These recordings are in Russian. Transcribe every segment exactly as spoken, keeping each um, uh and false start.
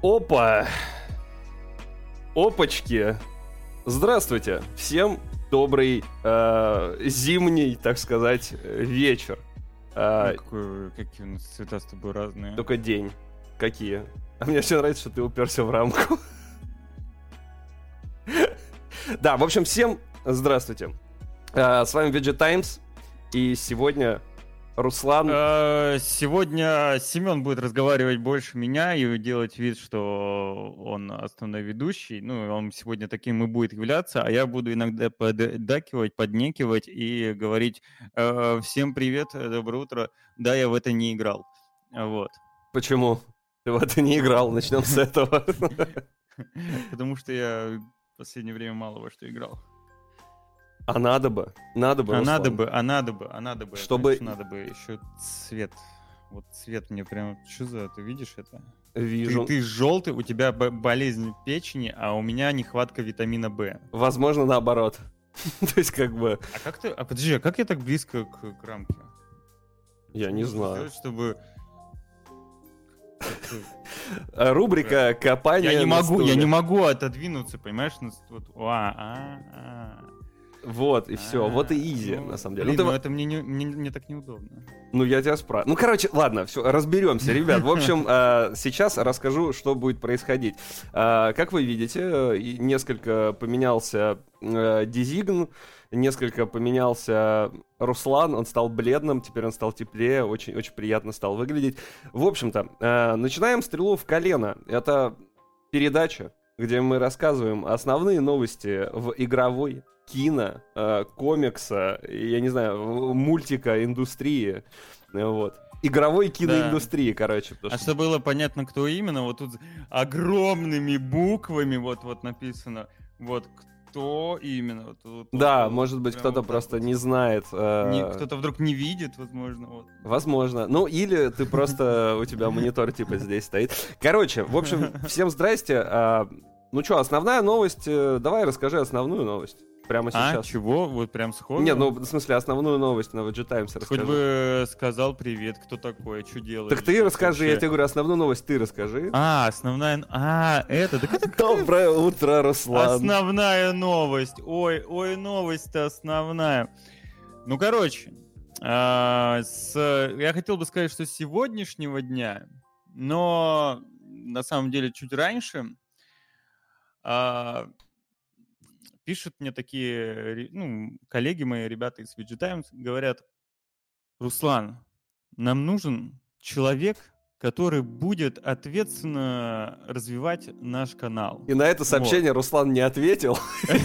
Опа! Опачки! Здравствуйте! Всем добрый э, зимний, так сказать, вечер. Ну, какой, какие у нас цвета с тобой разные. Только день. Какие? А мне все нравится, что ты уперся в рамку. Да, в общем, всем здравствуйте. С вами ви джи Times. И сегодня Руслан... Сегодня Семен будет разговаривать больше меня и делать вид, что он основной ведущий. Ну, он сегодня таким и будет являться, а я буду иногда поддакивать, поднекивать и говорить: всем привет, доброе утро. Да, я в это не играл. Вот. Почему? Ты в это не играл, начнем с этого. Потому что я в последнее время мало во что играл. А надо бы, надо бы, А Руслан. надо бы, а надо бы, а надо бы. Чтобы... Знаешь, надо бы еще цвет. Вот цвет мне прям... Что за... Ты видишь это? Вижу. Ты, ты желтый, у тебя болезнь печени, а у меня нехватка витамина Б. Возможно, наоборот. То есть как бы... А как ты... А подожди, а как я так близко к, к рамке? Я не знаю. Сделать, чтобы... Рубрика «Копание Я не на могу, стуле». я не могу отодвинуться, понимаешь? Вот, а, а, а. Вот, и все. Вот и изи, ну, на самом деле. Блин, ну, ну ты... это мне, не, мне, мне так неудобно. Ну, я тебя спрашиваю. Ну, короче, ладно, все, разберемся, ребят. В общем, сейчас расскажу, что будет происходить. Как вы видите, несколько поменялся дизигн, несколько поменялся Руслан, он стал бледным, теперь он стал теплее, очень-очень приятно стал выглядеть. В общем-то, начинаем «Стрелу в колено». Это передача, где мы рассказываем основные новости в игровой, кино, э, комикса, я не знаю, мультика, индустрии, вот. Игровой киноиндустрии, да. Короче. А что... чтобы было понятно, кто именно, вот тут огромными буквами вот-вот написано, вот кто именно. Вот, вот, да, вот, может быть, кто-то вот просто вот. не знает. Э... Не, кто-то вдруг не видит, возможно. Вот. Возможно. Ну, или ты просто, у тебя монитор типа здесь стоит. Короче, в общем, всем здрасте. Ну что, основная новость, давай расскажи основную новость. Прямо сейчас. А, чего? Вот прям сходу? Нет, ну, в смысле, основную новость на ви джи Times расскажи. Хоть бы сказал привет, кто такой, что делаешь. Так ты расскажи, вообще... я тебе говорю, основную новость ты расскажи. А, основная... А, это... Так это... Доброе утро, Руслан. Основная новость. Ой, ой, новость-то основная. Ну, короче, а, с... я хотел бы сказать, что с сегодняшнего дня, но на самом деле чуть раньше... А... Пишут мне такие, ну, коллеги мои, ребята из ви джи Times, говорят: Руслан, нам нужен человек, который будет ответственно развивать наш канал. И на это сообщение вот. Руслан не ответил.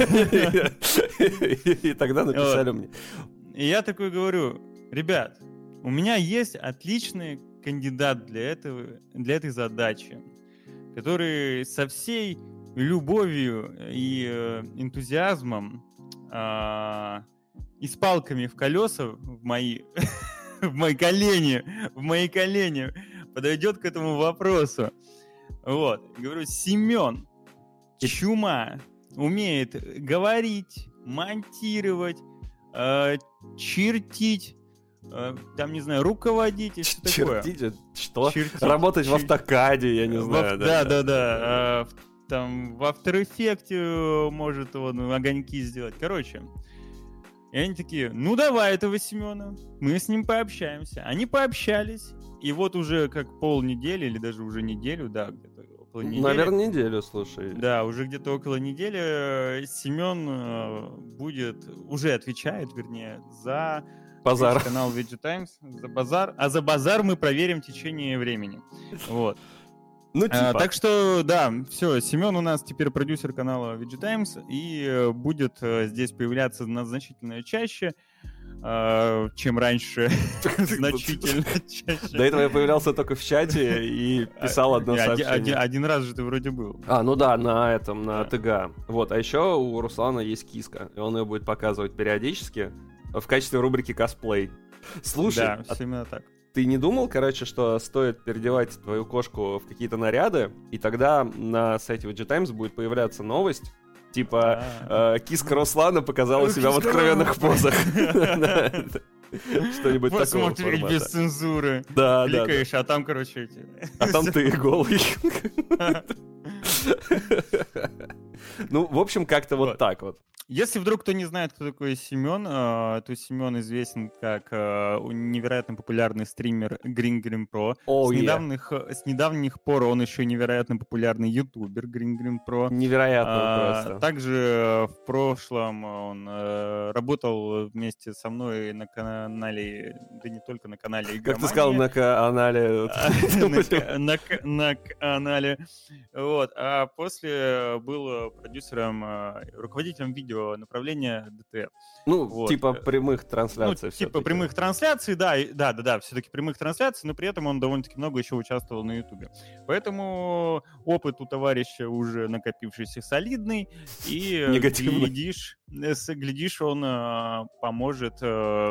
И тогда написали мне. И я такой говорю: ребят, у меня есть отличный кандидат для этого, для этой задачи, который со всей любовью и э, энтузиазмом э, и с палками в колеса в мои, в мои колени, в мои колени подойдет к этому вопросу. Вот. Говорю: Семен, чума, умеет говорить, монтировать, э, чертить, э, там, не знаю, руководить и все такое. Чертить? Что? Чертить, Работать чер... в автокаде, я не знаю. В... Да, да, да. да. Э, там в After Effects может он огоньки сделать. Короче, и они такие: ну давай этого Семена, мы с ним пообщаемся. Они пообщались, и вот уже как полнедели, или даже уже неделю, да, где-то около недели. Наверное, неделю, слушай. Да, уже где-то около недели Семен будет, уже отвечает, вернее, за базар. Канал ви джи Times, за базар. А за базар мы проверим в течение времени. Вот. Ну, типа. а, так что, да, все, Семен у нас теперь продюсер канала ви джи Times и будет здесь появляться значительно чаще, чем раньше. Значительно чаще. До этого я появлялся только в чате и писал одно сообщение. Один раз же ты вроде был. А, ну да, на этом, на ТГ. Вот, а еще у Руслана есть киска, и он ее будет показывать периодически в качестве рубрики «Косплей». Слушай, да, все именно так. Ты не думал, короче, что стоит переодевать твою кошку в какие-то наряды, и тогда на сайте ви джи Times будет появляться новость, типа э, киска Руслана показала себя в откровенных позах. Что-нибудь такого Посмотреть формата. без цензуры. Да, да, да. Кликаешь, а там, короче, эти... А там ты голый. Ну, в общем, как-то вот Вот. так вот. Если вдруг кто не знает, кто такой Семен, э, то Семен известен как э, невероятно популярный стример Green Green Pro. Oh, с, yeah. недавних, с недавних пор он еще невероятно популярный ютубер Green Green Pro. Невероятно А, просто. Также в прошлом он э, работал вместе со мной на канале, да не только на канале Игромания. Как ты сказал, на канале... На ка- на ка- на канале. Вот. А после был продюсером, э, руководителем видео направления ди ти эф. Ну, Вот. типа прямых Ну, трансляций. типа всё-таки. прямых трансляций, да, и- да, да, да, все-таки прямых трансляций, но при этом он довольно-таки много еще участвовал на Ютубе. Поэтому опыт у товарища уже накопившийся солидный, и э, Негативный. глядишь, э, с- глядишь, он э, поможет э,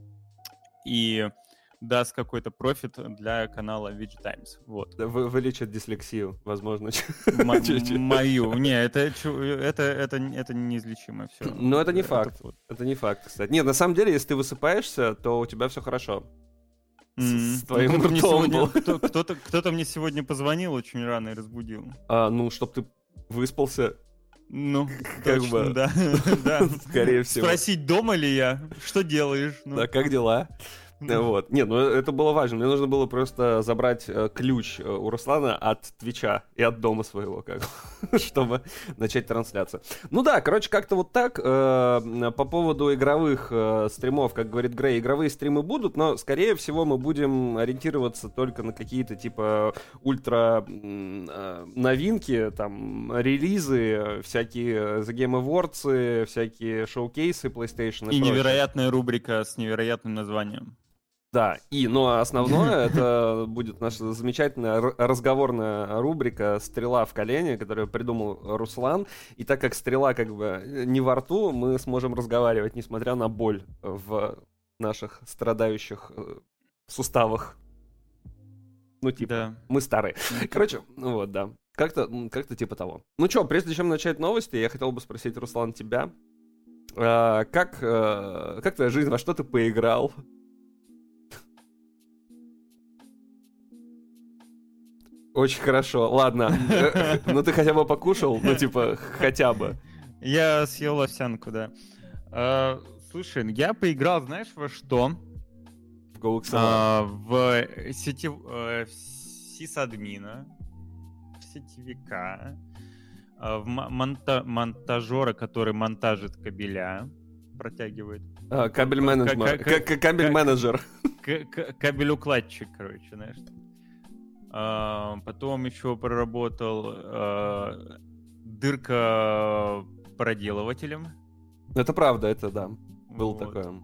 и даст какой-то профит для канала ви джи Times. Вот. Вы- Вылечит дислексию, возможно. М- чуть-чуть. Мою. Не, это, чу- это, это, это неизлечимо все. Но это не факт. Это не факт, кстати. Нет, на самом деле, если ты высыпаешься, то у тебя все хорошо. С- с твоим кто-то, мне ртом сегодня, был. кто- кто-то, кто-то мне сегодня позвонил очень рано и разбудил. А, ну, чтоб ты выспался, Ну, Как точно, бы, да, да. скорее всего. Спросить, дома ли я? Что делаешь? Ну, Да, как дела? ну, Вот. Не, ну это было важно. Мне нужно было просто забрать э, ключ э, у Руслана от Твича и от дома своего, как бы, чтобы начать трансляцию. Ну да, короче, как-то вот так. Э, по поводу игровых э, стримов, как говорит Грей, игровые стримы будут, но, скорее всего, мы будем ориентироваться только на какие-то, типа, ультра м, э, новинки, там, релизы, всякие The Game Awards, всякие шоу-кейсы PlayStation и И прочее. невероятная рубрика с невероятным названием. Да, и, но основное это будет наша замечательная р- разговорная рубрика «Стрела в колене», которую придумал Руслан. И так как стрела как бы не во рту, мы сможем разговаривать, несмотря на боль в наших страдающих э, суставах. Ну, типа, Да. мы старые. Короче, ну вот, да. Как-то, м, как-то типа того. Ну что, прежде чем начать новости, я хотел бы спросить, Руслан, тебя. А, как, э, как твоя жизнь, во что ты поиграл? Очень хорошо, ладно. Ну ты хотя бы покушал, ну типа хотя бы. Я съел овсянку, да. А, слушай, я поиграл, знаешь, во что? В Go X L R. А, в сети, э, в сисадмина, в сетевика, а, в мо- монта- монтажера, который монтажит кабеля, протягивает. А, Кабель Ка- менеджер. ка- ка- К- Кабель ка- менеджер. К- к- кабелеукладчик, короче, знаешь. А, потом еще проработал а, дырка проделывателем. Это правда, это да. Было Вот. такое.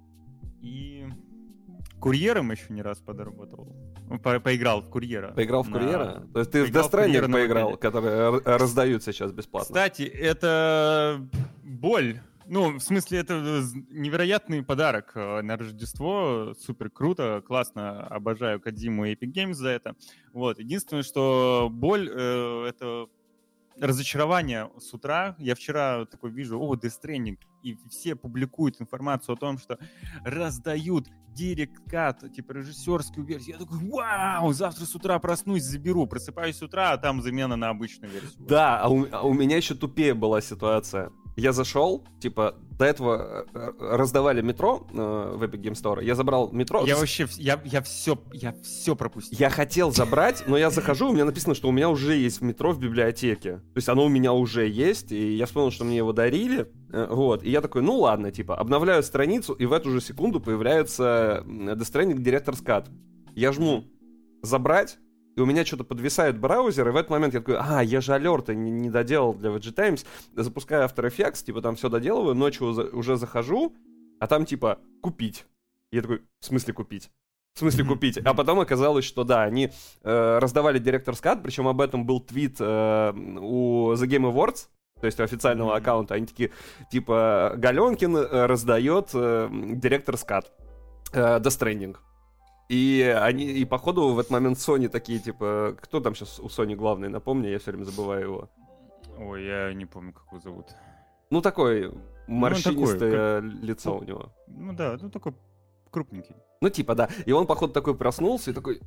И курьером еще не раз подработал. Ну, по- поиграл в курьера. Поиграл в На- курьера? То есть ты в поиграл Death в курьера Stranding на поиграл, мобиле. которые р- раздают сейчас бесплатно? Кстати, это боль. Ну, в смысле, это з- невероятный подарок э, на Рождество. Супер круто, классно. Обожаю Кодзиму и Epic Games за это. Вот. Единственное, что боль э, — это разочарование с утра. Я вчера такой вижу, о, Death Stranding, и все публикуют информацию о том, что раздают директ-кат, типа режиссерскую версию. Я такой, вау, завтра с утра проснусь, заберу. Просыпаюсь с утра, а там замена на обычную версию. Да, а у, а у меня еще тупее была ситуация. Я зашел, типа, до этого э, раздавали метро э, в Epic Game Store. Я забрал метро. Я с- вообще, вс- я, я все, я все пропустил. Я хотел забрать, но я захожу, у меня написано, что у меня уже есть метро в библиотеке. То есть оно у меня уже есть, и я вспомнил, что мне его дарили. э, Вот, и я такой, ну ладно, типа, обновляю страницу, и в эту же секунду появляется м, Death Stranding Director's Cut. Я жму «Забрать», и у меня что-то подвисает браузер, и в этот момент я такой, а, я же алерты не, не доделал для ви джи Times, запускаю After Effects, типа там все доделываю, ночью за- уже захожу, а там типа «Купить». Я такой, в смысле купить? В смысле купить? А потом оказалось, что да, они э, раздавали Director's Cut, причем об этом был твит э, у The Game Awards, то есть у официального Мгм. аккаунта. Они такие, типа, Галенкин э, раздает э, Director's Cut, э, Death Stranding. И они, и походу в этот момент Sony такие, типа, кто там сейчас у Sony главный, напомни, я все время забываю его. Ой, я не помню, как его зовут. Ну, такой морщинистое такой, лицо у него. Ну да, ну такой крупненький. Ну, типа, да. И он, походу, такой проснулся и такой...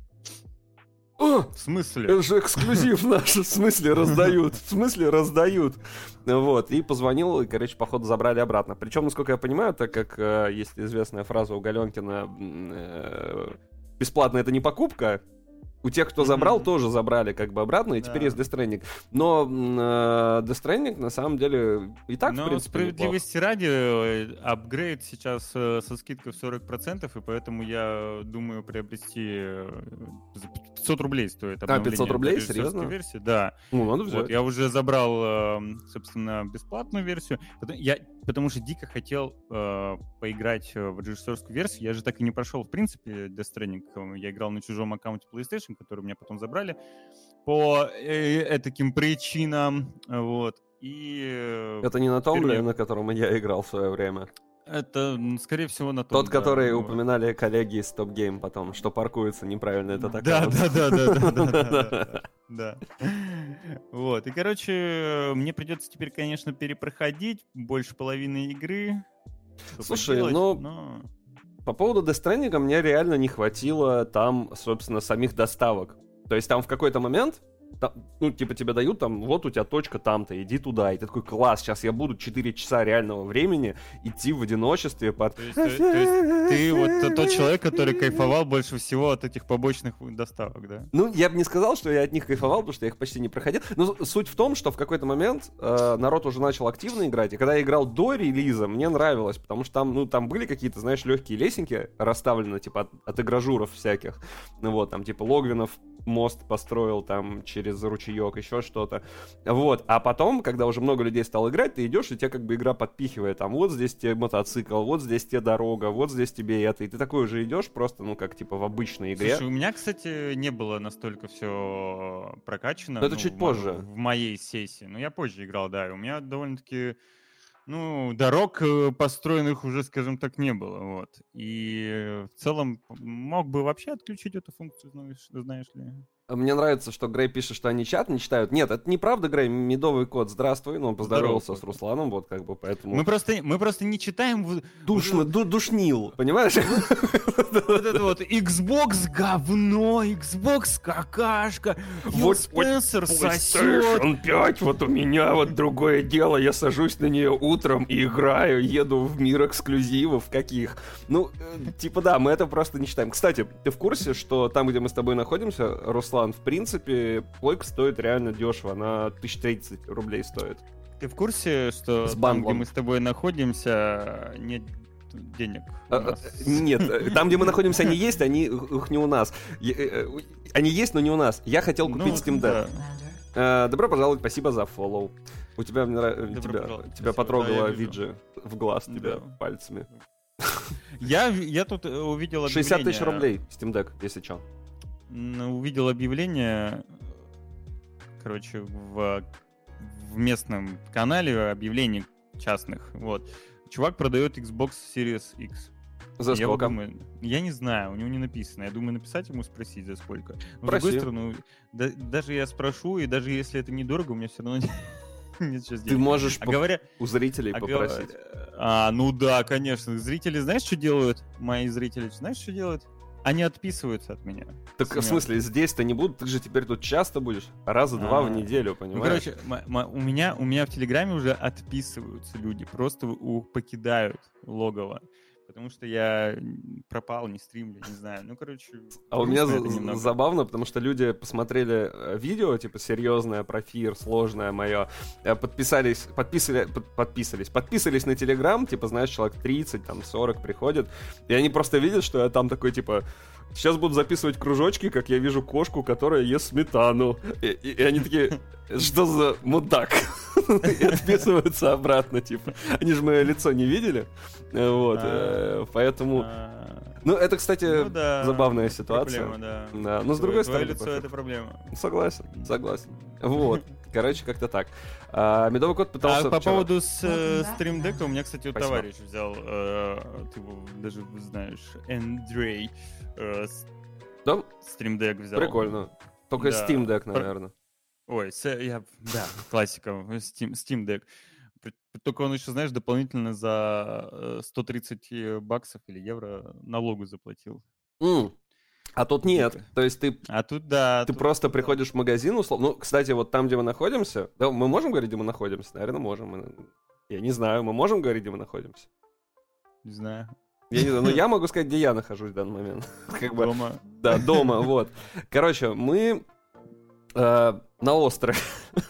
О, В смысле? это же эксклюзив наш, в смысле раздают, в смысле раздают. Вот, и позвонил, и, короче, походу забрали обратно. Причем, насколько я понимаю, так как э, есть известная фраза у Галенкина, э, бесплатно это не покупка, у тех, кто забрал, mm-hmm. тоже забрали как бы обратно, и теперь yeah. есть Death Stranding. Но э, Death Stranding, на самом деле, и так, Но в принципе, справедливости неплохо. Ради, апгрейд сейчас э, со скидкой в сорок процентов, и поэтому я думаю приобрести за пятьсот рублей стоит обновление. А, пятьсот рублей? Серьезно? Версии, да. Ну, надо взять. Вот, я уже забрал, э, собственно, бесплатную версию, я, потому что дико хотел э, поиграть в режиссерскую версию. Я же так и не прошел, в принципе, Death Stranding. Я играл на чужом аккаунте PlayStation, который меня потом забрали по э, таким причинам, вот, и... Это не на том, мне... на котором я играл в свое время? Это, скорее всего, на том, Тот, да, который ну... упоминали коллеги из Top Game потом, что паркуется неправильно этот аккаунт. Да-да-да-да-да-да. Да. Вот, и, короче, мне придется теперь, конечно, перепроходить больше половины игры. Слушай, ну... По поводу Death Stranding мне реально не хватило там, собственно, самих доставок. То есть там в какой-то момент, там, ну, типа тебе дают там, вот у тебя точка там-то, иди туда. И ты такой, класс, сейчас я буду четыре часа реального времени идти в одиночестве под... То есть, то, то есть ты вот тот человек, который кайфовал больше всего от этих побочных доставок, да? Ну, я бы не сказал, что я от них кайфовал, потому что я их почти не проходил. Но суть в том, что в какой-то момент э, народ уже начал активно играть. И когда я играл до релиза, мне нравилось, потому что там, ну, там были какие-то, знаешь, легкие лесенки расставлены, типа, от, от игражуров всяких. Ну вот, там, типа, Логвинов мост построил там через ручеек, еще что-то. Вот. А потом, когда уже много людей стало играть, ты идешь, и тебе как бы игра подпихивает. Там вот здесь тебе мотоцикл, вот здесь тебе дорога, вот здесь тебе это. И ты такой уже идешь просто, ну, как типа в обычной игре. Слушай, у меня, кстати, не было настолько все прокачано. Но это ну, чуть в, позже. В моей сессии. Ну, я позже играл, да. И у меня довольно-таки... Ну, дорог построенных уже, скажем так, не было, вот. И в целом мог бы вообще отключить эту функцию, знаешь, знаешь ли. Мне нравится, что Грей пишет, что они чат не читают. Нет, это неправда, Грей. Медовый кот, здравствуй. Ну, он поздоровался Здорово, с Русланом, вот как бы, поэтому... Мы просто, мы просто не читаем... Душно, ду, душнил, понимаешь? Вот это вот Xbox говно, Xbox какашка, Фил Спенсер сосет. PlayStation пять, вот у меня вот другое дело. Я сажусь на нее утром и играю, еду в мир эксклюзивов каких. Ну, типа да, мы это просто не читаем. Кстати, ты в курсе, что там, где мы с тобой находимся, Руслан, в принципе, плойка стоит реально дешево, она тысяча тридцать рублей стоит. Ты в курсе, что там, где мы с тобой находимся, нет денег? А, нет, там, где мы находимся, они есть, они их не у нас. Они есть, но не у нас. Я хотел купить ну, Steam Deck. Да. Добро пожаловать, спасибо за фоллоу. У тебя, тебя, тебя потрогала да, Виджи в глаз тебя да. пальцами. Я, я тут увидел объявление... шестьдесят тысяч рублей Steam Deck, если что. Увидел объявление, короче, в, в местном канале объявлений частных, вот. Чувак продает Xbox Series X. За я сколько? Думаю, я не знаю, у него не написано. Я думаю, написать ему, спросить, за сколько. Но, Проси. с другой стороны, да, даже я спрошу, и даже если это недорого, у меня все равно нет сейчас денег. Ты можешь а по- говоря... у зрителей а попросить. А, ну да, конечно. Зрители, знаешь, что делают? Мои зрители, знаешь, что делают? Они отписываются от меня. Так в смысле, здесь-то не будут? Ты же теперь тут часто будешь? Раза два в неделю, понимаешь? Ну, короче, м- м- у, меня, у меня в Телеграме уже отписываются люди. Просто у- покидают логово. Потому что я пропал, не стримлю, не знаю. Ну, короче... А у меня за- забавно, потому что люди посмотрели видео, типа, серьезное про Фир, сложное мое, подписались, подписали, под, подписались, подписались на Телеграм, типа, знаешь, человек тридцать, там, сорок приходит, и они просто видят, что я там такой, типа... Сейчас буду записывать кружочки, как я вижу кошку, которая ест сметану. И, и, и они такие, что за мудак? И отписываются обратно, типа. Они же мое лицо не видели. Вот, поэтому... Ну, это, кстати, забавная ситуация. Проблема, да. Да. Но с другой стороны... Твое лицо — это проблема. Согласен, согласен. Вот. Короче, как-то так. А, Медовый кот пытался... А по вчера... поводу с, э, стримдека у меня, кстати, вот товарищ взял, э, ты его даже знаешь, Андрей, э, да? стримдек взял. Прикольно. Только да. Steam Deck, наверное. Ой, с, я, да, классика, Steam, Steam Deck. Только он еще, знаешь, дополнительно за э, сто тридцать баксов или евро налогу заплатил. М. А тут нет. Дико. То есть ты, А тут да. ты тут, просто тут, приходишь в магазин, условно. Ну, кстати, вот там, где мы находимся, да, мы можем говорить, где мы находимся? Наверное, можем. Мы- Я не знаю, мы можем говорить, где мы находимся? Не знаю. Я не знаю, но я могу сказать, где я нахожусь в данный момент. Как бы, Дома. да, дома, вот. Короче, мы э, на острове.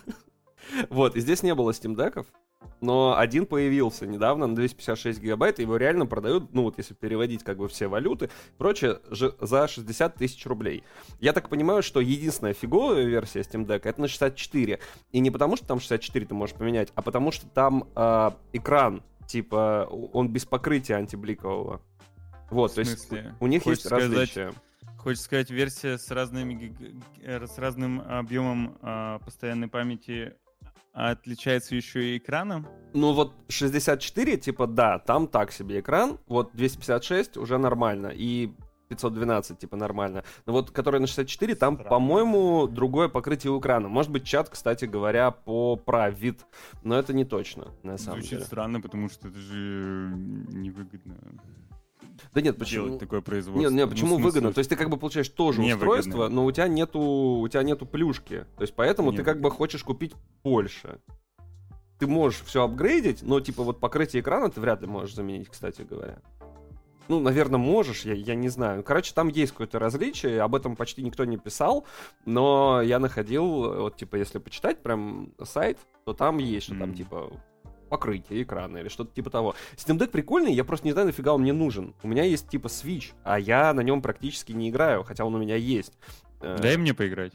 Вот, и здесь не было стимдеков, но один появился недавно на двести пятьдесят шесть гигабайт, и его реально продают, ну вот если переводить как бы все валюты, прочее, же- за шестьдесят тысяч рублей. Я так понимаю, что единственная фиговая версия Steam Deck это на шестьдесят четыре. И не потому, что там шестьдесят четыре ты можешь поменять, а потому что там э, экран, типа, он без покрытия антибликового. Вот, В то есть смысле? у них Хочешь есть сказать, различия. Хочешь сказать, версия с, разными, гиг- э, с разным объемом а, постоянной памяти отличается еще и экраном? Ну вот шестьдесят четыре, типа, да, там так себе экран, вот двести пятьдесят шесть уже нормально, и пятьсот двенадцать, типа, нормально. Но вот, который на шестьдесят четыре, там, Странно. по-моему, другое покрытие у экрана. Может быть, чат, кстати говоря, по вид, но это не точно, на самом Звучит деле. странно, потому что это же невыгодно Да нет, делать почему? такое производство. Нет, нет, Ну, почему в смысле, выгодно? То есть ты как бы получаешь тоже невыгодно. устройство, но у тебя нету, у тебя нету плюшки. То есть поэтому ты как бы Невыгодно. хочешь купить больше. Ты можешь все апгрейдить, но типа вот покрытие экрана ты вряд ли можешь заменить, кстати говоря. Ну, наверное, можешь, я, я не знаю. Короче, там есть какое-то различие, об этом почти никто не писал, но я находил, вот, типа, если почитать прям сайт, то там есть, что там, М. типа, покрытие экрана или что-то типа того. Steam Deck прикольный, я просто не знаю, нафига он мне нужен. У меня есть, типа, Switch, а я на нем практически не играю, хотя он у меня есть. Э, Дай мне поиграть.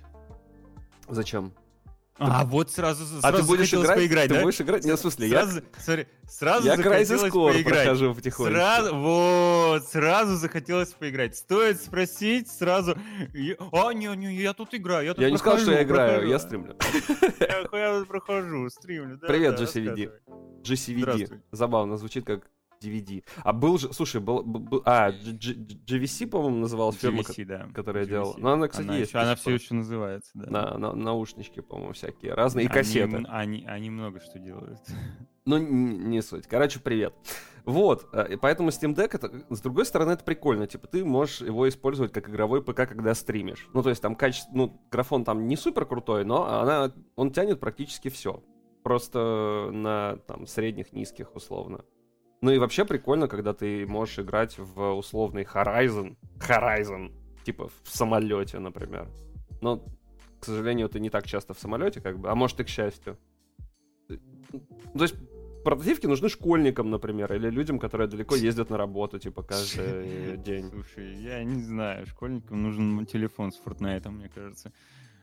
Зачем? А, вот сразу, сразу А ты будешь захотелось играть? поиграть, Ты да? будешь играть? Нет, в смысле, я, Сразу, смотри, сразу я Crysis захотелось Core поиграть. прохожу потихоньку. Сразу, вот, сразу захотелось поиграть. Стоит спросить, сразу... я- А, не, не, я тут играю, я тут Я не сказал, прохожу, что я играю, прохожу. я стримлю. Я, я тут прохожу, стримлю, да, Привет, да, джи си ви ди. рассказывай. джи си ви ди. Здравствуй. Забавно, звучит как ди ви ди. А был же, слушай, был, был- был- а, G- G- джи ви си, по-моему, называлась фирма, джи ви си, да. которая джи ви си. делала. Но она, кстати, Она, есть. еще, до она сих все пор. еще называется, да. На, на- наушнички, по-моему, всякие разные. И Они кассеты. м- Они, они много что делают. Ну, н- не суть. Короче, привет. Вот, э, и поэтому Steam Deck, это, с другой стороны, это прикольно. Типа, ты можешь его использовать как игровой ПК, когда стримишь. Ну, то есть, там качество, ну, графон там не супер крутой, но она, он тянет практически все. Просто на, там, средних, низких, условно. Ну и вообще прикольно, когда ты можешь играть в условный Horizon. Horizon. Типа, в самолете, например. Но, к сожалению, ты не так часто в самолете, как бы, а может и к счастью. Ну, то есть портативки нужны школьникам, например, или людям, которые далеко ездят на работу, типа, каждый день. Слушай, я не знаю, школьникам нужен телефон с Fortnite, мне кажется.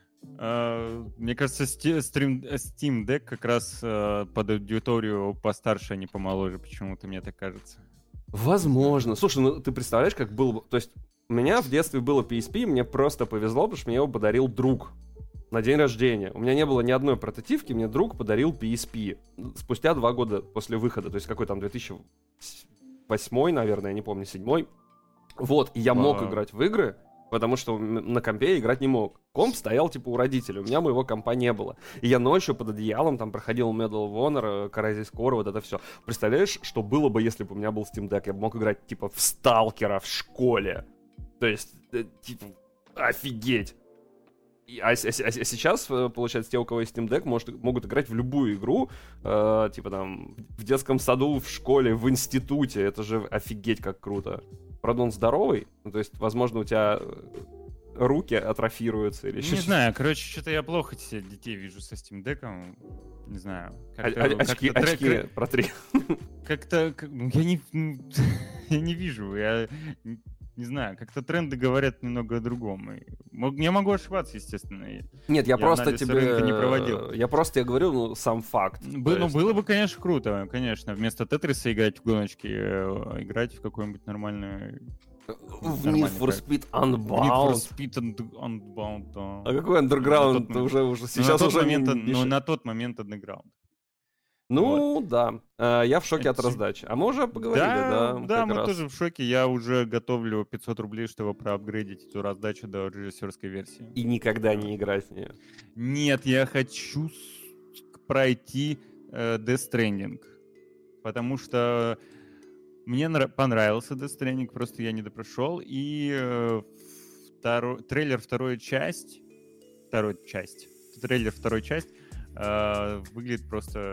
А, Мне кажется, сти- стрим- Steam Deck как раз а, под аудиторию постарше, а не помоложе, почему-то мне так кажется. Возможно. Слушай, ну ты представляешь, как было бы... То есть у меня в детстве было пи эс пи, мне просто повезло, потому что мне его подарил друг на день рождения. У меня не было ни одной портативки, мне друг подарил пи эс пи спустя два года после выхода. То есть какой там две тысячи восьмой, наверное, я не помню, седьмой. Вот, и я мог Вау. играть в игры, потому что м- на компе я играть не мог. Комп стоял, типа, у родителей, у меня моего компа не было. И я ночью под одеялом там проходил Medal of Honor, Crysis Core, вот это все. Представляешь, что было бы, если бы у меня был Steam Deck? Я бы мог играть, типа, в Сталкера в школе. То есть, э, типа, офигеть. И- А, с- а с- а сейчас, э, получается, те, у кого есть Steam Deck, может, могут играть в любую игру, э, типа там, в детском саду, в школе, в институте. Это же офигеть как круто. Правда, он здоровый, ну, то есть, возможно, у тебя э, руки атрофируются или еще Не знаю, короче, что-то я плохо себе детей вижу со Steam Deck. Не знаю. А- Как-то, а- как-то очки, трек- очки протри. Как-то, как- ну, я не, ну, я не вижу, я не, не знаю, как-то тренды говорят немного о другом. И мог- я могу ошибаться, естественно. и Нет, я, Я просто анализ тебе... рынка не проводил. Я просто тебе говорю, ну, сам факт. Бы- То ну, есть, было бы, конечно, круто, конечно, вместо Тетриса играть в гоночки, э, играть в какой-нибудь нормальный... в нормальный Need for проект. Speed Need for Unbound. Speed and- Unbound, да. А какой На Underground? тот Уже, уже, Ну, сейчас на тот уже момент, не- ну, не ш- на тот момент Underground. Ну, да. А, я в шоке от Это- раздачи. А мы уже поговорили, да? Да, да, как мы раз. тоже в шоке. Я уже готовлю пятьсот рублей, чтобы проапгрейдить эту раздачу до режиссерской версии. И никогда не играть в нее. Нет, я хочу с- пройти э, Death Stranding. потому что мне нра- понравился Death Stranding, просто я не допрошел, и э, второй, трейлер второй часть, второй часть, трейлер второй часть э, выглядит просто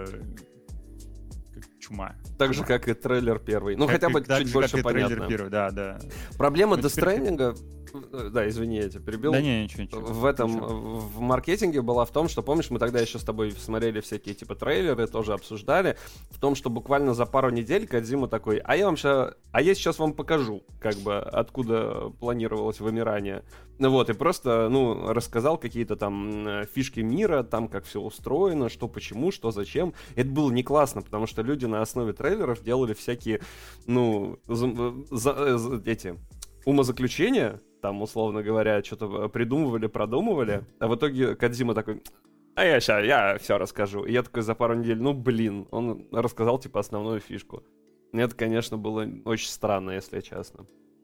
как чума. Так чума. же, как и трейлер первый. Ну, Как хотя и- бы так чуть же, больше как и трейлер понятно. первый, да, да. Проблема Ну, Death теперь- Stranding, да, извини, я тебя перебил. Да не, ничего, ничего. В этом, Ничего. в маркетинге была в том, что, помнишь, мы тогда еще с тобой смотрели всякие типа трейлеры, тоже обсуждали, в том, что буквально за пару недель Кодзима такой, а я вам сейчас, а я сейчас вам покажу, как бы, откуда планировалось вымирание. Ну вот, и просто, ну, рассказал какие-то там э, фишки мира, там, как все устроено, что почему, что зачем. Это было не классно, потому что люди на основе трейлеров делали всякие, ну, за- за- за- эти... умозаключения, там, условно говоря, что-то придумывали, продумывали, а в итоге Кодзима такой, а я сейчас, я все расскажу. И я такой за пару недель, ну, блин, он рассказал, типа, основную фишку. И это, конечно, было очень странно, если честно.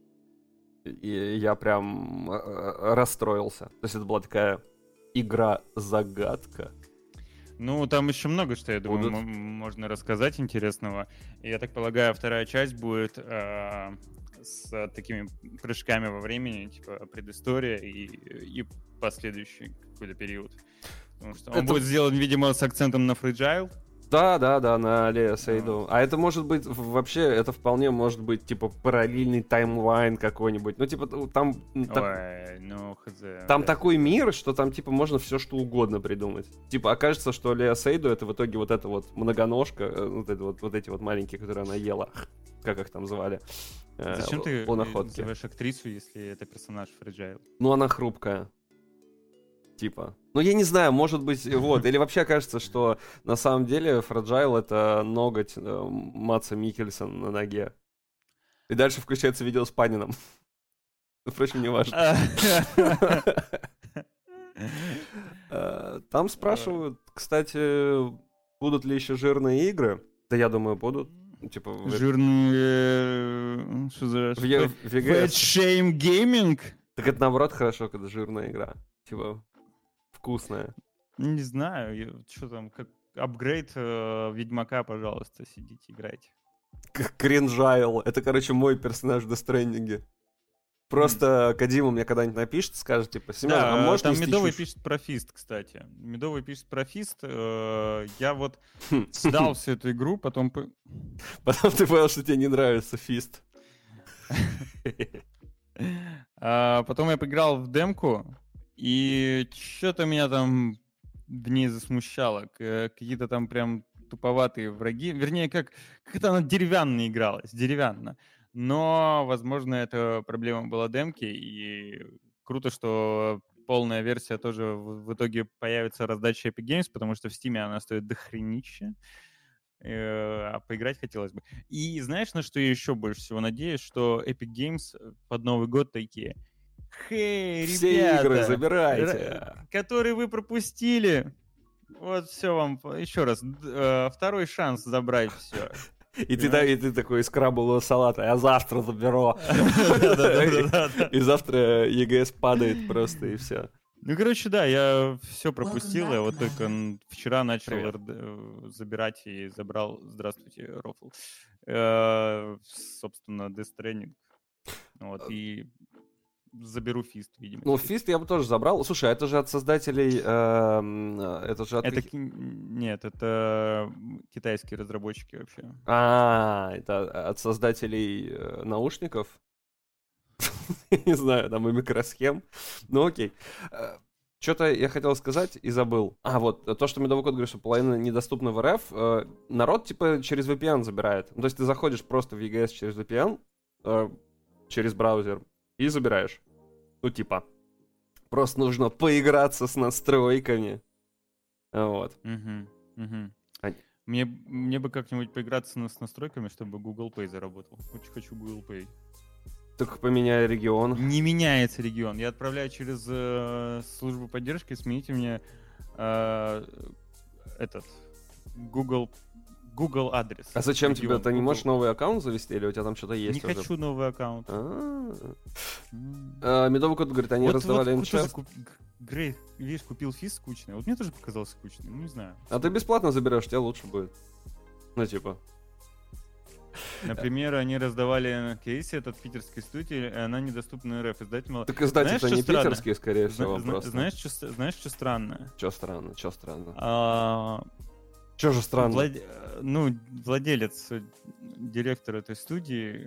И я прям э, расстроился. То есть это была такая игра-загадка. Ну, там еще много, что, я думаю, Будут. м- можно рассказать интересного. И я так полагаю, вторая часть будет э, с такими прыжками во времени, типа предыстория и, и последующий какой-то период. Потому что он Это- будет сделан, видимо, с акцентом на фриджайл. Да, да, да, на Лея Сейду. А это может быть, в- вообще, это вполне может быть, типа, параллельный таймлайн какой-нибудь. Ну, типа, там... так- Ой, ну, хз. Там да. такой мир, что там, типа, можно все что угодно придумать. Типа, окажется, что Лея Сейду это в итоге вот эта вот многоножка, э, вот, это вот, вот эти вот маленькие, которые она ела. Как их там звали? Э, Зачем ты луноходки. называешь актрису, если это персонаж фриджайл? Ну, она хрупкая. Типа. Ну, я не знаю, может быть, вот. Или вообще кажется, что на самом деле Фраджайл — это ноготь э, Матса Миккельсон на ноге. И дальше включается видео с Панином. Впрочем, не важно. Э, Там спрашивают, кстати, будут ли еще жирные игры. Да я думаю, будут. Типа в Жирный... Что за... в Е- в ви джи эс. Fat Shame Gaming? Так это наоборот хорошо, когда жирная игра. Типа вкусная. Не знаю, что там, как апгрейд э, Ведьмака, пожалуйста, сидите, играйте. К- Кринжайл. Это, короче, мой персонаж в Death Stranding. Просто Кодзима мне когда-нибудь напишет, скажет, типа, Семен, Да, а э, можешь там нести Медовый чушь?» пишет про фист, кстати. Медовый пишет про фист. э, Я вот Хм. сдал всю эту игру, потом... по- Потом ты понял, что тебе не нравится фист. А, потом я поиграл в демку, и что-то меня там в ней засмущало. К- Какие-то там прям туповатые враги. Вернее, как, как это она деревянно игралась, деревянно. Но, возможно, это проблема была демки, и круто, что полная версия тоже в, в итоге появится раздача Epic Games, потому что в Steam она стоит дохренище. Э, А поиграть хотелось бы. И знаешь, на что я еще больше всего надеюсь, что Epic Games под Новый год такие: «Хей, Все ребята, игры забирайте. р- которые вы пропустили, вот все вам по- еще раз д- э, второй шанс забрать все». И ты, та- и ты такой из крабового салата, я завтра заберу. Да-да-да-да-да. И завтра и джи эс падает просто, и все. Ну, короче, да, я все пропустил, back, я вот только н- вчера начал Привет. эр дэ, э, забирать и забрал, здравствуйте, Рофл, Э, собственно, Death Stranding, вот, и заберу фист, видимо. Ну, теперь. фист я бы тоже забрал. Слушай, а это же от создателей... эм, Это же от... Это, каких- ки- нет, это китайские разработчики вообще. А, это от создателей э, наушников? Не знаю, там и микросхем. Ну, окей. Что-то я хотел сказать и забыл. А, вот, то, что Медовый кот говорит, что половина недоступна в эр эф, э, народ, типа, через ви пи эн забирает. Ну, то есть ты заходишь просто в и джи эс через ви пи эн, э, через браузер, и забираешь. Ну, типа, просто нужно поиграться с настройками. Вот. Мгм, мгм. Ань. Мне, мне бы как-нибудь поиграться на- с настройками, чтобы Google Pay заработал. Очень хочу Google Pay. Только поменяй регион. Не меняется регион. Я отправляю через э, службу поддержки, смените мне э, этот Google, Google адрес. А зачем тебе? Регион Ты не Google. можешь новый аккаунт завести, или у тебя там что-то Не есть уже? хочу новый аккаунт. А. М. А, Медовый кот говорит, они Вот- раздавали вот тоже инчест. куп- г- Грей, видишь, купил физ скучный. Вот мне тоже показался скучный. Ну, не знаю. А ты бесплатно заберешь, тебе лучше будет. Ну, типа. Например, они раздавали кейсы от питерской студии, и она недоступна РФ. Издатель... Так издатель-то не странно? питерский, скорее всего, Зна- просто. Знаешь, что, знаешь, что странно? Чё странно, чё странно? А, Чё же странно? влад- Ну, владелец, э, директор этой студии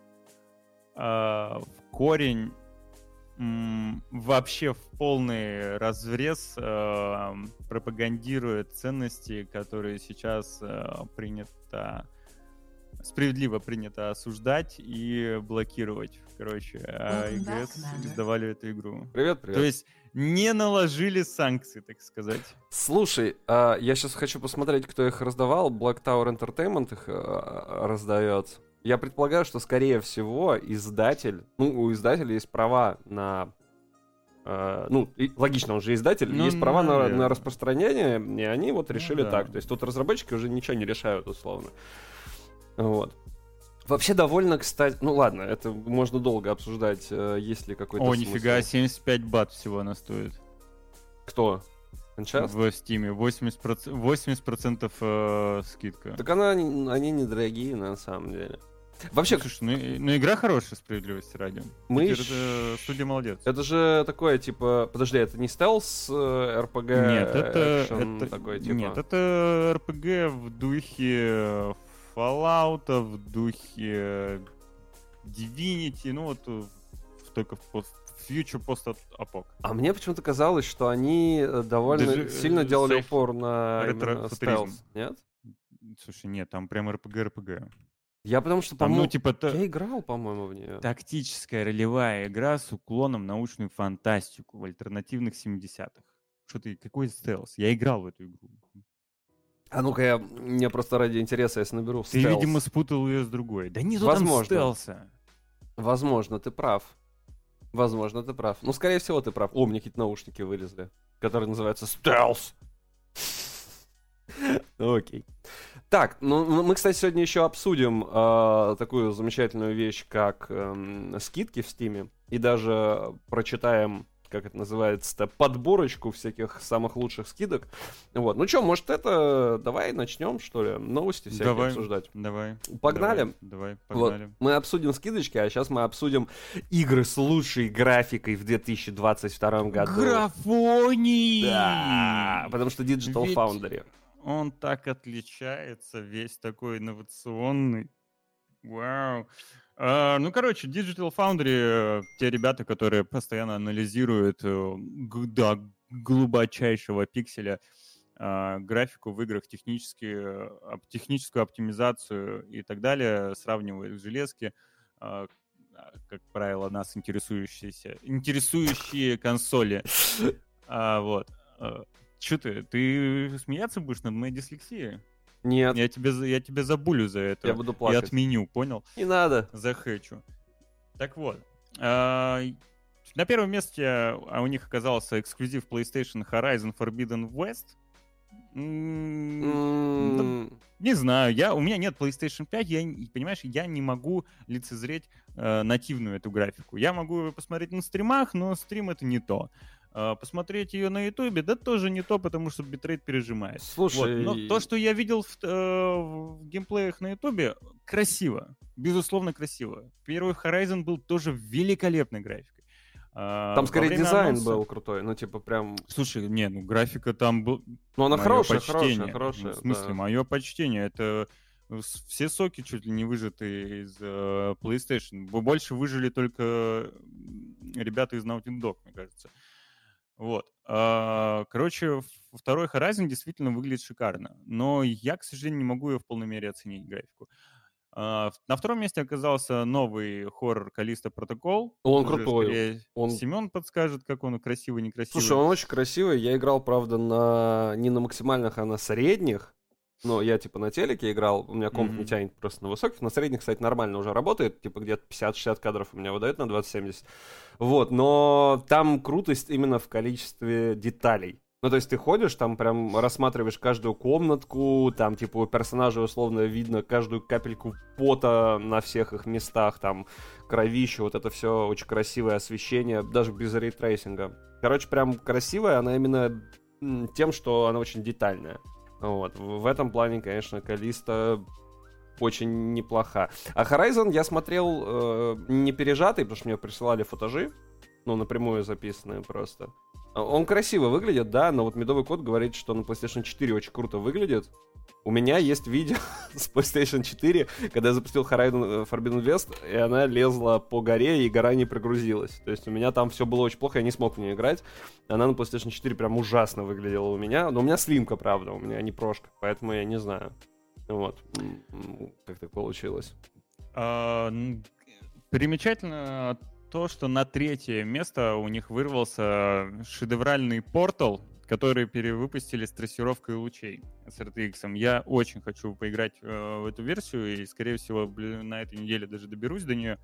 а, в корень м, вообще в полный разрез а, пропагандирует ценности, которые сейчас а, принято справедливо принято осуждать и блокировать. Короче, а Welcome back, ИГС Commander. издавали эту игру. Привет, привет. То есть не наложили санкции, так сказать. Слушай, а, я сейчас хочу посмотреть, кто их раздавал. Black Tower Entertainment их а, раздает. Я предполагаю, что, скорее всего, издатель... Ну, у издателя есть права на... а, ну, и, логично, он же издатель. Ну, есть права на, наверное. на распространение, и они вот Ну решили да. так. То есть тут разработчики уже ничего не решают, условно. Вот. Вообще довольно, кстати... Ну ладно, это можно долго обсуждать, э, есть ли какой-то О, смысл. нифига, семьдесят пять бат всего она стоит. Кто? Сейчас? В Steam. восемьдесят процентов, восемьдесят процентов э, скидка. Так она, они недорогие, на самом деле. Вообще, Слушай, ну, и- ну игра хорошая, справедливости ради. Мы Питер, щ- это студия молодец. это же такое, типа... Подожди, это не стелс, э, эр пи джи, Нет, это, экшен это такой, типа... нет, это эр пи джи в духе Fallout, в духе Divinity, ну вот в- только в пост, Future Post Apoc. А мне почему-то казалось, что они э, довольно Даже, э, сильно делали сейф- упор на именно ретро-футуризм. стелс, нет? Слушай, нет, там прям эр пи джи эр пи джи. Я потому что, Там, по-моему... ну, типа, та- Я играл, по-моему, в нее. тактическая ролевая игра с уклоном в научную фантастику в альтернативных семидесятых. Что ты, какой стелс? Я играл в эту игру. А ну-ка, я... мне просто ради интереса, если наберу Ты, стелс. видимо, спутал ее с другой. Да нету Возможно. там стелса. Возможно, ты прав. Возможно, ты прав. Ну, скорее всего, ты прав. О, мне какие-то наушники вылезли, которые называются стелс. Ну, окей. Так, ну м- мы, кстати, сегодня еще обсудим э, такую замечательную вещь, как эм, скидки в Стиме, и даже прочитаем, как это называется, подборочку всяких самых лучших скидок. Вот. Ну что, может, это... Давай начнем, что ли, новости всякие Давай. обсуждать. Давай. Погнали? Давай, давай, Вот. погнали. Мы обсудим скидочки, а сейчас мы обсудим игры с лучшей графикой в две тысячи двадцать втором году. Графоний! Да, потому что Digital Ведь Foundry. Он так отличается, весь такой инновационный. Вау. А, ну, короче, Digital Foundry, э, те ребята, которые постоянно анализируют э, г- до глубочайшего пикселя а, графику в играх, технические, оп- техническую оптимизацию и так далее, сравнивают железки, а, а, как правило, нас интересующиеся, интересующие консоли. А, вот. Че ты? Ты смеяться будешь над моей дислексией? Нет, Я тебе, за- я тебе забулю за это. я буду И плакать. отменю, понял? Не надо. Захечу. Так вот. а, На первом месте а, у них оказался эксклюзив PlayStation Horizon Forbidden West. М, М, Не знаю, я, у меня нет PlayStation пять, я, не- понимаешь, я не могу лицезреть э, нативную эту графику. Я могу ее посмотреть на стримах, но стрим это не то. Э, посмотреть ее на Ютубе, да тоже не то, потому что битрейт пережимает. Вот, Слушай, но то, что я видел в, э, в геймплеях на Ютубе, красиво. Безусловно, красиво. Первый Horizon был тоже великолепной графикой. А, там во скорее время дизайн анонса- был крутой, ну типа прям... Слушай, не, ну графика там был... Ну она Моё хорошая, почтение. хорошая, хорошая. Ну, в смысле, да. мое почтение. Это с- все соки чуть ли не выжаты из э, PlayStation. Бо- Больше выжили только м, ребята из Naughty Dog, мне кажется. Вот. А, Короче, в- второй Horizon действительно выглядит шикарно. Но я, к сожалению, не могу ее в полной мере оценить графику. А, в- На втором месте оказался новый хоррор Callisto Protocol. Он Уже крутой. скорее Он- Семен подскажет, как он красивый, некрасивый. Слушай, он очень красивый. Я играл, правда, на не на максимальных, а на средних. Но я, типа, на телеке играл. У меня комп не Мгм. тянет просто на высоких. На средних, кстати, нормально уже работает. Типа, где-то пятьдесят-шестьдесят кадров у меня выдает на двадцать семьдесят. Вот, но там крутость именно в количестве деталей. Ну, то есть ты ходишь, там прям рассматриваешь каждую комнатку, там, типа, у персонажа условно видно каждую капельку пота на всех их местах, там, кровище, вот это все очень красивое освещение, даже без рейтрейсинга. Короче, прям красивая, она именно м, тем, что она очень детальная. Вот. В в этом плане, конечно, Callisto очень неплоха. А Horizon я смотрел э, не пережатый, потому что мне присылали футажи, ну, напрямую записанные просто. Он красиво выглядит, да, но вот Медовый Кот говорит, что на PlayStation четыре очень круто выглядит. У меня есть видео с PlayStation четыре, когда я запустил Horizon Forbidden West, и она лезла по горе, и гора не прогрузилась. То есть у меня там все было очень плохо, я не смог в нее играть. Она на PlayStation четыре прям ужасно выглядела у меня. Но у меня слимка, правда, у меня не прошка, поэтому я не знаю. Вот. Как так получилось? А, примечательно то, что на третье место у них вырвался шедевральный Portal, который перевыпустили с трассировкой лучей с эр ти экс. Я очень хочу поиграть э, в эту версию, и, скорее всего, блин, на этой неделе даже доберусь до нее.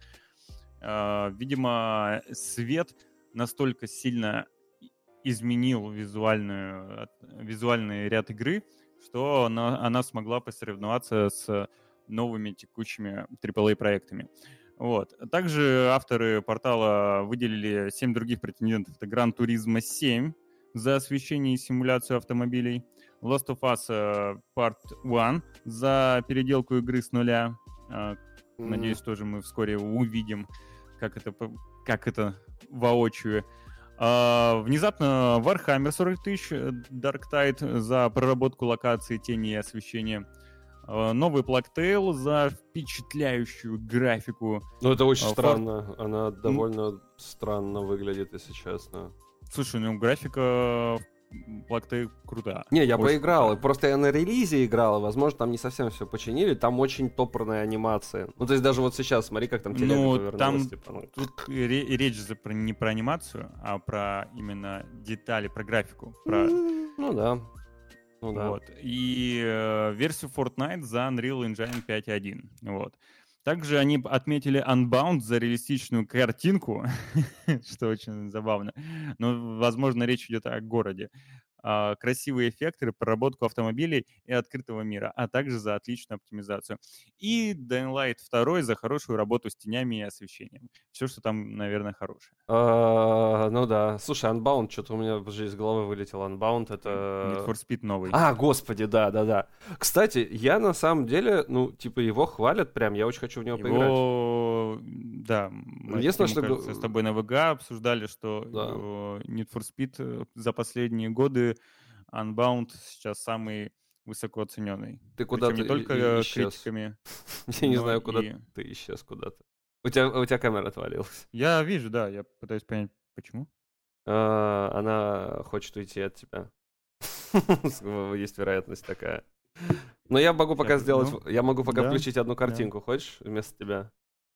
Э, видимо, свет настолько сильно изменил визуальную, визуальный ряд игры, что она, она смогла посоревноваться с новыми текущими трипл эй-проектами. Вот. Также авторы портала выделили семь других претендентов. Это Gran Turismo семь за освещение и симуляцию автомобилей, Last of Us uh, Part один за переделку игры с нуля. Uh, mm. Надеюсь, тоже мы вскоре увидим, как это, как это воочию. Uh, внезапно Warhammer сорок тысяч Dark Tide за проработку локаций, тени и освещения. Uh, новый Plague Tale за впечатляющую графику. Ну, это очень uh, странно. Far... Она довольно mm. странно выглядит, если честно. Слушай, ну графика Plague Tale крутая. Не, я очень поиграл. крутая. Просто я на релизе играл, и, возможно, там не совсем все починили. Там очень топорная анимация. Ну, то есть даже вот сейчас, смотри, как там телега ну, повернулась. Там типа, ну. Тут речь про, не про анимацию, а про именно детали, про графику. Про... Mm, ну да. Ну, да. Вот. И э, версию Fortnite за Unreal Engine пять точка один. Вот. Также они отметили Unbound за реалистичную картинку, что очень забавно. Но, возможно, речь идет о городе. А, красивые эффекты, проработку автомобилей и открытого мира, а также за отличную оптимизацию. И Dying Light два за хорошую работу с тенями и освещением. Все, что там, наверное, хорошее. А, ну да. Слушай, Unbound, что-то у меня уже из головы вылетело. Unbound — это... Need for Speed новый. А, господи, да-да-да. Кстати, я на самом деле, ну, типа, его хвалят прям, я очень хочу в него поиграть. Его... Да, мы Единственное, что... кажется, с тобой на ВГ обсуждали, что да. Need for Speed за последние годы Unbound сейчас самый высоко оцененный. Ты куда-то не только и- исчез. критиками. Я не знаю, и... куда ты исчез куда-то. У тебя, у тебя камера отвалилась. Я вижу, да, я пытаюсь понять, почему. А, она хочет уйти от тебя. Есть вероятность такая. Но я могу пока Я, сделать... ну, Я могу пока да, включить одну да. картинку. Хочешь вместо тебя?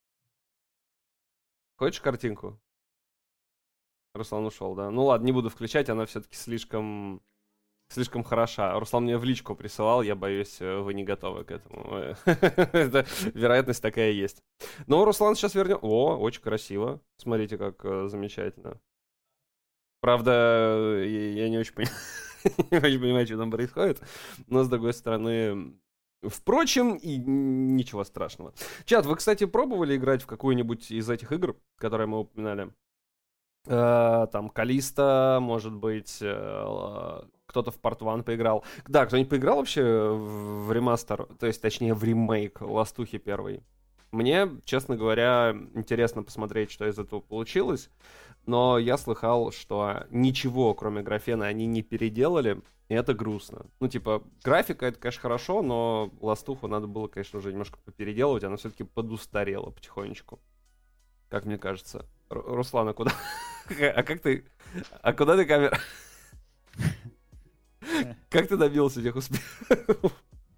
Хочешь картинку? Руслан ушел, да? Ну ладно, не буду включать, она все-таки слишком... Слишком хороша. Руслан мне в личку присылал, я боюсь, вы не готовы к этому. Это вероятность такая есть. Но Руслан сейчас вернет... О, очень красиво. Смотрите, как э, замечательно. Правда, я, я не очень понимаю, не очень понимаю, что там происходит. Но, с другой стороны... Впрочем, и ничего страшного. Чат, вы, кстати, пробовали играть в какую-нибудь из этих игр, которые мы упоминали? Э, там, Калиста, может быть, э, кто-то в Part один поиграл. Да, кто-нибудь поиграл вообще в, в ремастер, то есть, точнее, в ремейк Ластухи первой? Мне, честно говоря, интересно посмотреть, что из этого получилось, но я слыхал, что ничего, кроме графена, они не переделали, и это грустно. Ну, типа, графика — это, конечно, хорошо, но Ластуху надо было, конечно, уже немножко попеределывать, она все-таки подустарела потихонечку, как мне кажется. Р- Руслан, а куда? А как ты... А куда ты камера... Как ты добился этих успехов?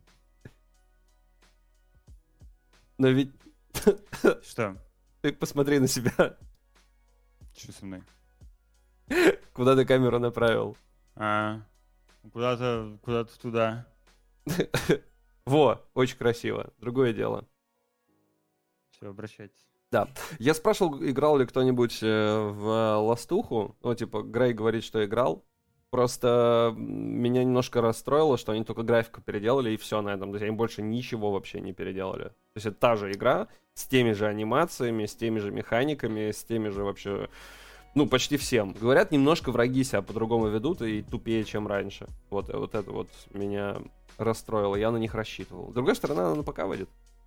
Но ведь... Что? Ты посмотри на себя. Что со мной? Куда ты камеру направил? А, куда-то, куда-то туда. Во, очень красиво. Другое дело. Все, обращайтесь. Да. Я спрашивал, играл ли кто-нибудь э, в Ластуху. Ну, типа, Грей говорит, что играл. Просто меня немножко расстроило, что они только графику переделали, и все на этом. То есть они больше ничего вообще не переделали. То есть это та же игра, с теми же анимациями, с теми же механиками, с теми же вообще... Ну, почти всем. Говорят, немножко враги себя по-другому ведут и тупее, чем раньше. Вот, вот это вот меня расстроило. Я на них рассчитывал. С другой стороны, она на ПК выйдет.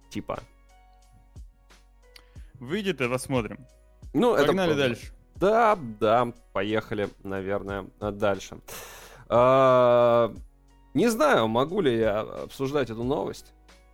типа. Выйдет и посмотрим. Ну, Погнали это... дальше. Да, да, поехали, наверное, дальше. А, не знаю, могу ли я обсуждать эту новость.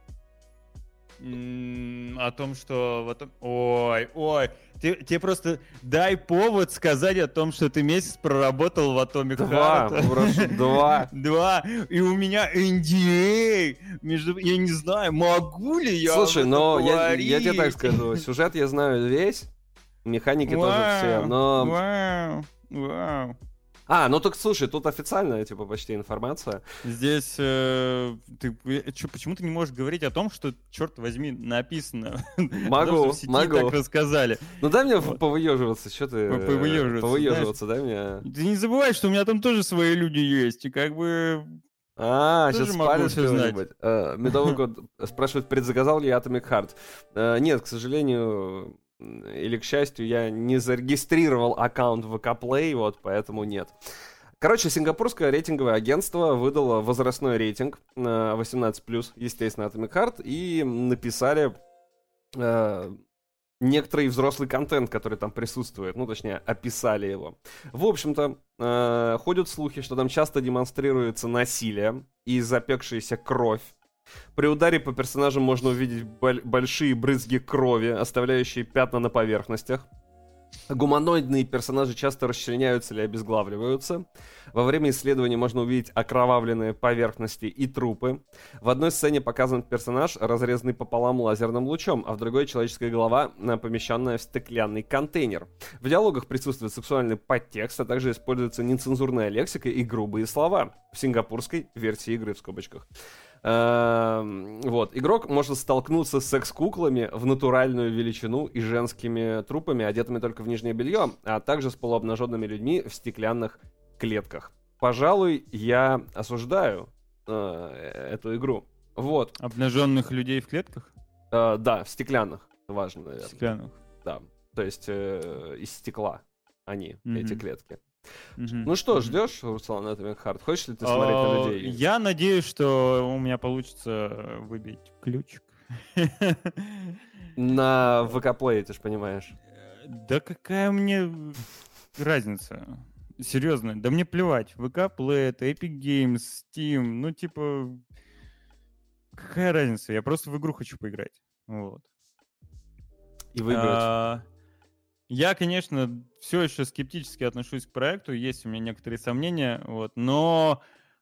М, О том, что... в этом- Ой, ой. Ты- Тебе просто дай повод сказать о том, что ты месяц проработал в Atomic Два, Heart. прошу, два. Два. И у меня эн ди эй. Между... Я не знаю, могу ли я Слушай, об этом но я, я тебе так говорить? скажу, сюжет я знаю весь, механики тоже все, Вау, но... Вау, вау. А, ну так слушай, тут официальная, типа, почти информация. Здесь э, ты э, чё, почему ты не можешь говорить о том, что, черт возьми, написано? Могу, Потому что в сети могу. так рассказали. Ну дай мне Вот. повыеживаться, что ты... По- повыеживаться, Повыеживаться, дай мне... Ты не забывай, что у меня там тоже свои люди есть, и как бы... А, Тоже сейчас могу спалишь всё знать. кого-нибудь. Э, Медовый кот спрашивает, предзаказал ли я Atomic Heart. Э, Нет, к сожалению, или к счастью, я не зарегистрировал аккаунт в ви кей Play, вот, поэтому нет. Короче, сингапурское рейтинговое агентство выдало возрастной рейтинг на восемнадцать плюс, естественно, Atomic Heart, и написали э, некоторый взрослый контент, который там присутствует, ну, точнее, описали его. В общем-то, э, ходят слухи, что там часто демонстрируется насилие и запекшаяся кровь. При ударе по персонажам можно увидеть боль- большие брызги крови, оставляющие пятна на поверхностях. Гуманоидные персонажи часто расчленяются или обезглавливаются. Во время исследований можно увидеть окровавленные поверхности и трупы. В одной сцене показан персонаж, разрезанный пополам лазерным лучом, а в другой человеческая голова, а, помещенная в стеклянный контейнер. В диалогах присутствует сексуальный подтекст, а также используется нецензурная лексика и грубые слова в сингапурской версии игры, в скобочках. Эм, Вот. Игрок может столкнуться с секс-куклами в натуральную величину и женскими трупами, одетыми только в нижнее белье, а также с полуобнаженными людьми в стеклянных клетках. Пожалуй, я осуждаю э, эту игру. Вот. Обнаженных людей в клетках? Э, да, в стеклянных. Важно, наверное. Стеклянных. Да. То есть э, из стекла они, Мгм. эти клетки. Мгм. Ну что, Мгм. ждешь, Руслан, Atomic Heart? Хочешь ли ты смотреть на А, людей? Я надеюсь, что у меня получится выбить ключик. На ви кей Play, ты же понимаешь. Да какая мне разница? Серьезно, да мне плевать. ви кей Play, это Epic Games, Steam, ну типа... Какая разница? Я просто в игру хочу поиграть. Вот. И выиграть. А, Я, конечно, все еще скептически отношусь к проекту, есть у меня некоторые сомнения, вот, но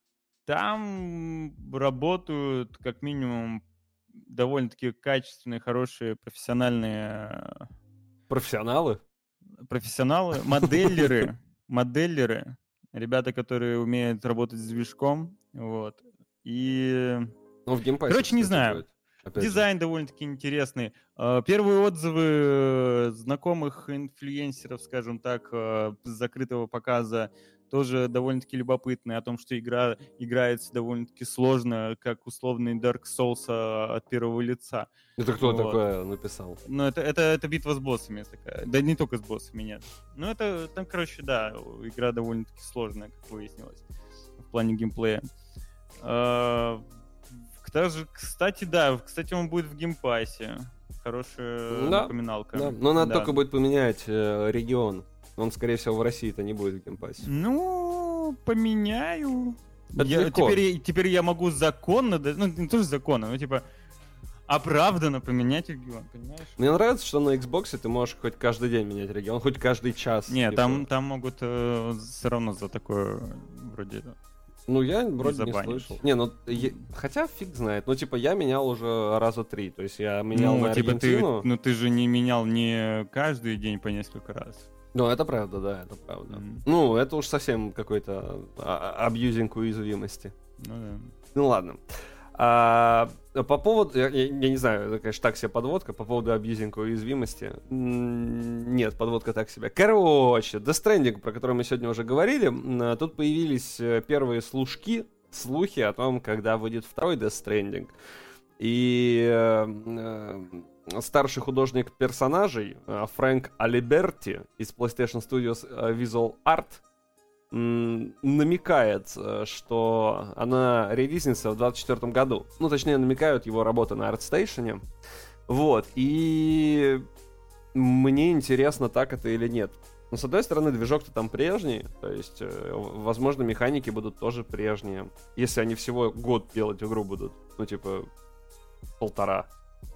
там работают как минимум довольно-таки качественные, хорошие, профессиональные Профессионалы? профессионалы, моделлеры, моделлеры, ребята, которые умеют работать с движком, вот, и... Ну, в геймпассе, Короче, не кстати, знаю. будет. Опять же. Дизайн довольно-таки интересный. Э, Первые отзывы э, знакомых инфлюенсеров, скажем так, э, с закрытого показа тоже довольно-таки любопытные, о том, что игра играется довольно-таки сложно, как условный Dark Souls а, от первого лица. Это кто Вот. такое написал? Но это, это, это битва с боссами такая. Да не только с боссами, нет. Ну это, там, короче, да, игра довольно-таки сложная, как выяснилось, в плане геймплея. Э, Даже, кстати, да, кстати, он будет в геймпассе. Хорошая Да, напоминалка. Да. Но надо Да. только будет поменять э, регион. Он, скорее всего, в России-то не будет в геймпассе. Ну, поменяю. Это Я- легко. теперь, теперь я могу законно, да- ну, не тоже законно, но типа оправданно поменять регион, понимаешь? Мне нравится, что на Xbox ты можешь хоть каждый день менять регион, хоть каждый час. Не, типа. там, там могут все равно за такое вроде... Ну, я вроде не забанить. слышал. Не, ну, е- хотя фиг знает. Ну, типа, я менял уже раза три. То есть я менял Ну, на типа ты, Аргентину. ну ты же не менял не каждый день по несколько раз. Ну, это правда, да, это правда. Мгм. Ну, это уж совсем какой-то а- абьюзинг уязвимости. Ну да. Ну, ладно. А, по поводу, я, я- я не знаю, это, конечно, так себе подводка, по поводу абьюзинга уязвимости. М, Нет, подводка так себе. Короче, Death Stranding, про который мы сегодня уже говорили, м, тут появились э, первые слушки, слухи о том, когда выйдет второй Death Stranding. И э, э, старший художник персонажей э, Фрэнк Алиберти из PlayStation Studios э, Visual Art м- намекает, что она релизнится в двадцать четвёртом году. Ну, точнее, намекают его работы на ArtStation. Вот, и мне интересно, так это или нет. Но, с одной стороны, движок-то там прежний, то есть, возможно, механики будут тоже прежние, если они всего год делать игру будут, ну, типа, полтора.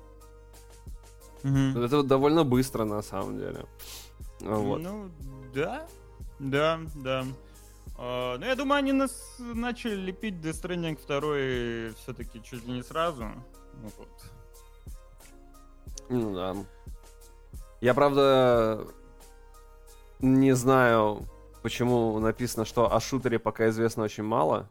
Мгм. Это довольно быстро, на самом деле. Вот. Ну, да, да, да. А, ну, я думаю, они нас начали лепить Death Stranding два все-таки чуть ли не сразу. Ну, вот. Ну да. Я, правда, не знаю, почему написано, что о шутере пока известно очень мало.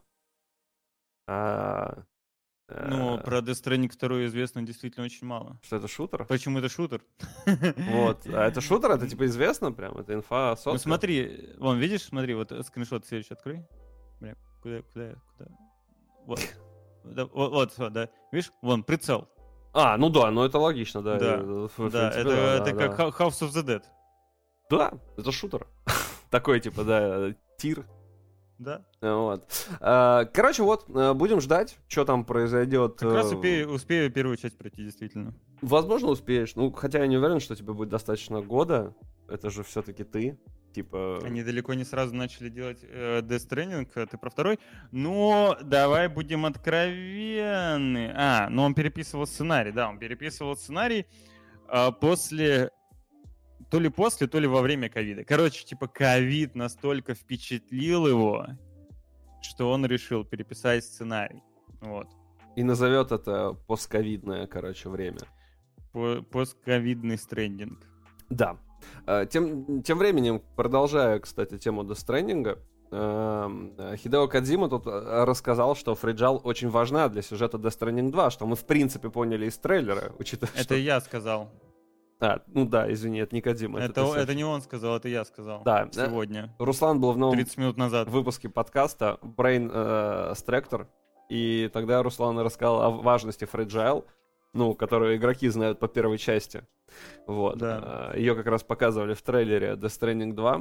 А, Ну, э, про Death Stranding два известно действительно очень мало. Что это шутер? Почему это шутер? Вот. А это шутер? Это типа известно прям? Это инфа сотка? Ну, смотри, вон, видишь, смотри, вот скриншот следующий открой. Бля, куда, куда, куда? Вот. Да, вот, вот, вот, да. Видишь, вон, прицел. А, ну да, ну это логично, да. Да, э, в Да, принципе, это, да, это да, как да. Ho- House of the Dead. Да, это шутер. Такой, типа, да, тир. Да? Вот. А, Короче, вот, э, будем ждать, что там произойдет. Как раз э, успею, успею первую часть пройти, действительно. Возможно, успеешь. Ну, хотя я не уверен, что тебе будет достаточно года. Это же все-таки ты. Типа... Они далеко не сразу начали делать э, Death Stranding, а ты про второй. Но давай будем откровенны. А, ну он переписывал сценарий, да, он переписывал сценарий а, после... То ли после, то ли во время ковида. Короче, типа ковид настолько впечатлил его, что он решил переписать сценарий. Вот. И назовет это постковидное, короче, время. По- Постковидный стрендинг. Да. А, Тем, тем временем, продолжая, кстати, тему Death Stranding, эм, Хидео Кодзима тут э, рассказал, что Фриджал очень важна для сюжета Death Stranding два, что мы в принципе поняли из трейлера, учитывая, Это что... я сказал. А, ну да, извини, это не Кодзима. Это, ты это, совершенно- не он сказал, это я сказал. Да. Сегодня. Руслан был в новом тридцать минут назад. в выпуске подкаста Brain э, Stractor, и тогда Руслан рассказал о важности Fragile, ну, которую игроки знают по первой части. Вот. Да. Ее как раз показывали в трейлере Death Stranding два.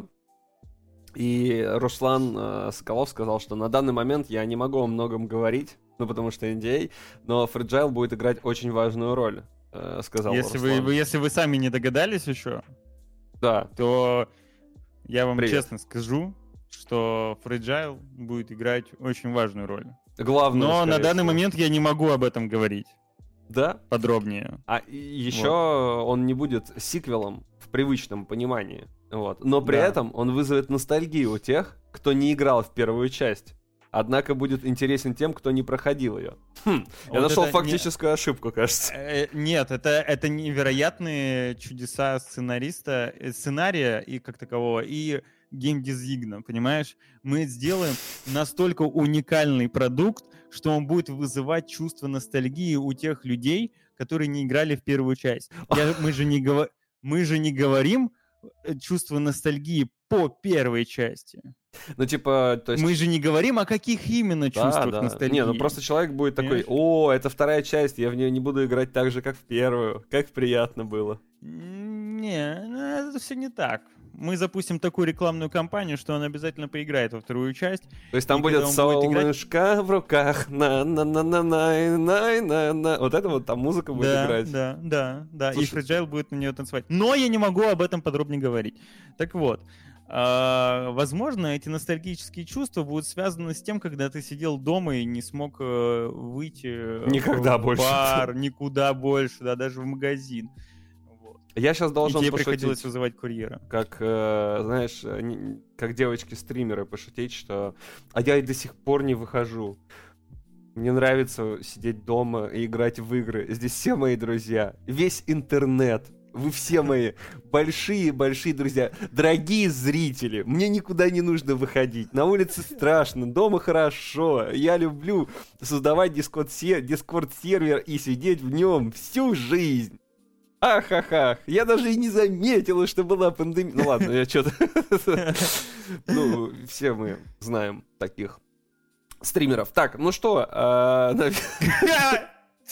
И Руслан э, Соколов сказал, что на данный момент я не могу о многом говорить, ну, потому что эн ди эй, но Fragile будет играть очень важную роль, э, сказал Если Руслан. вы, вы- если вы сами не догадались еще, Да. то я вам Привет. честно скажу, что Fragile будет играть очень важную роль. Главное. Но на скорее данный всего. момент я не могу об этом говорить Да. подробнее. А еще он не будет сиквелом в привычном понимании. Вот. Но при Да. этом он вызовет ностальгию у тех, кто не играл в первую часть. Однако будет интересен тем, кто не проходил ее. Хм, я Вот нашел это фактическую ошибку, кажется. Э, Нет, это, это невероятные чудеса сценариста, э, сценария и как такового, и геймдизайна, понимаешь? Мы сделаем настолько уникальный продукт, что он будет вызывать чувство ностальгии у тех людей, которые не играли в первую часть. Я- мы, же не гово- мы же не говорим э, чувство ностальгии по первой части. Ну, типа, то есть... Мы же не говорим, о каких именно Да, чувствах да. ностальгии. Не, ну просто человек будет такой: Понимаешь? о, это вторая часть, я в нее не буду играть так же, как в первую. Как приятно было. Не, ну, это все не так. Мы запустим такую рекламную кампанию, что он обязательно поиграет во вторую часть. То есть там И будет когда он будет играть- солнышко в руках, на на на на на на на на Вот это вот там музыка будет Да, играть. да, да, да. Слушай- И Fragile будет на нее танцевать. Но я не могу об этом подробнее говорить. Так вот, а, возможно, эти ностальгические чувства будут связаны с тем, когда ты сидел дома и не смог э, выйти э, Никогда в больше. бар, никуда больше, да, даже в магазин. Вот. Я сейчас И должен тебе пошутить. приходилось вызывать курьера. Как, э, знаешь, э, не- как девочки-стримеры пошутить, что «а я и до сих пор не выхожу. Мне нравится сидеть дома и играть в игры. Здесь все мои друзья, весь интернет. Вы все мои большие-большие друзья. Дорогие зрители, мне никуда не нужно выходить. На улице страшно, дома хорошо. Я люблю создавать дискорд-сервер и сидеть в нем всю жизнь. Ахахах, я даже и не заметила, что была пандемия. Ну ладно, я что-то... Ну, все мы знаем таких стримеров. Так, ну что, а, нав-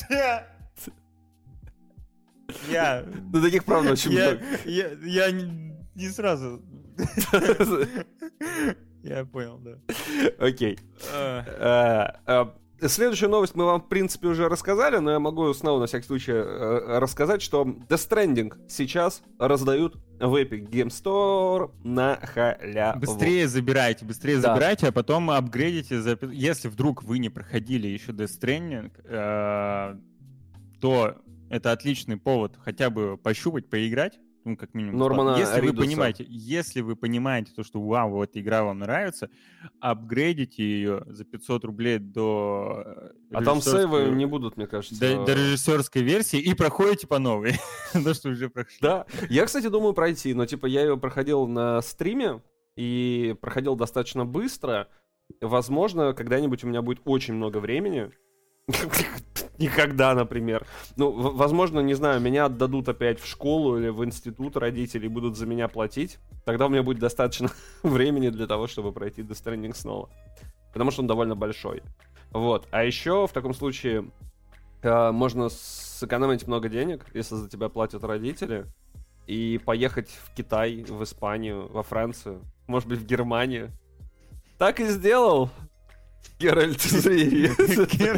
Я... ну таких, правда, очень Я, много. я, я не, не сразу. Я понял, да. Окей. Следующую новость мы вам, в принципе, уже рассказали, но я могу снова, на всякий случай, рассказать, что Death Stranding сейчас раздают в Epic Game Store на халяву. Быстрее забирайте, быстрее Да. забирайте, а потом апгрейдите. За... Если вдруг вы не проходили еще Death Stranding, э, то это отличный повод хотя бы пощупать, поиграть. Ну, как минимум. Нормана если вы Ридуса. понимаете, если вы понимаете то, что вау, вот эта игра вам нравится, апгрейдите ее за пятьсот рублей до А там сейвы режиссерской- не будут, мне кажется. до, до режиссерской версии и проходите по новой. То, что уже прошли. Да, я, кстати, думаю пройти, но, типа, я ее проходил на стриме и проходил достаточно быстро. Возможно, когда-нибудь у меня будет очень много времени. Никогда, например. Ну, в- возможно, не знаю, меня отдадут опять в школу или в институт родители и будут за меня платить. Тогда у меня будет достаточно времени для того, чтобы пройти Death Stranding снова. Потому что он довольно большой. Вот. А еще в таком случае э, можно сэкономить много денег, если за тебя платят родители, и поехать в Китай, в Испанию, во Францию, может быть, в Германию. Так и сделал Геральт из Ривии.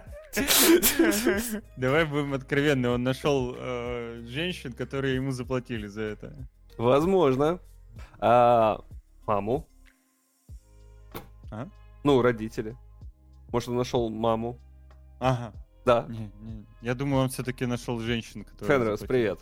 Давай будем откровенны, он нашел э, женщин, которые ему заплатили за это. Возможно. А, маму. А? Ну, родители. Может, он нашел маму. Ага. Да. Не, не. Я думаю, он все-таки нашел женщин, которые... Фенрис, заплатили. привет.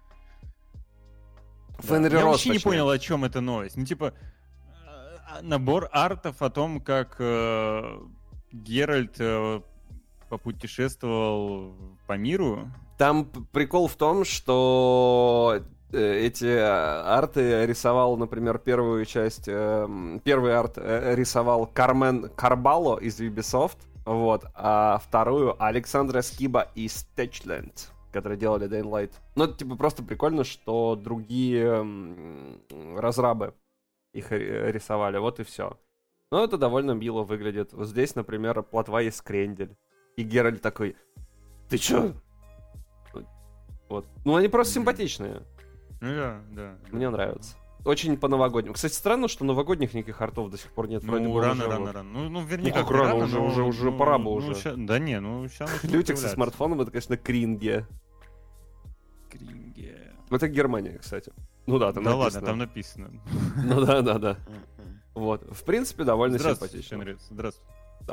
Да. Фенри Я Рос, вообще не точнее. понял, о чем эта новость. Ну, типа, э, набор артов о том, как э, Геральт э, попутешествовал по миру. Там п- прикол в том, что э, эти э, арты рисовал, например, первую часть, э, первый арт э, рисовал Кармен Карбало из Ubisoft, вот, а вторую Александра Скиба из Techland, которые делали Dying Light. Ну, это, типа, просто прикольно, что другие м, разрабы их ри- рисовали, вот и все. Но это довольно мило выглядит. Вот здесь, например, плотва из Крендель. И Геральт такой: ты чё? Вот. Ну, они просто симпатичные. Ну да, да. Мне нравятся. Очень по-новогоднему. Кстати, странно, что новогодних никаких артов до сих пор нет. Вроде Ну, бы рано, уже рано, вот. рано. Ну, ну вернее, Ну, как как рано, рано, уже- но- уже- уже ну, пора бы ну, уже. ща- Да не, ну сейчас... Лютик со смартфоном, это, конечно, кринге. Кринге. Это Германия, кстати. Ну да, там Да ладно, написано. там написано. Ну да, да, да. Вот. В принципе, довольно Здравствуйте, симпатично. Фенрис, здравствуйте.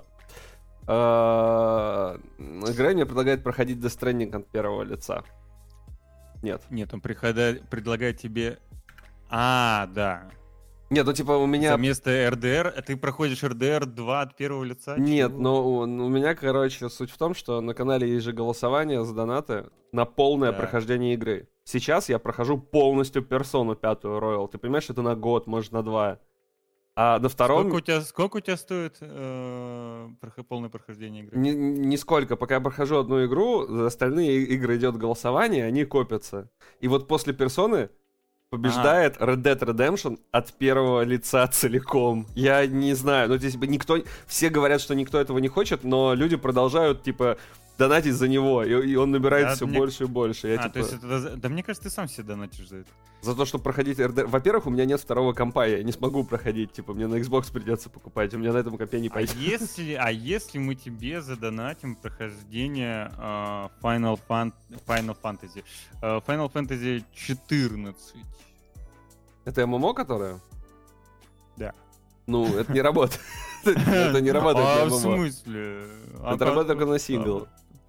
А, Игра мне предлагает проходить Death Stranding от первого лица. Нет. Нет, он прихода- предлагает тебе... А, да. Нет, ну типа у меня... Вместо эр дэ эр, а ты проходишь эр дэ эр два от первого лица? Нет, Чего? но у, у меня, короче, суть в том, что на канале есть же голосование за донаты на полное Да. прохождение игры. Сейчас я прохожу полностью персону пятую Royal. Ты понимаешь, это на год, может, на два. А на втором... Сколько у тебя, сколько у тебя стоит э, прохо- полное прохождение игры? Ни- Нисколько. Пока я прохожу одну игру, за остальные и- игры идет голосование, они копятся. И вот после персоны побеждает Red Dead Redemption от первого лица целиком. Я не знаю, ну здесь бы никто... Все говорят, что никто этого не хочет, но люди продолжают, типа, донатить за него, и, и он набирает Да, все мне- больше и больше. Я, а, типа, то есть это... за- Да мне кажется, ты сам себе донатишь за это. За то, чтобы проходить эр дэ эр... Во-первых, у меня нет второго компа, я не смогу проходить, типа, мне на Xbox придется покупать, у меня на этом компе не А пойдет. если, а если мы тебе задонатим прохождение э, Final, Fan- Final Fantasy? Э, Final Fantasy четырнадцать. Это эм эм о, которое? Да. Ну, это не работает. Это не работает А на в эм эм о. смысле? А Это работает только на как? сингл.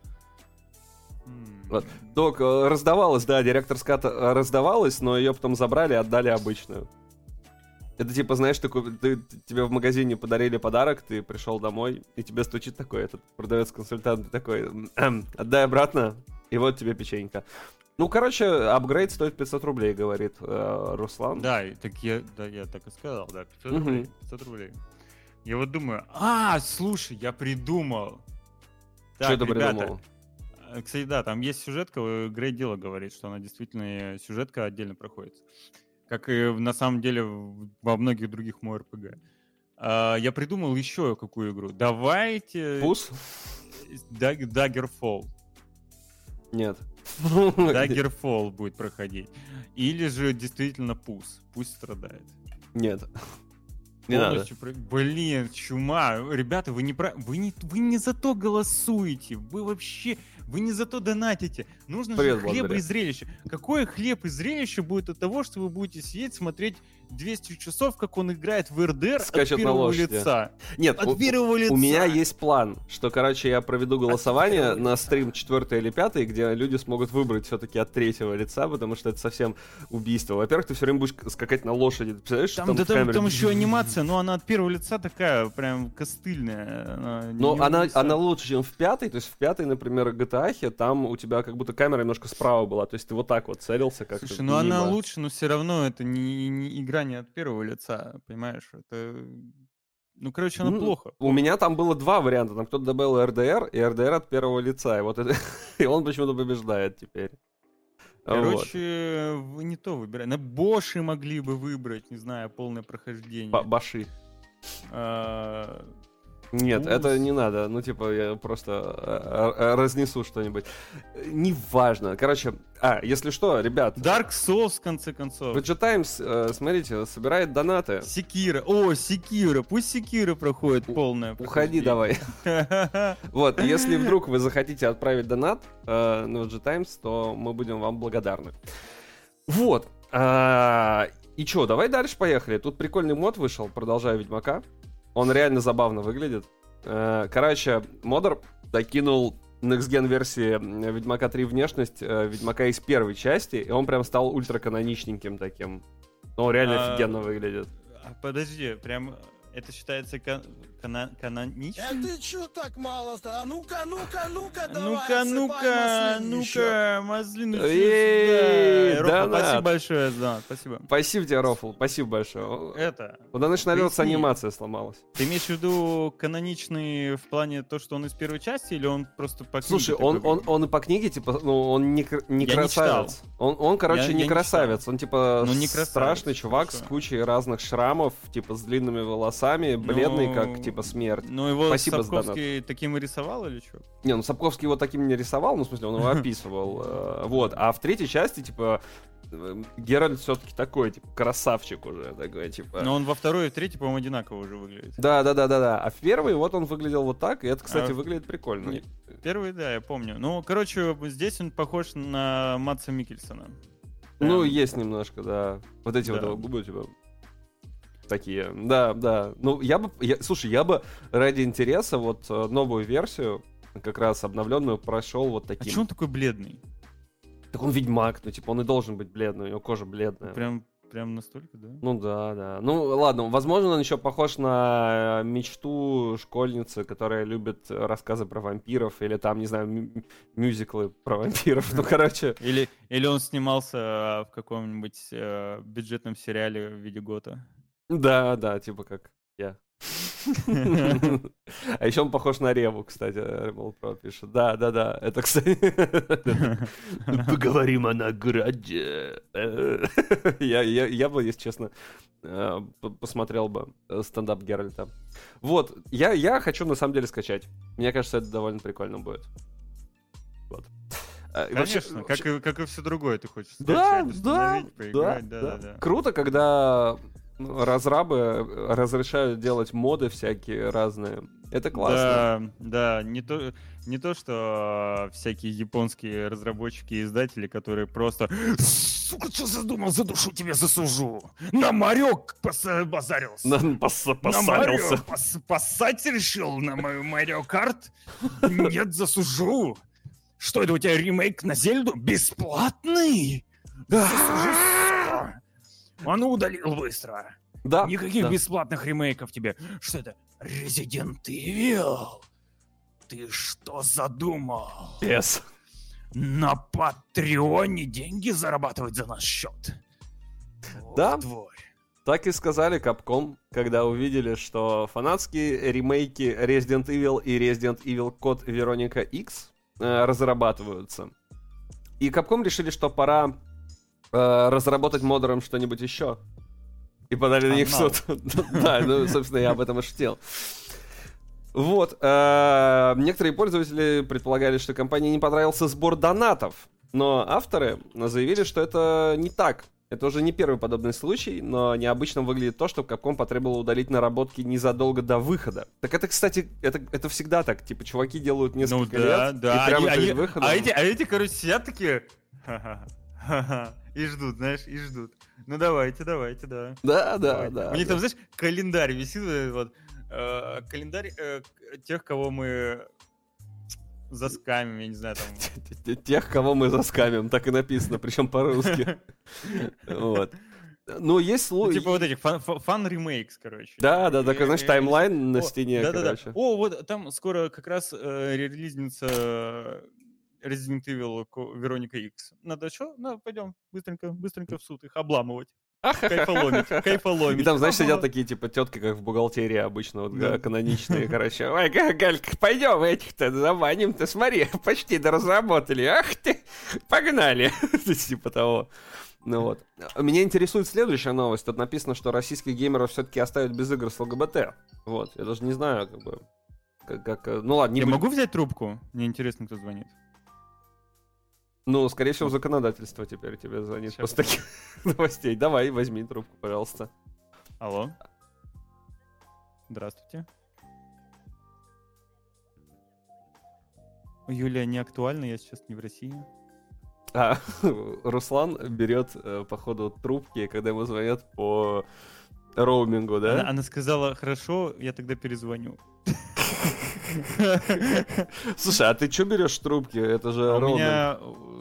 М. Вот. Док, э, раздавалась, да, директор ската раздавалась, но ее потом забрали и отдали обычную. Это типа, знаешь, такой, ты, ты- тебе в магазине подарили подарок, ты пришел домой, и тебе стучит такой этот продавец-консультант, такой: «Эм, отдай обратно, и вот тебе печенька». Ну, короче, апгрейд стоит пятьсот рублей, говорит э, Руслан. Да, и так я, да, я так и сказал, да, пятьсот Мгм. рублей, пятьсот рублей. Я вот думаю, а, слушай, я придумал. Что Так, ты ребята, придумал? э, кстати, да, там есть сюжетка, Грей Дело говорит, что она действительно, сюжетка отдельно проходит. Как и в- на самом деле в- во многих других мо эр пэ гэ. А, я придумал еще какую игру. Давайте... Пус? Даг- Daggerfall. Нет. Daggerfall будет проходить. Или же действительно Пус. Пусть страдает. Нет. Не надо. Про... Блин, чума. Ребята, вы не, про... вы, не... вы не за то голосуете. Вы вообще... Вы не за то донатите. Нужно Привет, же хлеб благодаря. И зрелище. Какое хлеб и зрелище будет от того, что вы будете сидеть, смотреть двести часов, как он играет в эр дэ эр Скачет от первого лица? Нет, от у, первого лица. У меня есть план, что, короче, я проведу голосование на стрим четвертый или пятый, где люди смогут выбрать все-таки от третьего лица, потому что это совсем убийство. Во-первых, ты все время будешь скакать на лошади. Ты представляешь, там, что там да, в камере... там, там еще анимация, но она от первого лица такая прям костыльная. Она но она, она лучше, чем в пятой. То есть в пятой, например, джи ти эй, там у тебя как будто камера немножко справа была. То есть ты вот так вот целился. Как Слушай, ну она лучше, но все равно это не, не игра не от первого лица, понимаешь? Это... Ну, короче, оно ну, плохо. У меня там было два варианта. Там кто-то добавил эр дэ эр, и эр дэ эр от первого лица. И, вот это... и он почему-то побеждает теперь. Короче, вот. Вы не то выбираете. На Боши могли бы выбрать, не знаю, полное прохождение. Б- Баши. А... Нет, Ус. это не надо. Ну, типа, я просто разнесу что-нибудь. Неважно. Короче, а, если что, ребят... Dark Souls, в конце концов. джи Times, смотрите, собирает донаты. Секира. О, Секира. Пусть Секира проходит полное. Уходи давай. Вот, если вдруг вы захотите отправить донат на джи Times, то мы будем вам благодарны. Вот. И чё, давай дальше поехали. Тут прикольный мод вышел, продолжая Ведьмака. Он реально забавно выглядит. Короче, модер докинул next-gen версии Ведьмака три внешность Ведьмака из первой части, и он прям стал ультраканоничненьким таким. Но он реально а, офигенно выглядит. Подожди, прям это считается кан- кана- каноничным? А ты чё так мало-то? А ну-ка, ну-ка, ну-ка, давай, ну-ка, ну-ка, ну-ка, маслину сюда. Рофл, спасибо большое, да, спасибо. Спасибо тебе, Рофл, спасибо большое. Это... Куда начинается анимация сломалась. Ты имеешь в виду каноничный в плане то, что он из первой части, или он просто по книге? Слушай, он, он, он и по книге, типа, ну, он не, не красавец. Не он, он, короче, я, не я красавец. Не он, типа, ну, не страшный чувак Хорошо. С кучей разных шрамов, типа, с длинными волосами, бледный, ну, как, типа, смерть. Ну, его Спасибо Сапковский таким и рисовал, или что? Не, ну, Сапковский его таким не рисовал, ну, в смысле, он его описывал. Вот. А в третьей части, типа, Геральт все-таки такой, типа, красавчик уже, такой, типа... Но он во второй и в третьей, по-моему, одинаково уже выглядит. Да-да-да-да-да. А в первой вот он выглядел вот так, и это, кстати, а выглядит прикольно. Не, первый, да, я помню. Ну, короче, здесь он похож на Мадса Миккельсона. Ну, Прям... есть немножко, да. Вот эти да. вот губы у тебя... Такие, да, да. Ну, я бы, я, слушай, я бы ради интереса вот новую версию, как раз обновленную, прошел вот таким. А чё он такой бледный? Так он ведьмак, ну, типа, он и должен быть бледный, у него кожа бледная. Прям, прям настолько, да? Ну, да, да. Ну, ладно, возможно, он еще похож на мечту школьницы, которая любит рассказы про вампиров, или там, не знаю, м- мюзиклы про вампиров, ну, короче. Или, или он снимался в каком-нибудь э, бюджетном сериале в виде Гота. Да, да, типа как я. А еще он похож на Реву, кстати, Ремол Про пишет. Да, да, да, это, кстати... Поговорим о награде. Я бы, если честно, посмотрел бы стендап Геральта. Вот, я хочу на самом деле скачать. Мне кажется, это довольно прикольно будет. Вот. Конечно, как и, как и все другое ты хочешь да, скачать, да, поиграть, да, да, да, да, да. Круто, когда разрабы разрешают делать моды всякие разные. Это классно. Да, да, не то, не то, что всякие японские разработчики и издатели, которые просто сука, что задумал, за душу тебе засужу. На Марёк базарился. На, пос- посадился. На пос- поссать решил на мою Марио Карт? Нет, засужу. Что это у тебя ремейк на Зельду? Бесплатный? Засужу, сука. А ну удалил быстро. Да. Никаких да. бесплатных ремейков тебе. Что это? Resident Evil? Ты что задумал? Yes. На Патреоне деньги зарабатывать за наш счет? Да. Ох, твой. Так и сказали Capcom, когда увидели, что фанатские ремейки Resident Evil и Resident Evil Code Veronica X э, разрабатываются. И Capcom решили, что пора э, разработать модерам что-нибудь еще. И подали на них в суд. Да, ну, собственно, я об этом и шутил. Вот. Некоторые пользователи предполагали, что компании не понравился сбор донатов. Но авторы заявили, что это не так. Это уже не первый подобный случай, но необычным выглядит то, что Capcom потребовало удалить наработки незадолго до выхода. Так это, кстати, это, это всегда так. Типа, чуваки делают несколько ну, да, лет, да. и прямо они, перед они, выходом... А эти, а эти, короче, сидят такие... Ха-ха-ха. И ждут, знаешь, и ждут. Ну давайте, давайте, да. Да, да, Давайте. да. У них да. там, знаешь, календарь висит, вот, э, календарь э, тех, кого мы заскамим, я не знаю, там... Тех, кого мы заскамим, так и написано, причем по-русски. Вот. Ну, есть... Ну, типа вот этих фан-ремейкс, короче. Да, да, такой, знаешь, таймлайн на стене, короче. О, вот там скоро как раз релизница Resident Evil Вероника Икс. Надо что? Ну, пойдем быстренько, быстренько в суд их обламывать. Кайфоломить, кайфоломить. И там, знаешь, сидят такие, типа, тетки, как в бухгалтерии обычно, вот, да. каноничные, короче. Ой, Галька, пойдем этих-то заманим-то, смотри, почти доразработали. Ах ты, погнали. Типа того. Ну вот. Меня интересует следующая новость. Тут написано, что российских геймеров все-таки оставят без игр с ЛГБТ. Вот. Я даже не знаю, как бы... Как, как... Ну ладно, не Я будем... могу взять трубку? Мне интересно, кто звонит. Ну, скорее всего, законодательство теперь тебе звонит Сейчас. после таких новостей. Давай, возьми трубку, пожалуйста. Алло. Здравствуйте. Юлия, не актуально, я сейчас не в России. А, Руслан берет, походу, трубки, когда ему звонят по роумингу, да? Она, она сказала, хорошо, я тогда перезвоню. Слушай, а ты что берешь трубки? Это же а у роуминг. меня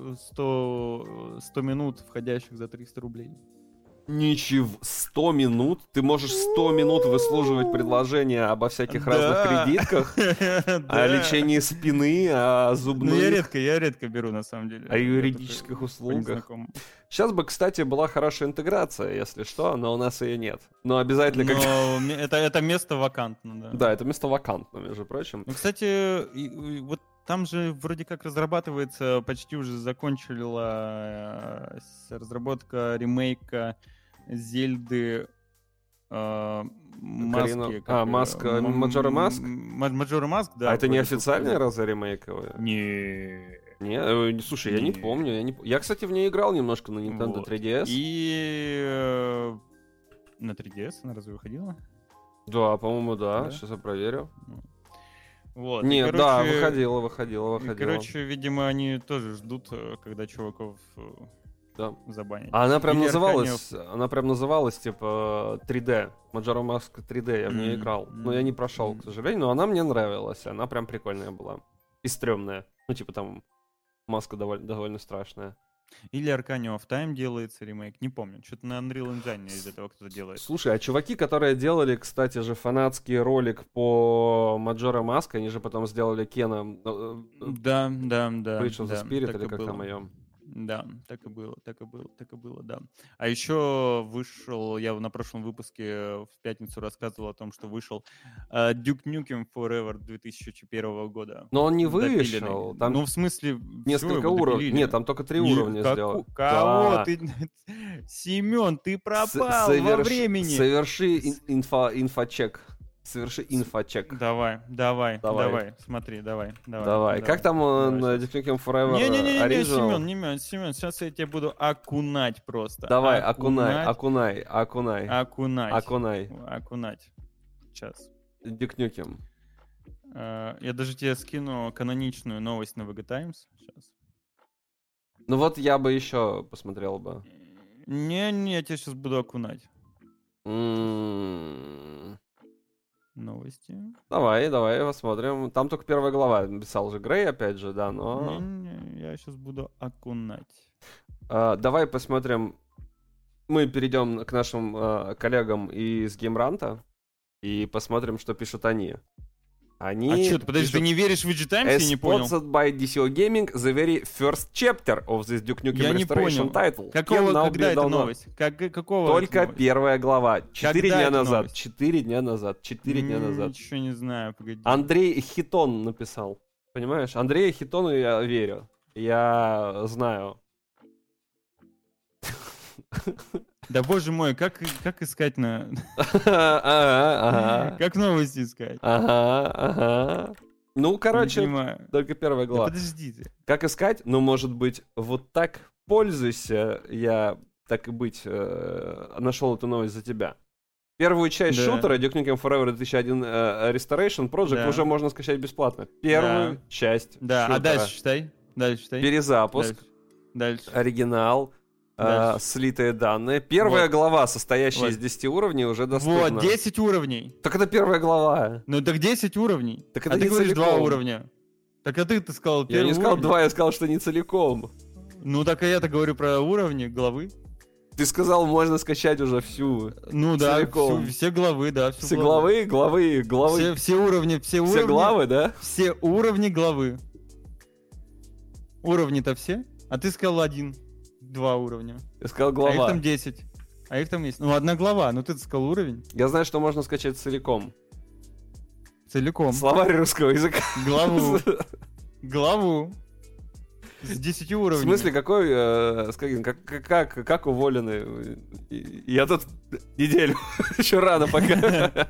сто, сто минут входящих за триста рублей. Ничего, сто минут? Ты можешь сто минут выслуживать предложения обо всяких разных кредитках, о лечении спины, о зубных... Ну, я редко, я редко беру, на самом деле. О юридических услугах. По Сейчас бы, кстати, была хорошая интеграция, если что, но у нас ее нет. Но обязательно как... Но это, это место вакантно, да. Да, это место вакантно, между прочим. Ну, кстати, и- и вот там же вроде как разрабатывается, почти уже закончила э, с- разработка ремейка Зельды э, Маски. Карина- как, а, э, Маска, м- Маджора Маск? м- Маджора Маск, да. А это не вроде бы. официальная разве ремейковая? Не. Не, э, не, слушай, я не Не. помню. Я, не... п- я, кстати, в ней играл немножко на Nintendo Вот. три ди эс. И э, на три ди эс она разве выходила? Да, по-моему, да. Да? Сейчас я проверю. Вот. и, Нет, да, короче, выходила, выходила, и, выходила. короче, видимо, они тоже ждут, э, когда чуваков э, Да. забанят. А она прям Или называлась, она прям называлась, типа, три дэ. Majora's Mask три дэ, я в нее М, играл. Но м, я не прошел, м. к сожалению, но она мне нравилась. Она прям прикольная была. И стрёмная. Ну, типа, там, маска довольно, довольно страшная. Или Arcanum of Time делается ремейк, не помню. Что-то на Unreal Engine из этого кто-то делает. Слушай, а чуваки, которые делали, кстати же, фанатский ролик по Маджора Маска, они же потом сделали Кена э, э, Да, да, да. Bridge of the да, Spirit, так или и как было. там ее. Да, так и было, так и было, так и было, да. А еще вышел, я на прошлом выпуске в пятницу рассказывал о том, что вышел э, Duke Nukem Forever две тысячи первого года. Но он не Допиленный. вышел. Там Ну, в смысле, несколько всё, его уровней. допилили. Нет, там только три Не, уровня како- сделал. Кого Да. ты? Семен, ты пропал С- во соверш- времени. Соверши ин- инфо- инфочек. Соверши инфочек. Давай, давай, Давай. давай, смотри, давай, давай. Давай. Как там он, давай. Duke Nukem Forever Не-не-не, Original? Семен, не Семен, Семен, сейчас я тебя буду окунать просто. Давай, окунай, окунай, окунай, Окунать. окунай. Окунать. Сейчас. Duke Nukem. Э, Я даже тебе скину каноничную новость на ви джи Times. Сейчас. Ну вот я бы еще посмотрел бы. Не-не, я тебя сейчас буду окунать. М, Новости. Давай, давай посмотрим. Там только первая глава. Писал же Грей, опять же, да, но... Не-не, я сейчас буду окунать. А, давай посмотрим. Мы перейдем к нашим а, коллегам из Геймранта и посмотрим, что пишут они. Они А что, подожди, ты не веришь в ви джи Times? Я не понял. Sponsored by ди си о Gaming, the very first chapter of this Duke Nukem Я не Restoration понял. title. Какого, can now когда be это downloaded. новость? Как, какого Только это новость? первая глава. Четыре Когда дня это назад. новость? Четыре дня назад. Четыре дня М, назад. Ничего не знаю, погоди. Андрей Хитон написал. Понимаешь? Андрея Хитону я верю. Я знаю. Да боже мой, как, как искать на... Ага, ага. Как новости искать? Ага, ага. Ну, Не короче, понимаю. только первая Да глава. подожди ты. Как искать? Ну, может быть, вот так пользуйся. Я так и быть, э, нашел эту новость за тебя. Первую часть Да. шутера Duke Nukem Forever две тысячи один э, Restoration Project Да. уже можно скачать бесплатно. Первую Да. часть Да, шутера. а дальше читай. Дальше читай. Перезапуск, Дальше. Дальше. оригинал, э, Дальше. слитые данные. Первая Вот. глава, состоящая Вот. из десяти уровней, уже доступна. Вот, десять уровней. Так это первая глава. Ну так десять уровней. Так а это ты не говоришь два целиком. уровня. Так а ты, ты сказал Я первый не сказал уровень. два, я сказал, что не целиком. Ну так а я-то говорю про уровни главы. Ты сказал, можно скачать уже всю. Ну да, Целиком. всю- все главы, да. всю Все главу. главы, главы, главы. Все, все уровни, все, Все уровни. главы, да? Все уровни главы. Уровни-то все? А ты сказал один. Два уровня. Я сказал А их глава. там десять. А их там есть. Ну, одна глава, ну ты сказал уровень. Я знаю, что можно скачать целиком. Целиком. Словарь русского языка. Главу. Главу. С десятью В уровнями. смысле, какой, э, Скагин, как, как, как, как уволены? И- Я тут неделю, еще рано пока.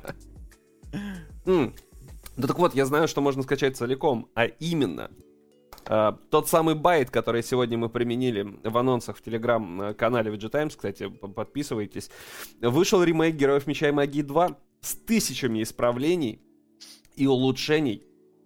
М. Ну так вот, я знаю, что можно скачать целиком, а именно э, тот самый байт, который сегодня мы применили в анонсах в телеграм-канале ви джи Times, кстати, п- подписывайтесь. Вышел ремейк Героев Меча и Магии два с тысячами исправлений и улучшений,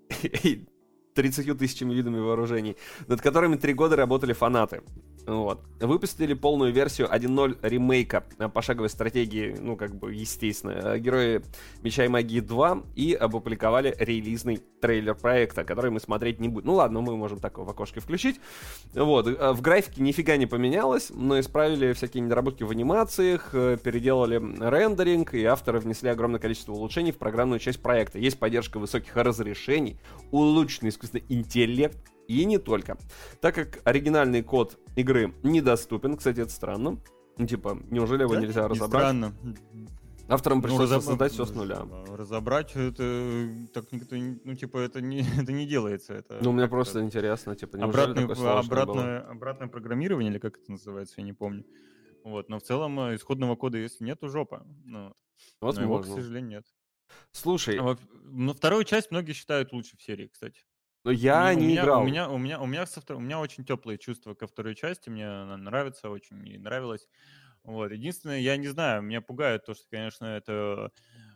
и тридцатью тысячами видами вооружений, над которыми три года работали фанаты. Вот. Выпустили полную версию один ноль ремейка э, пошаговой стратегии, ну, как бы, естественно, э, Герои Меча и Магии два, и опубликовали релизный трейлер проекта, который мы смотреть не будем. Ну ладно, мы можем так в окошке включить. Вот. э, В графике нифига не поменялось, но исправили всякие недоработки в анимациях, э, переделали рендеринг, и авторы внесли огромное количество улучшений в программную часть проекта. Есть поддержка высоких разрешений, улучшенный искусственный интеллект, и не только. Так как оригинальный код игры недоступен, кстати, это странно. Ну, типа, неужели его Да, нельзя не разобрать? Странно. Авторам пришлось разоб- создать все с нуля. Разобрать это так никто не, ну типа это не это не делается, это. Ну, мне как-то просто интересно, типа, неужели обратное, такое сложное было? обратное, обратное программирование или как это называется, я не помню. Вот, но в целом э, исходного кода, если нет, то жопа. Ну, но его, к Возможно. сожалению, нет. Слушай, А во- Но вторую часть многие считают лучше в серии, кстати. ну я И у не меня, играл. У меня, у меня, у меня, со втор- у меня очень теплые чувства ко второй части. Мне она нравится, очень мне нравилась. Вот. Единственное, я не знаю, меня пугает то, что, конечно, это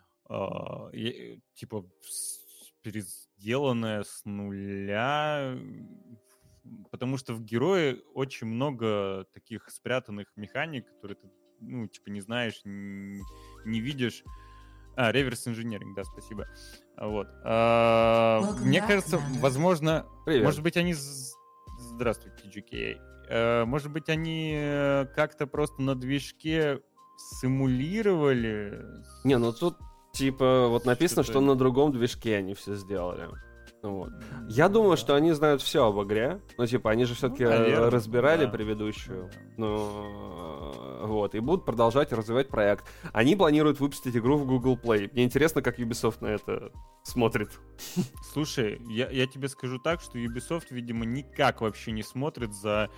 а, е- типа с- переделанное с нуля, потому что в Герое очень много таких спрятанных механик, которые ты, ну, типа, не знаешь, н- не видишь. А, реверс-инженеринг, да, спасибо. А, Вот. А, Welcome Мне back, кажется, Commander. возможно, Привет. может быть, они... з- Здравствуйте, джи кей эй. Э, Может быть, они э, как-то просто на движке симулировали... Не, ну тут, типа, вот написано, Что-то- что на другом движке они все сделали. Вот. Я думаю, что они знают все об игре. Ну, типа, они же все-таки наверно, разбирали да. предыдущую. Да. Ну, вот. И будут продолжать развивать проект. Они планируют выпустить игру в Google Play. Мне интересно, как Ubisoft на это смотрит. Слушай, я, я тебе скажу так, что Ubisoft, видимо, никак вообще не смотрит за,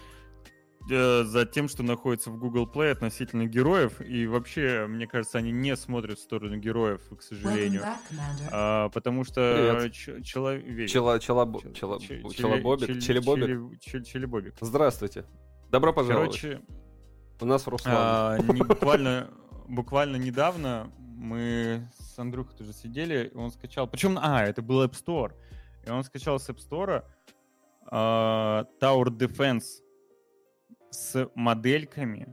э, за тем, что находится в Google Play относительно героев. И вообще, мне кажется, они не смотрят в сторону героев, к Welcome сожалению. back, Commander. А, потому что Привет. ч- человек... Чела, челобо- Чел- чела- че- челобобик, челе- челебобик. челе- челе- Челебобик. Здравствуйте. Добро пожаловать. Короче, У нас в Руслан. а, не- буквально, буквально недавно мы с Андрюхой тоже сидели, и он скачал... Причем, а, это был App Store. И он скачал с App Store а, Tower Defense с модельками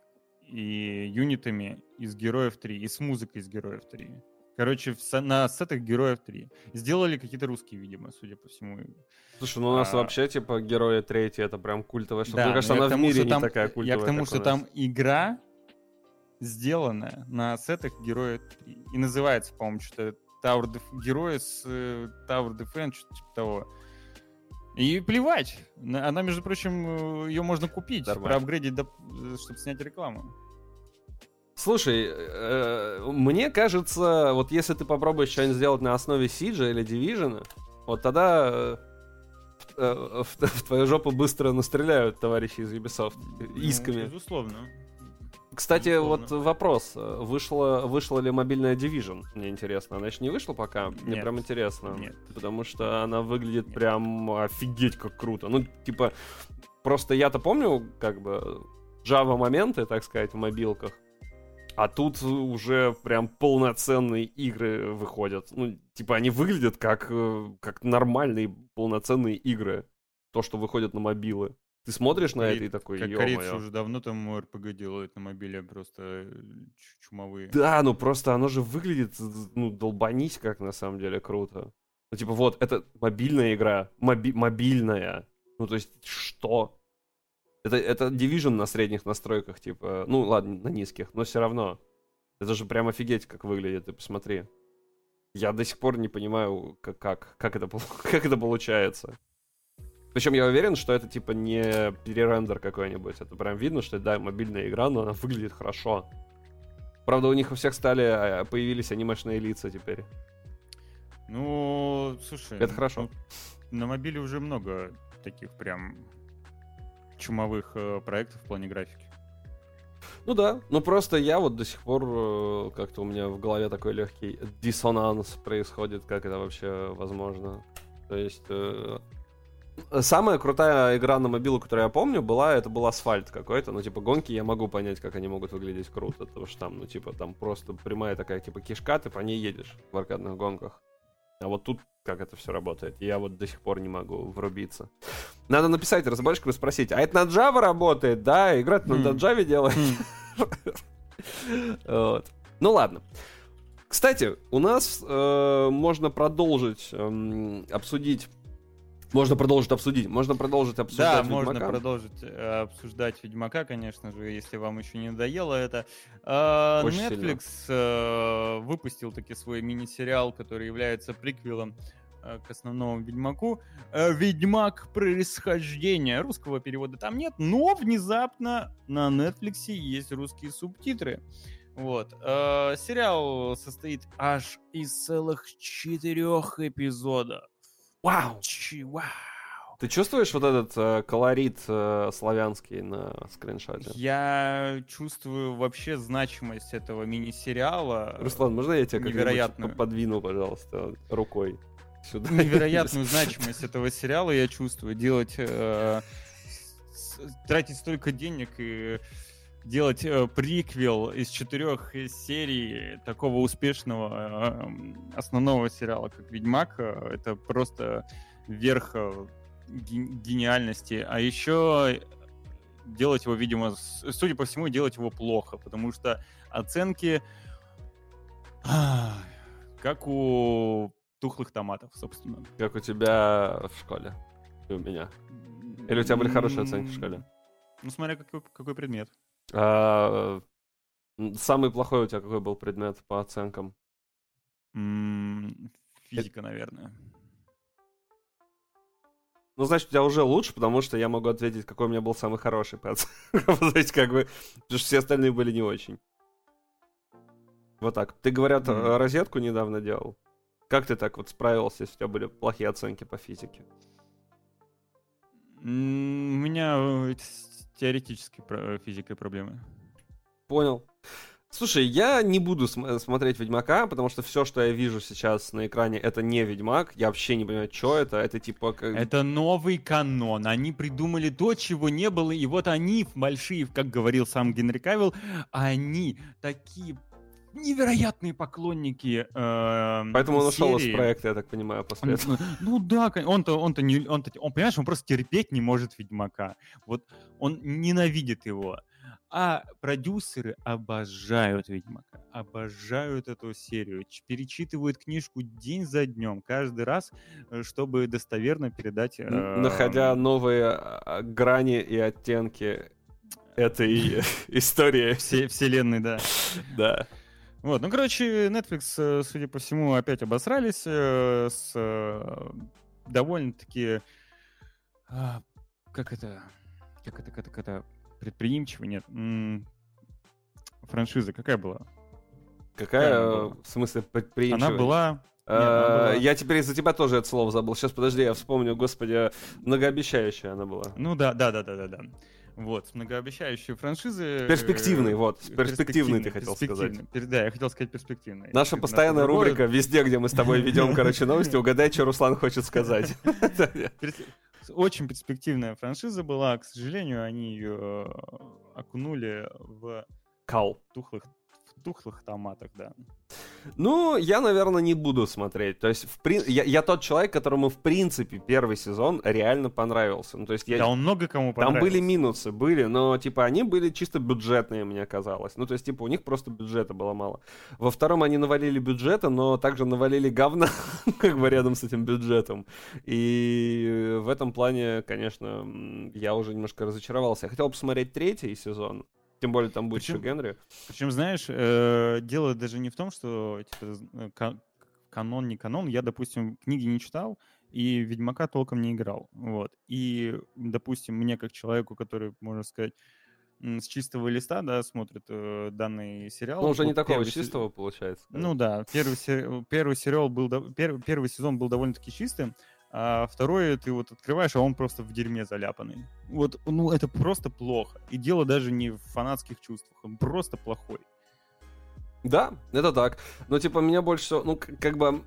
и юнитами из Героев три, и с музыкой из Героев три. Короче, в со- на сетах Героев три. Сделали какие-то русские, видимо, судя по всему. Слушай, ну у нас а- вообще, типа, Герои третьи, это прям культовая штука. Да, Мне кажется, но я она к в тому, мире что не там- такая культовая, Я к тому, как что у нас. там игра сделанная на сетах Героя три. И называется, по-моему, что-то Tower Def- Герои с э, Tower Defense, что-то типа того. И плевать. На- Она, между прочим, ее можно купить, Нормально. проапгрейдить, чтобы снять рекламу. Слушай, э, мне кажется, вот если ты попробуешь что-нибудь сделать на основе Сиджа или Division, вот тогда э, э, в, в твою жопу быстро настреляют товарищи из Ubisoft исками. Ну, безусловно. Кстати, безусловно. вот вопрос. Вышла, вышла ли мобильная Division? Мне интересно. Она еще не вышла пока? Мне Нет. прям интересно. Нет. Потому что она выглядит Нет. прям офигеть как круто. Ну, типа, просто я-то помню, как бы, Java-моменты, так сказать, в мобилках. А тут уже прям полноценные игры выходят. Ну, типа, они выглядят как, как нормальные полноценные игры. То, что выходят на мобилы. Ты смотришь на это и такой, Как ё-моё. корейцы уже давно там эр пи джи делают на мобиле, просто чумовые. Да, ну просто оно же выглядит, ну, долбанись как на самом деле круто. Ну, типа, вот, это мобильная игра. Моби- мобильная. Ну, то есть, что? Это, это Division на средних настройках, типа. Ну, ладно, на низких, но все равно. Это же прям офигеть, как выглядит, ты посмотри. Я до сих пор не понимаю, как, как, как, это, как это получается. Причем я уверен, что это, типа, не перерендер какой-нибудь. Это прям видно, что это, да, мобильная игра, но она выглядит хорошо. Правда, у них у всех стали, появились анимешные лица теперь. Ну, слушай... Это хорошо. Ну, на мобиле уже много таких прям... чумовых э, проектов в плане графики. Ну да, ну просто я вот до сих пор э, как-то у меня в голове такой легкий диссонанс происходит, как это вообще возможно. То есть э, самая крутая игра на мобилу, которую я помню, была, это был Асфальт какой-то, ну типа гонки я могу понять, как они могут выглядеть круто, потому что там, ну типа там просто прямая такая типа кишка, ты по ней едешь в аркадных гонках. А вот тут как это все работает, я вот до сих пор не могу врубиться. Надо написать разработчикам и спросить, а это на Java работает? Да, игра-то mm. на Java делает. Mm. Вот. Ну ладно. Кстати, у нас э, можно продолжить э, обсудить. Можно продолжить обсудить. Можно продолжить обсуждать Да, Ведьмака. можно продолжить э, обсуждать Ведьмака, конечно же, если вам еще не надоело это. Э, Netflix э, выпустил таки свой мини-сериал, который является приквелом э, к основному Ведьмаку. Э, Ведьмак происхождения. Русского перевода там нет, но внезапно на Netflix есть русские субтитры. Вот. Э, сериал состоит аж из целых четырех эпизодов. Вау! Чи- вау! Ты чувствуешь вот этот э, колорит э, славянский на скриншоте? Я чувствую вообще значимость этого мини-сериала. Руслан, можно я тебя невероятную подвину, пожалуйста, рукой сюда? Невероятную значимость этого сериала я чувствую. Делать... Э, с, тратить столько денег и делать э, приквел из четырех серий такого успешного э, основного сериала, как «Ведьмак», э, это просто верх э, ген- гениальности. А еще делать его, видимо, с, судя по всему, делать его плохо, потому что оценки а, как у тухлых томатов, собственно. Как у тебя в школе и у меня. Или у тебя были хорошие оценки в школе? Ну, смотря какой, какой предмет. А, самый плохой у тебя какой был предмет по оценкам? М-м, физика, Это... наверное. Ну, значит, у тебя уже лучше, потому что я могу ответить, какой у меня был самый хороший по оценкам. То есть, как бы, потому что все остальные были не очень. Вот так. Ты, говорят, mm. розетку недавно делал. Как ты так вот справился, если у тебя были плохие оценки по физике? У меня теоретические физикой проблемы. Понял. Слушай, я не буду см- смотреть Ведьмака, потому что все, что я вижу сейчас на экране, это не Ведьмак. Я вообще не понимаю, что это. Это типа... Как... Это новый канон. Они придумали то, чего не было. И вот они, большие, как говорил сам Генри Кавилл, они такие невероятные поклонники э, Поэтому он ушел серии. из проекта, я так понимаю, после этого. Ну да, он-то, он-то не, он-то, он, понимаешь, он просто терпеть не может Ведьмака. Вот он ненавидит его. А продюсеры обожают Ведьмака, обожают эту серию, перечитывают книжку день за днем, каждый раз, чтобы достоверно передать... Э, Находя новые грани и оттенки этой истории. Вселенной, да. Да. Вот, ну, короче, Netflix, судя по всему, опять обосрались э, с э, довольно-таки... Э, как это... Как это, как это, как это... Предприимчивый? Нет. М-м, франшиза какая была? Какая, была? В смысле, предприимчивая? Она была... Нет, а, она была... Я теперь из-за тебя тоже это слово забыл. Сейчас, подожди, я вспомню, господи, многообещающая она была. Ну да, да, да, да, да, да. Вот, многообещающие франшизы... Перспективный, вот, перспективный ты хотел сказать. Да, я хотел сказать перспективный. Наша постоянная рубрика, везде, где мы с тобой ведем, короче, новости, угадай, что Руслан хочет сказать. Очень перспективная франшиза была, к сожалению, они ее окунули в Кал. тухлых, в тухлых томатах, да. Ну, я, наверное, не буду смотреть. То есть, в при... я, я тот человек, которому, в принципе, первый сезон реально понравился. Ну, то есть, я... Да, он много кому Там понравился. были минусы, были, но, типа, они были чисто бюджетные, мне казалось. Ну, то есть, типа, у них просто бюджета было мало. Во втором они навалили бюджета, но также навалили говна, как бы, рядом с этим бюджетом. И в этом плане, конечно, я уже немножко разочаровался. Я хотел посмотреть третий сезон. Тем более там будет Причем- еще Генри. Причем, знаешь, э, дело даже не в том, что типа, э, ка- канон не канон. Я, допустим, книги не читал и Ведьмака толком не играл. Вот. И, допустим, мне как человеку, который, можно сказать, м, с чистого листа, да, смотрит э, данный сериал. Ну, уже не вот такого первый се- чистого получается. Ну да, первый, се- первый сериал был, дов- пер- первый сезон был довольно-таки чистым, а второй ты вот открываешь, а он просто в дерьме заляпанный. Вот, ну это просто плохо. И дело даже не в фанатских чувствах, он просто плохой. Да, это так. Но, типа, меня больше всего, ну, к- как бы...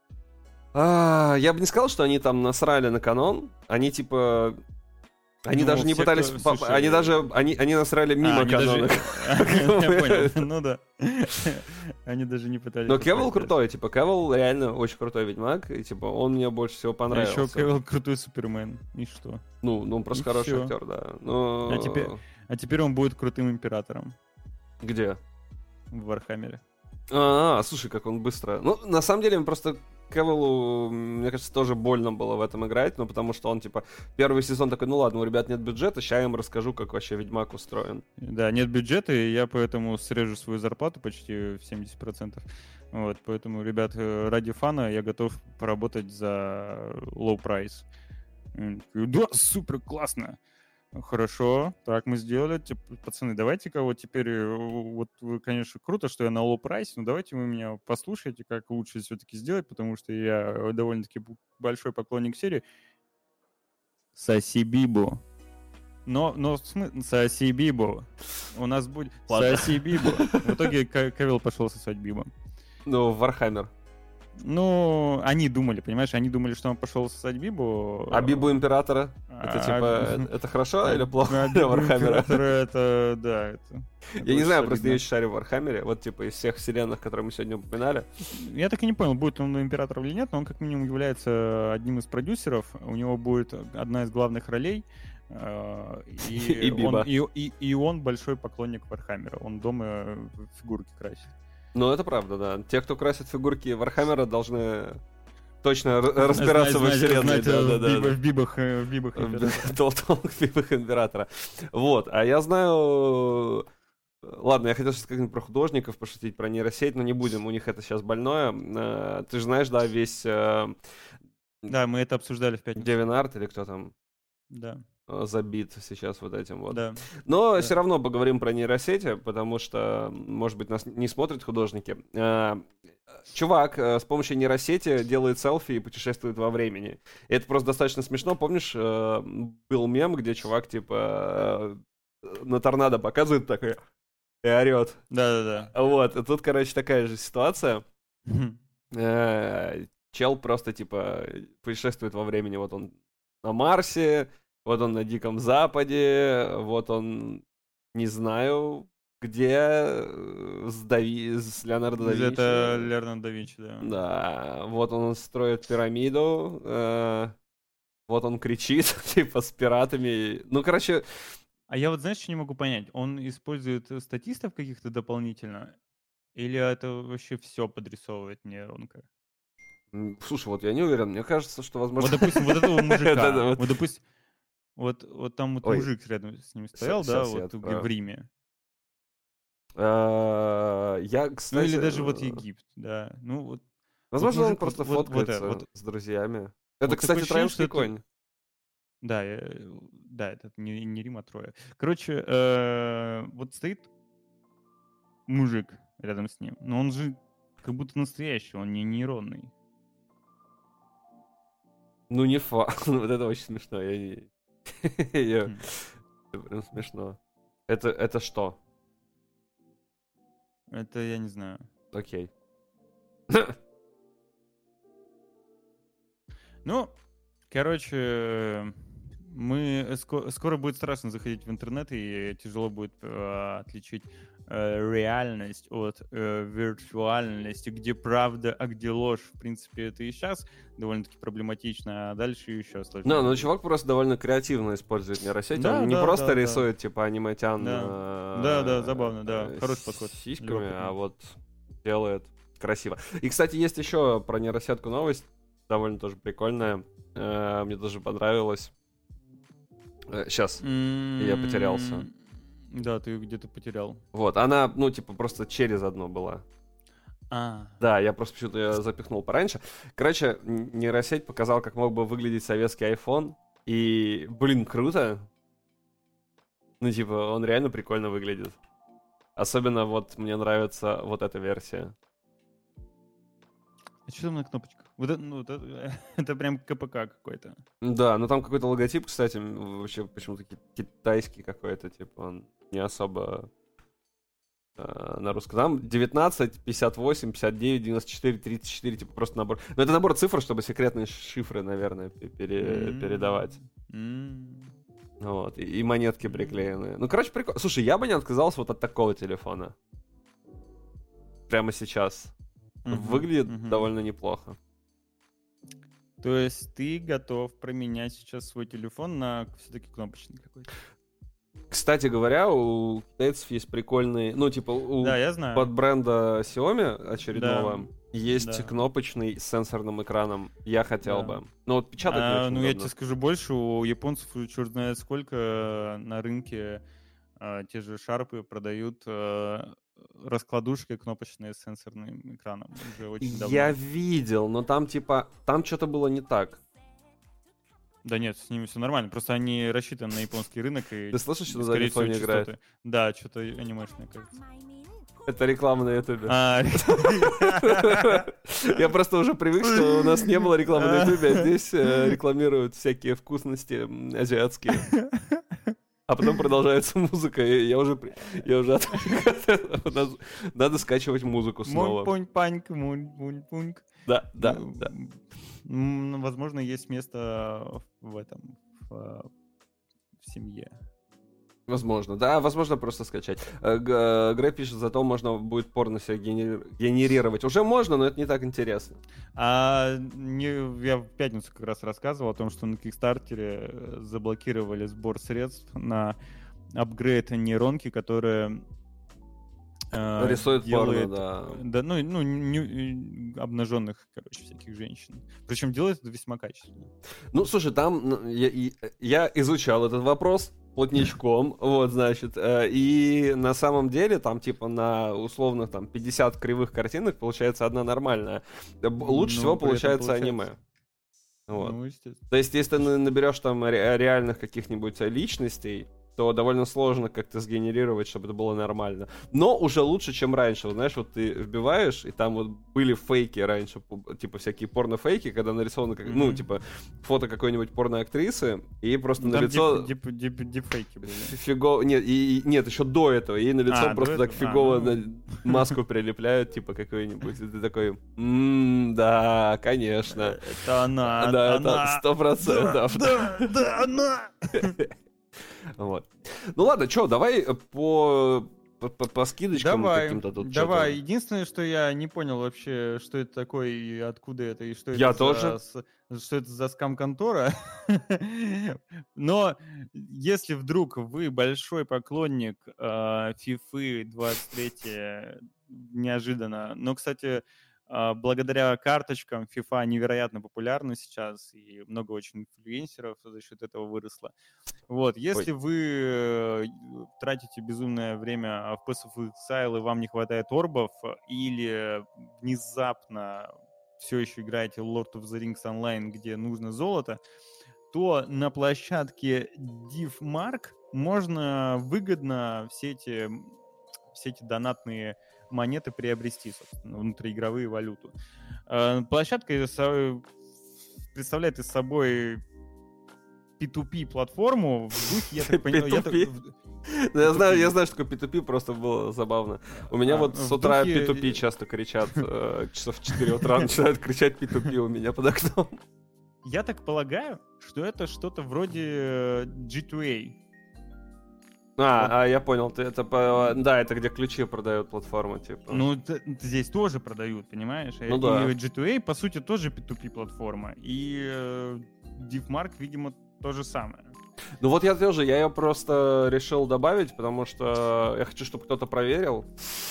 а, я бы не сказал, что они там насрали на канон. Они, типа... Они Ну, даже не все, пытались... кто- по- слушай, Они даже... Они, они насрали мимо А, они канона. даже- Я понял, ну да. Они даже не пытались... Но Кевилл попасть дальше. крутой, типа, Кевилл реально очень крутой ведьмак, и, типа, он мне больше всего А понравился. еще Кевилл крутой Супермен. И что? Ну, ну, он просто И хороший всё. актер, да. Но... А теперь- А теперь он будет крутым императором Где? в Вархаммере. А, слушай, как он быстро... Ну, на самом деле, просто Кевиллу, мне кажется, тоже больно было в этом играть, ну, потому что он, типа, первый сезон такой, ну ладно, у ребят нет бюджета, сейчас я им расскажу, как вообще Ведьмак устроен. Да, нет бюджета, и я поэтому срежу свою зарплату почти в семьдесят процентов. Вот, поэтому, ребят, э, ради фана я готов поработать за low price. М, Да, супер, классно. Хорошо, так мы сделали. Типа, пацаны, давайте-ка вот теперь, э, вот вы, конечно, круто, что я на low price, но давайте вы меня послушайте, как лучше все-таки сделать, потому что я довольно-таки бу- большой поклонник серии. Соси Бибу. Но, но в смысле, соси Бибу. У нас будет Ладно. соси Бибу. В итоге К- Кевилл пошел сосать Бибу. Ну, Вархаммер. Ну, они думали, понимаешь, они думали, что он пошел сосать Бибу. А Бибу Императора? А- Это, типа, это хорошо или плохо А для Бибу Вархаммера? Императора это, да, это... это Я не очень знаю, просто солидно. я очень шарю в Вархаммере. Вот, типа, из всех вселенных, которые мы сегодня упоминали. Я так и не понял, будет он императором или нет, но он как минимум является одним из продюсеров. У него будет одна из главных ролей. э, И, И Биба. он, и, и- и он большой поклонник Вархаммера. Он дома фигурки красит. Ну, это правда, да. Те, кто красит фигурки Вархаммера, должны точно р- разбираться во Знать- вселенной. знать, Да, да, в да, биба- да. в бибах, э, в бибах императора. Толтон Бибах Императора. Вот. А я знаю... Ладно, я хотел сейчас как-нибудь про художников пошутить, про нейросеть, но не будем, у них это сейчас больное. Э, Ты же знаешь, да, весь э, Да, мы это обсуждали в пятницу. DeviantArt или кто там Да, э, забит сейчас вот этим вот. да. Но Да. все равно поговорим про нейросети, потому что, может быть, нас не смотрят художники. Э, Чувак э, с помощью нейросети делает селфи и путешествует во времени. И это просто достаточно смешно. Помнишь, э, был мем, где чувак, типа, э, на торнадо показывает такой и орет. Да-да-да. Вот, и тут, короче, такая же ситуация. Мгм. Э, Чел просто, типа, путешествует во времени. Вот он на Марсе, вот он на Диком Западе, вот он, не знаю, где, э, с, Дави... с Леонардо да Винчи. Это Леонардо да Винчи, да. Да, вот он строит пирамиду, э, вот он кричит, типа, с пиратами. Ну, короче, А я вот, знаешь, что не могу понять? Он использует э, статистов каких-то дополнительно? Или это вообще все подрисовывает нейронка? м, слушай, вот я не уверен, мне кажется, что, возможно... Вот, допустим, вот этого мужика. Это вот. Вот, допустим, вот, вот там вот Ой. мужик рядом с ним стоял, Щас- да, щас я вот в отправлю. в Риме. Э, Я, Ну кстати... или даже вот э, Египет, да. Ну вот, Возможно, он мужик, просто вот- вот- вот, фоткается э, вот. с друзьями. Это, Вот кстати, такое ощущение, троянский что это- конь. да, я- да, это не, не Рим, а Троя. Короче, э, вот стоит мужик рядом с ним, но он же как будто настоящий, он не нейронный. Ну, не факт. Вот это очень смешно. Я не... я- Хм. Это прям смешно. Это, это что? Это я не знаю. Окей. Ну, короче, Мы ско- скоро будет страшно заходить в интернет, и тяжело будет э, отличить э, реальность от э, виртуальности, где правда, а где ложь. В принципе, это и сейчас довольно-таки проблематично, а дальше еще сложнее. Ну, но чувак просто довольно креативно использует нейросеть. Да, Он не да, просто да, рисует, да. типа, аниметян Да. э, Да, да, забавно, да. э, Хороший подход. с сиськами, Любопытно. а вот делает красиво. И, кстати, есть еще про нейросетку новость, довольно тоже прикольная. Э, мне тоже понравилось. Сейчас, я потерялся. Да, ты где-то потерял. Вот, она, ну, типа, просто через одно была. А, Да, я просто почему-то её запихнул пораньше. Короче, н- нейросеть показал, как мог бы выглядеть советский iPhone. И, блин, круто. Ну, типа, он реально прикольно выглядит. Особенно вот мне нравится вот эта версия. а что там на кнопочках? Вот это, ну, вот это, это прям КПК какой-то. Да, но там какой-то логотип, кстати, м, вообще почему-то ки- китайский какой-то, типа, он не особо э, на русском. Там девятнадцать, пятьдесят восемь, пятьдесят девять, девяносто четыре, тридцать четыре, типа просто набор. Но это набор цифр, чтобы секретные шифры, наверное, пе- пере- М. передавать. М. Вот, и, и монетки приклеены. Ну, короче, прикольно. Слушай, я бы не отказался вот от такого телефона. Прямо сейчас. Мгм, Выглядит мгм. довольно неплохо. То есть ты готов променять сейчас свой телефон на все-таки кнопочный какой-то? Кстати говоря, у китайцев есть прикольные... Ну, типа, у Да, я знаю. под бренда Xiaomi очередного Да, есть да. кнопочный с сенсорным экраном. Я хотел Да. бы. Но вот печатать не А, очень ну, я удобно. тебе скажу больше, у японцев уже черт знает сколько на рынке а, те же шарпы продают а, раскладушки кнопочные с сенсорным экраном уже очень давно. Я видел, но там, типа, там что-то было не так. Да нет, с ними все нормально, просто они рассчитаны на японский рынок и, Ты слышишь, что на скорее заднем всего, фоне играет? частоты. Да, что-то анимешное, кажется. Это реклама на ютубе. А, Я просто уже привык, что у нас не было рекламы на ютубе, а здесь э, рекламируют всякие вкусности м, азиатские. А потом продолжается музыка, и я уже, при- я уже отвык от этого. Надо, надо скачивать музыку снова. Мунь-пунь-паньк, мунь-пунь-пуньк. Да, да, Ну, да. м, Возможно, есть место в этом, в, а, в семье. Возможно, да, возможно просто скачать. Э, Г- Грей пишет, зато можно будет порно себе генери- генерировать. Уже можно, но это не так интересно. А не, я в пятницу как раз рассказывал о том, что на Кикстартере э, заблокировали сбор средств на апгрейд нейронки, которая э, Рисует делает, порно, да. да, ну, ну не- э, обнаженных, короче, всяких женщин. Причем делает это весьма качественно. Ну, слушай, там ну, я, и- я изучал этот вопрос плотничком, вот, значит, э, и на самом деле там, типа, на условных, там, пятьдесят кривых картинок получается одна нормальная. Э, б- Лучше Ну, всего при этом получается получается- аниме. Вот. Ну, естественно. То есть, если ты на- наберешь там ре- реальных каких-нибудь э, личностей, то довольно сложно как-то сгенерировать, чтобы это было нормально. Но уже лучше, чем раньше. Вот, знаешь, вот ты вбиваешь, и там вот были фейки раньше, пу- типа всякие порно-фейки, когда нарисовано, как, ну, Мгм. типа, фото какой-нибудь порно-актрисы, и просто Ну, на там лицо дип- дип- дип- дипфейки были. фигово... Нет, и, и- нет, еще до этого. Ей на лицо А, просто до так этого? А, фигово ну. на маску прилепляют, типа, какой-нибудь. И ты такой, «М, да, конечно. Это она, Да, она. это сто процентов. Да, да, она. Вот. Ну ладно, что, давай э, по, по, по- по скидочкам Давай, каким-то тут давай. чё-то. Единственное, что я не понял вообще, что это такое и откуда это, и что Я это тоже. за, с- что это за скам-контора. Но если вдруг вы большой поклонник э, FIFA двадцать три неожиданно, но, кстати, а, благодаря карточкам FIFA невероятно популярна сейчас, и много очень инфлюенсеров за счет этого выросло. Вот, если вы э, тратите безумное время в пи эс эф Exile и вам не хватает орбов, или внезапно все еще играете Lord of the Rings Online, где нужно золото, то на площадке DivMark можно выгодно все эти, все эти донатные монеты приобрести, собственно, внутриигровые валюту. Э, Площадка из- со- представляет из собой пи ту пи платформу в духе, я так понимаю... я так- пи ту пи? Ну, я пи ту знаю, пи. я знаю, что такое пи ту пи, просто было забавно. У меня А, вот с в утра духе- пи ту пи часто кричат, э, часов в четыре утра начинают кричать пи ту пи у меня под окном. я так полагаю, что это что-то вроде джи ту эй. А, а, я понял, ты это по... Да, это где ключи продают платформа, типа. Ну, т- здесь тоже продают, понимаешь? Ну и да. джи ту эй, по сути, тоже пи ту пи платформа. И э, DeepMark, видимо, то же самое. Ну вот я тоже, я ее просто решил добавить, потому что я хочу, чтобы кто-то проверил.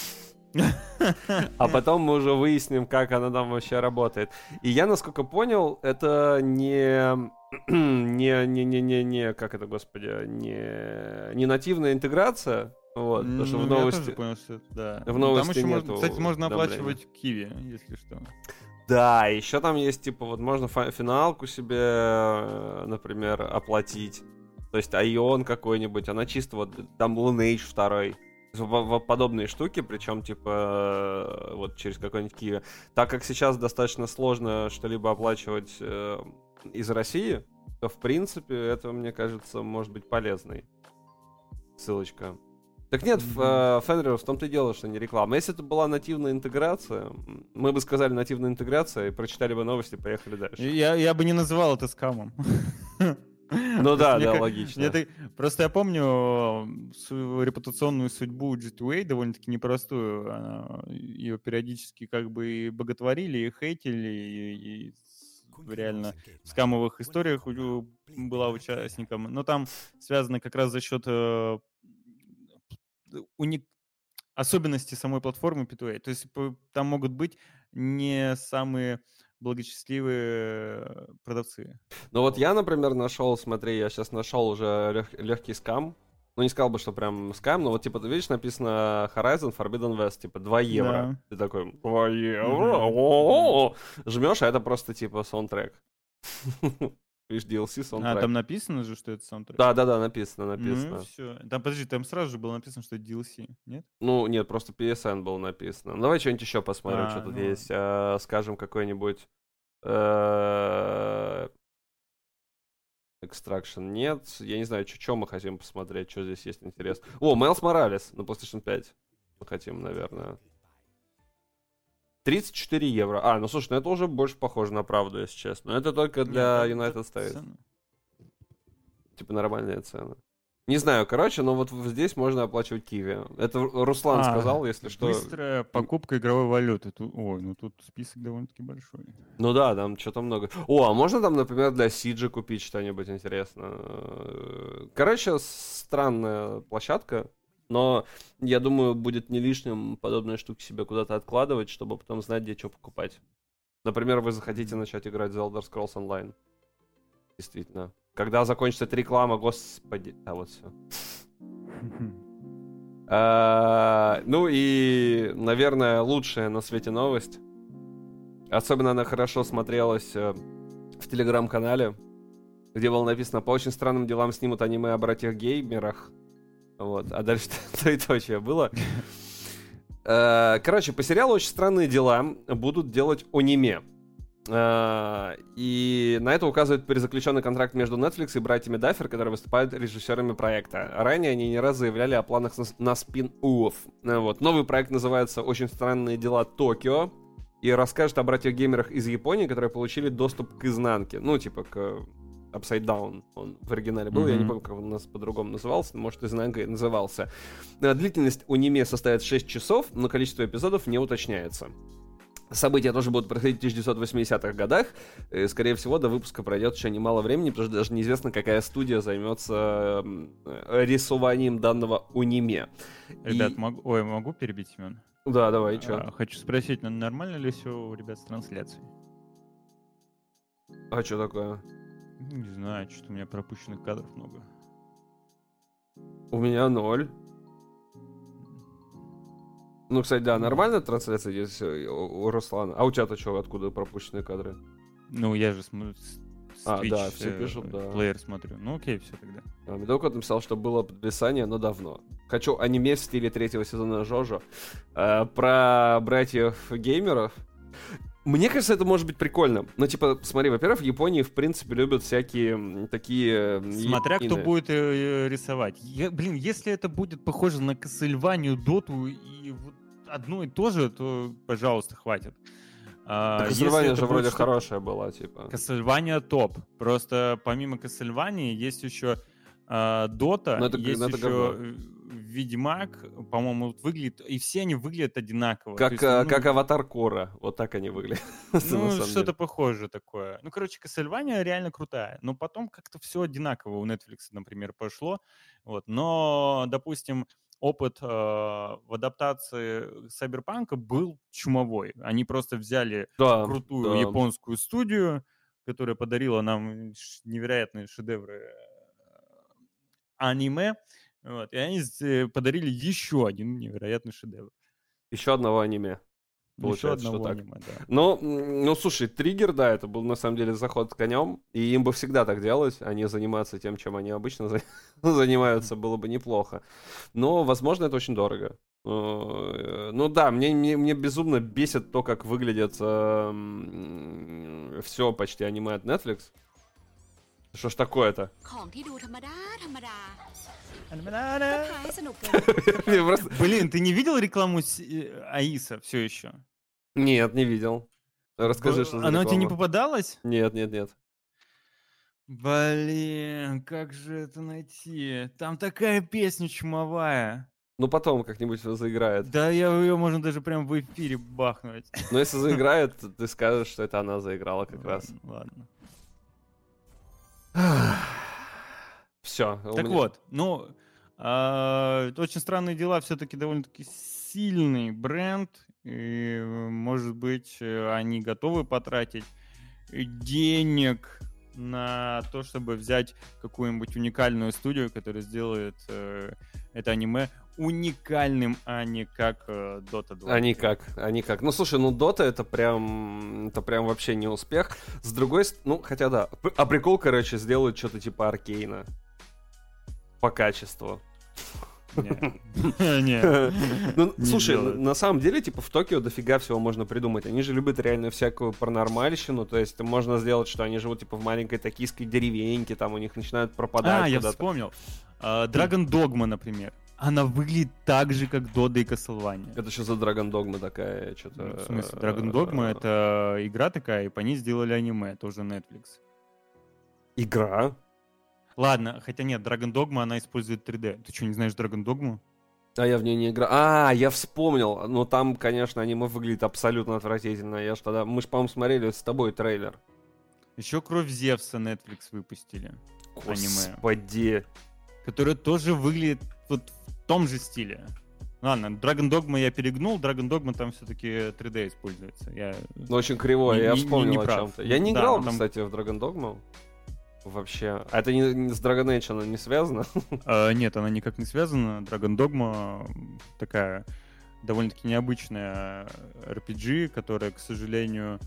А потом мы уже выясним, как она там вообще работает. И я, насколько понял, это не... Не, не, не, не, не, как это, господи, не, не нативная интеграция, вот, потому что Ну, в новости, я тоже понял, что это, да. в новости Там еще нету можно, кстати, можно обновления. оплачивать Киви, если что. Да, еще там есть, типа, вот можно фа- финалку себе, э, например, оплатить, то есть Айон какой-нибудь, она чисто вот, там Lineage второй, в- в- подобные штуки, причем, типа, э, вот через какой-нибудь Киви. Так как сейчас достаточно сложно что-либо оплачивать э, из России, то, в принципе, это, мне кажется, может быть полезной ссылочка. Так нет, Mm-hmm. Фенрир, в том-то и дело, что не реклама. Если это была нативная интеграция, мы бы сказали нативная интеграция, и прочитали бы новости, поехали дальше. Я, я бы не называл это скамом. Ну да, да, логично. Просто я помню свою репутационную судьбу джи ту эй, довольно-таки непростую. Ее периодически как бы и боготворили, и хейтили, и реально в скамовых историях была участником. Но там связано как раз за счет уник... особенностей самой платформы пи ту эй. То есть там могут быть не самые благочестивые продавцы. Ну вот я, например, нашел, смотри, я сейчас нашел уже лег, легкий скам. Ну, не сказал бы, что прям скам, но вот, типа, ты видишь, написано Horizon Forbidden West, типа, два евро. Да. Ты такой, два евро? О-о-о! Жмешь, а это просто, типа, саундтрек. Видишь, ди эл си саундтрек. А, там написано же, что это саундтрек? Да-да-да, написано, написано. Ну, все. Там, подожди, там сразу же было написано, что это ди эл си, нет? Ну, нет, просто пи эс эн было написано. Ну, давай что-нибудь еще посмотрим, А, что тут ну есть. А, скажем, какой-нибудь... э, Extraction нет. Я не знаю, что мы хотим посмотреть, что здесь есть интересно. О, Майлз Моралес на PlayStation пять. Мы хотим, наверное. тридцать четыре евро. А, ну слушай, ну это уже больше похоже на правду, если честно. Но это только для Нет, United это States. цена. Типа нормальная цена. Не знаю, короче, но вот здесь можно оплачивать Киви. Это Руслан А, сказал, если что. Быстрая покупка игровой валюты. Тут, ой, ну тут список довольно-таки большой. Ну да, там что-то много. О, а можно там, например, для Сиджи купить что-нибудь интересное? Короче, странная площадка, но я думаю, будет не лишним подобные штуки себе куда-то откладывать, чтобы потом знать, где что покупать. Например, вы захотите начать играть в The Elder Scrolls Online. Действительно. Когда закончится эта реклама, господи... А вот все. А, ну и, наверное, лучшая на свете новость. Особенно она хорошо смотрелась э, в телеграм-канале, где было написано: по очень странным делам снимут аниме о братьях-геймерах. Вот, а дальше троеточие было. Э, короче, по сериалу «Очень странные дела» будут делать аниме. Uh, и на это указывает перезаключенный контракт между Netflix и братьями Даффер, которые выступают режиссерами проекта. Ранее они не раз заявляли о планах на, на спин-офф. Вот. Новый проект называется «Очень странные дела Токио» и расскажет о братьях-геймерах из Японии, которые получили доступ к изнанке. Ну, типа к Upside Down он в оригинале был. Mm-hmm. Я не помню, как он у нас по-другому назывался. Может, изнанка и назывался. Длительность аниме составит шесть часов, но количество эпизодов не уточняется. События тоже будут происходить в тысяча девятьсот восьмидесятых годах. И, скорее всего, до выпуска пройдет еще немало времени, потому что даже неизвестно, какая студия займется рисованием данного аниме. Ребят, И... могу... Ой, могу перебить, Семен? Да, давай, что? А, хочу спросить, нормально ли все у ребят с трансляцией? А что такое? Не знаю, что-то у меня пропущенных кадров много. У меня ноль. Ну, кстати, да, нормальная трансляция здесь у Руслана. А у тебя-то что, откуда пропущенные кадры? Ну, я же смотрю с а, Twitch, да, все э, пишут, да. Плеер смотрю. Ну, окей, все тогда. А, Медовка написал, что было подписание, но давно. Хочу аниме в стиле третьего сезона Жожо. Э, про братьев-геймеров. Мне кажется, это может быть прикольно. Ну, типа, смотри, во-первых, в Японии, в принципе, любят всякие такие... Смотря кто будет э, рисовать. Я, блин, если это будет похоже на Castlevania, Доту и вот одно и то же, то, пожалуйста, хватит. А, если Castlevania это же будет вроде что- хорошая была, типа. Castlevania топ. Просто помимо Castlevania есть еще а, Dota, Ну, это- есть ну, это еще говно. э, Ведьмак, по-моему, вот выглядит, и все они выглядят одинаково. То Как, есть, а, ну, как аватар Кора. Вот так они выглядят. на Ну, самом что-то деле. похожее такое. Ну, короче, Castlevania реально крутая. Но потом как-то все одинаково у Netflix, например, пошло. Вот. Но, допустим, опыт э, в адаптации Cyberpunk был чумовой. Они просто взяли Да, крутую да. японскую студию, которая подарила нам ш- невероятные шедевры э, аниме. Вот. И они с- э, подарили еще один невероятный шедевр. Еще одного аниме. Еще Получается, что одного так. аниме, да. Ну, м, ну, слушай, Триггер, да, это был на самом деле заход конем, и им бы всегда так делать, а не заниматься тем, чем они обычно за- занимаются, было бы неплохо. Но, возможно, это очень дорого. Э, Ну да, мне, мне, мне безумно бесит то, как выглядит все почти аниме от Netflix. Что ж такое-то? ของที่ดูธรรมดาธรรมดาก็พาให้สนุกเกิน Я просто- Блин, ты не видел рекламу с- э, Аиса все еще? Нет, не видел. Расскажи, что за Она тебе не реклама. попадалась? Нет, нет, нет. Блин, как же это найти? Там такая песня чумовая. Ну, потом как-нибудь заиграет. Да, я ее можно даже прям в эфире бахнуть. Но если заиграет, то ты скажешь, что это она заиграла как раз. Ладно. Все. Так вот, ну, а, очень странные дела все-таки довольно-таки сильный бренд. И, может быть, э, они готовы потратить денег на то, чтобы взять какую-нибудь уникальную студию, которая сделает э, это аниме уникальным, а не как э, Dota два. Они как, они как. Ну, слушай, ну, Дота это прям, это прям вообще не успех. С другой стороны, ну, хотя да. П- А прикол, короче, сделают что-то типа Аркейна. По качеству. Не. Не. Ну, Не слушай, на, делают. на самом деле, типа, в Токио дофига всего можно придумать. Они же любят реально всякую паранормальщину, то есть можно сделать, что они живут, типа, в маленькой токийской деревеньке, там у них начинают пропадать А, я куда-то. вспомнил. А, Dragon Dogma, например. Она выглядит так же, как Дода и Castlevania. Это что за Dragon Dogma такая, что-то... Ну, в смысле, Dragon Dogma — это игра такая, и по ней сделали аниме, тоже Netflix. Игра? Ладно, хотя нет, Dragon Dogma, она использует три дэ. Ты что, не знаешь Dragon Dogma? А я в нее не играл. А, я вспомнил. Ну, там, конечно, аниме выглядит абсолютно отвратительно. Я ж тогда... Мы же, по-моему, смотрели с тобой трейлер. Еще Кровь Зевса Netflix выпустили. Аниме. Господи. Которое тоже выглядит вот в том же стиле. Ладно, Dragon Dogma я перегнул, Dragon Dogma там все-таки три дэ используется. Я... Ну, очень кривое, Не- я не- вспомнил не о прав. чем-то. Я не Да, играл, там- кстати, в Dragon Dogma. Вообще. А это не, не с Dragon Age, оно не связано? А, нет, она никак не связана. Dragon Dogma такая довольно-таки необычная эр пи джи, которая, к сожалению,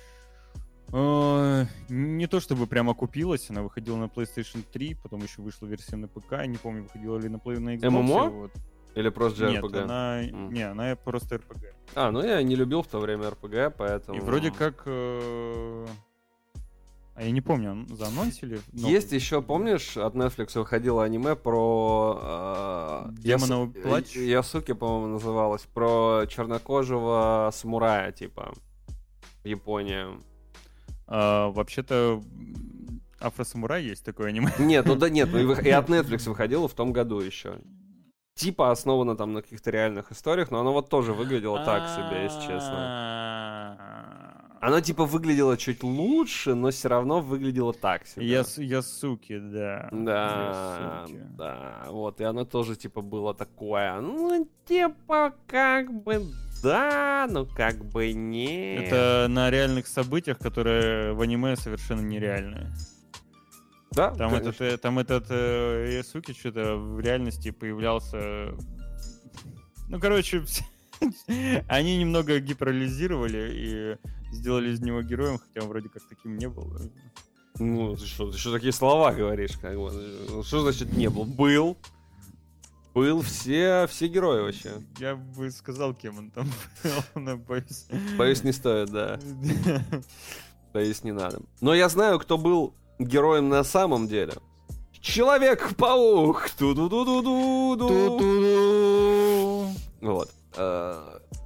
э, не то чтобы прямо купилась. Она выходила на PlayStation три, потом еще вышла версия на ПК. Не помню, выходила ли на, Play- на Xbox. ММО? Вот. Или просто Нет, джей ар пи джи? она... М. Не, она просто эр пи джи. А, ну я не любил в то время эр пи джи, поэтому... И вроде как... э, А я не помню, заанонсили? новую? Есть еще, помнишь, от Netflix выходило аниме про... э, Демоновый Ясу- плач? Я- Ясуки, по-моему, называлось. Про чернокожего самурая, типа, в Японии. А, вообще-то м, Афросамурай есть такое аниме. Нет, ну да нет, ну и, вы- и от Netflix выходило в том году еще. Типа основано там на каких-то реальных историях, но оно вот тоже выглядело так себе, если честно. А, Оно типа выглядело чуть лучше, но все равно выглядело так себе. Яс- Ясуки, да. Да, Ясуки. да, вот, и оно тоже, типа, было такое, ну, типа, как бы, да, но как бы нет. Это на реальных событиях, которые в аниме совершенно нереальные. Да, Там конечно. этот, э, там этот э, Ясуки что-то в реальности появлялся... Ну, короче, они немного гиперализировали и сделали из него героем, хотя он вроде как таким не был. Ну, ты что, ты что такие слова говоришь, как бы, ну, что значит не был? Был. Был все, все герои вообще. Я бы сказал, кем он там был, но боюсь. Боюсь, не стоит, да. Боюсь, не надо. Но я знаю, кто был героем на самом деле. Человек-паук! Ту-ду-ду-ду-ду-ду. Ту-ту-ду. Вот. Э,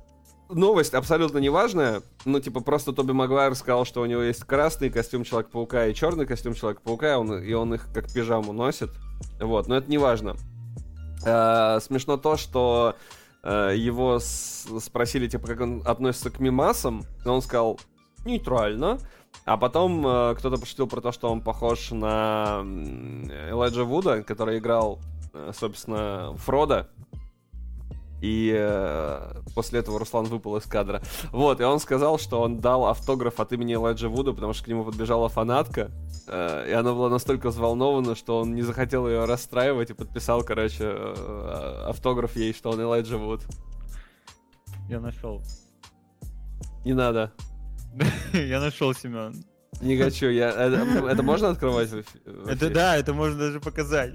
новость абсолютно неважная. Ну, типа, просто Тоби Магуайр сказал, что у него есть красный костюм Человека-паука и черный костюм Человека-паука, он, и он их как пижаму носит. Вот, но это не важно. Э, смешно то, что э, его с- спросили, типа, как он относится к мемасам, и он сказал нейтрально. А потом э, кто-то пошутил про то, что он похож на м, Элайджа Вуда, который играл, э, собственно, Фрода. И э, после этого Руслан выпал из кадра. Вот, и он сказал, что он дал автограф от имени Элайджа Вуда, потому что к нему подбежала фанатка. Э, и она была настолько взволнована, что он не захотел ее расстраивать и подписал, короче, э, автограф ей, что он Элайджа Вуд. Я нашел. Не надо. Я нашел, Семен. Не хочу. Я... Это, это можно открывать? в эфи- в Это эфире? да, это можно даже показать.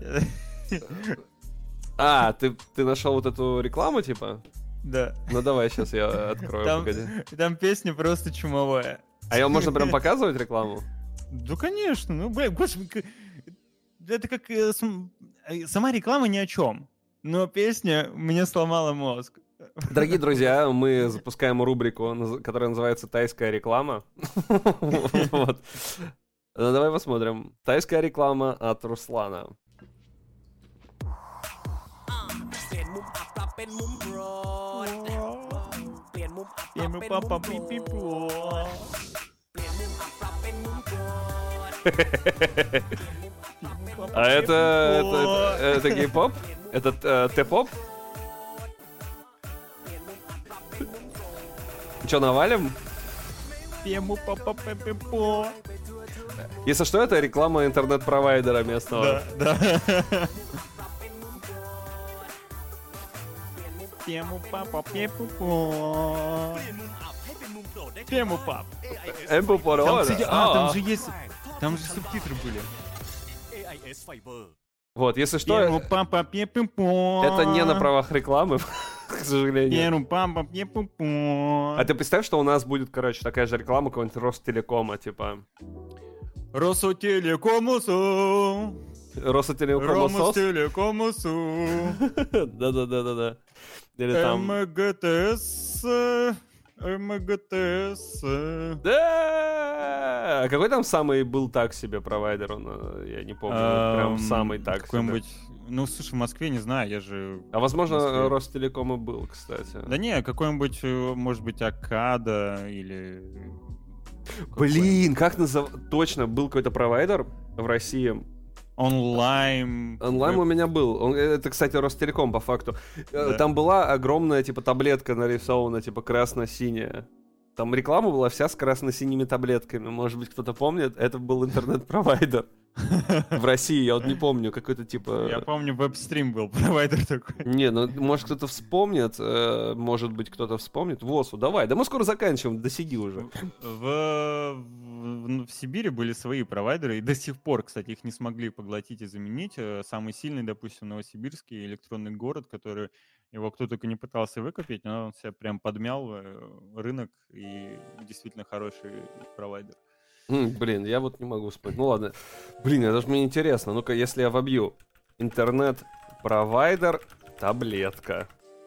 А, ты, ты нашел вот эту рекламу, типа? Да. Ну давай, сейчас я открою, Там, погоди. там песня просто чумовая. А ее можно прям показывать, рекламу? Да, конечно. Ну, блин, господи, к- это как э, см- э, сама реклама ни о чем. Но песня мне сломала мозг. Дорогие друзья, мы запускаем рубрику, наз- которая называется «Тайская реклама». Вот. Ну, давай посмотрим. Тайская реклама от Руслана. เปลี่ยนมุมอับปรับเป็นมุมโปรดเปลี่ยนมุมอับป Я รับ ему เป็น папа มุมโปร пипи ดเปลี่ยนมุมอับปรับเป็นมุมโปรด А это, это, это, это гей-поп? Это э, Т-поп? Че, навалим? Ему папа пипи по. Если что, это реклама интернет-провайдера местного. Да, да. Ему папа пипи по. Ему пап. Эмпупорора. Там, кстати, а, А, там же есть, там же субтитры были. เอ ไอ เอส Fiber Вот, если что, Ему папа пипи по. это не на правах рекламы, к сожалению. Ему папа пипи по. А ты представь, что у нас будет, короче, такая же реклама какого-нибудь Ростелекома, типа. Росотелекомусу. Росотелекома СОС? Росотелекомусу. Да-да-да-да-да. Или там... МГТС. МГТС. Да! А какой там самый был так себе провайдер? Он, э, я не помню. вот Прям Эм, самый так себе. Какой-нибудь... Ну, слушай, в Москве не знаю, я же... А возможно, в Москве. Ростелеком и был, кстати. Да не, какой-нибудь, э, может быть, Акада или... Блин, как назов... Точно, был какой-то провайдер в России. Онлайн. Онлайн у меня был. Он, это, кстати, Ростелеком, по факту. Э, Да. Там была огромная, типа, таблетка нарисована, типа, красно-синяя. Там реклама была вся с красно-синими таблетками. Может быть, кто-то помнит? Это был интернет-провайдер. В России, я вот не помню, какой-то, типа... Я помню, веб-стрим был, провайдер такой. Не, ну, может, кто-то вспомнит, э, может быть, кто-то вспомнит. Восу, давай, да мы скоро заканчиваем, досиди уже. В, в, ну, в Сибири были свои провайдеры, и до сих пор, кстати, их не смогли поглотить и заменить. Э, Самый сильный, допустим, Новосибирский электронный город, который его кто только не пытался выкупить, но он себя прям подмял э, рынок и действительно хороший провайдер. М, блин, я вот не могу вспомнить. Ну ладно. Блин, это же мне интересно. Ну-ка, если я вобью интернет-провайдер, таблетка.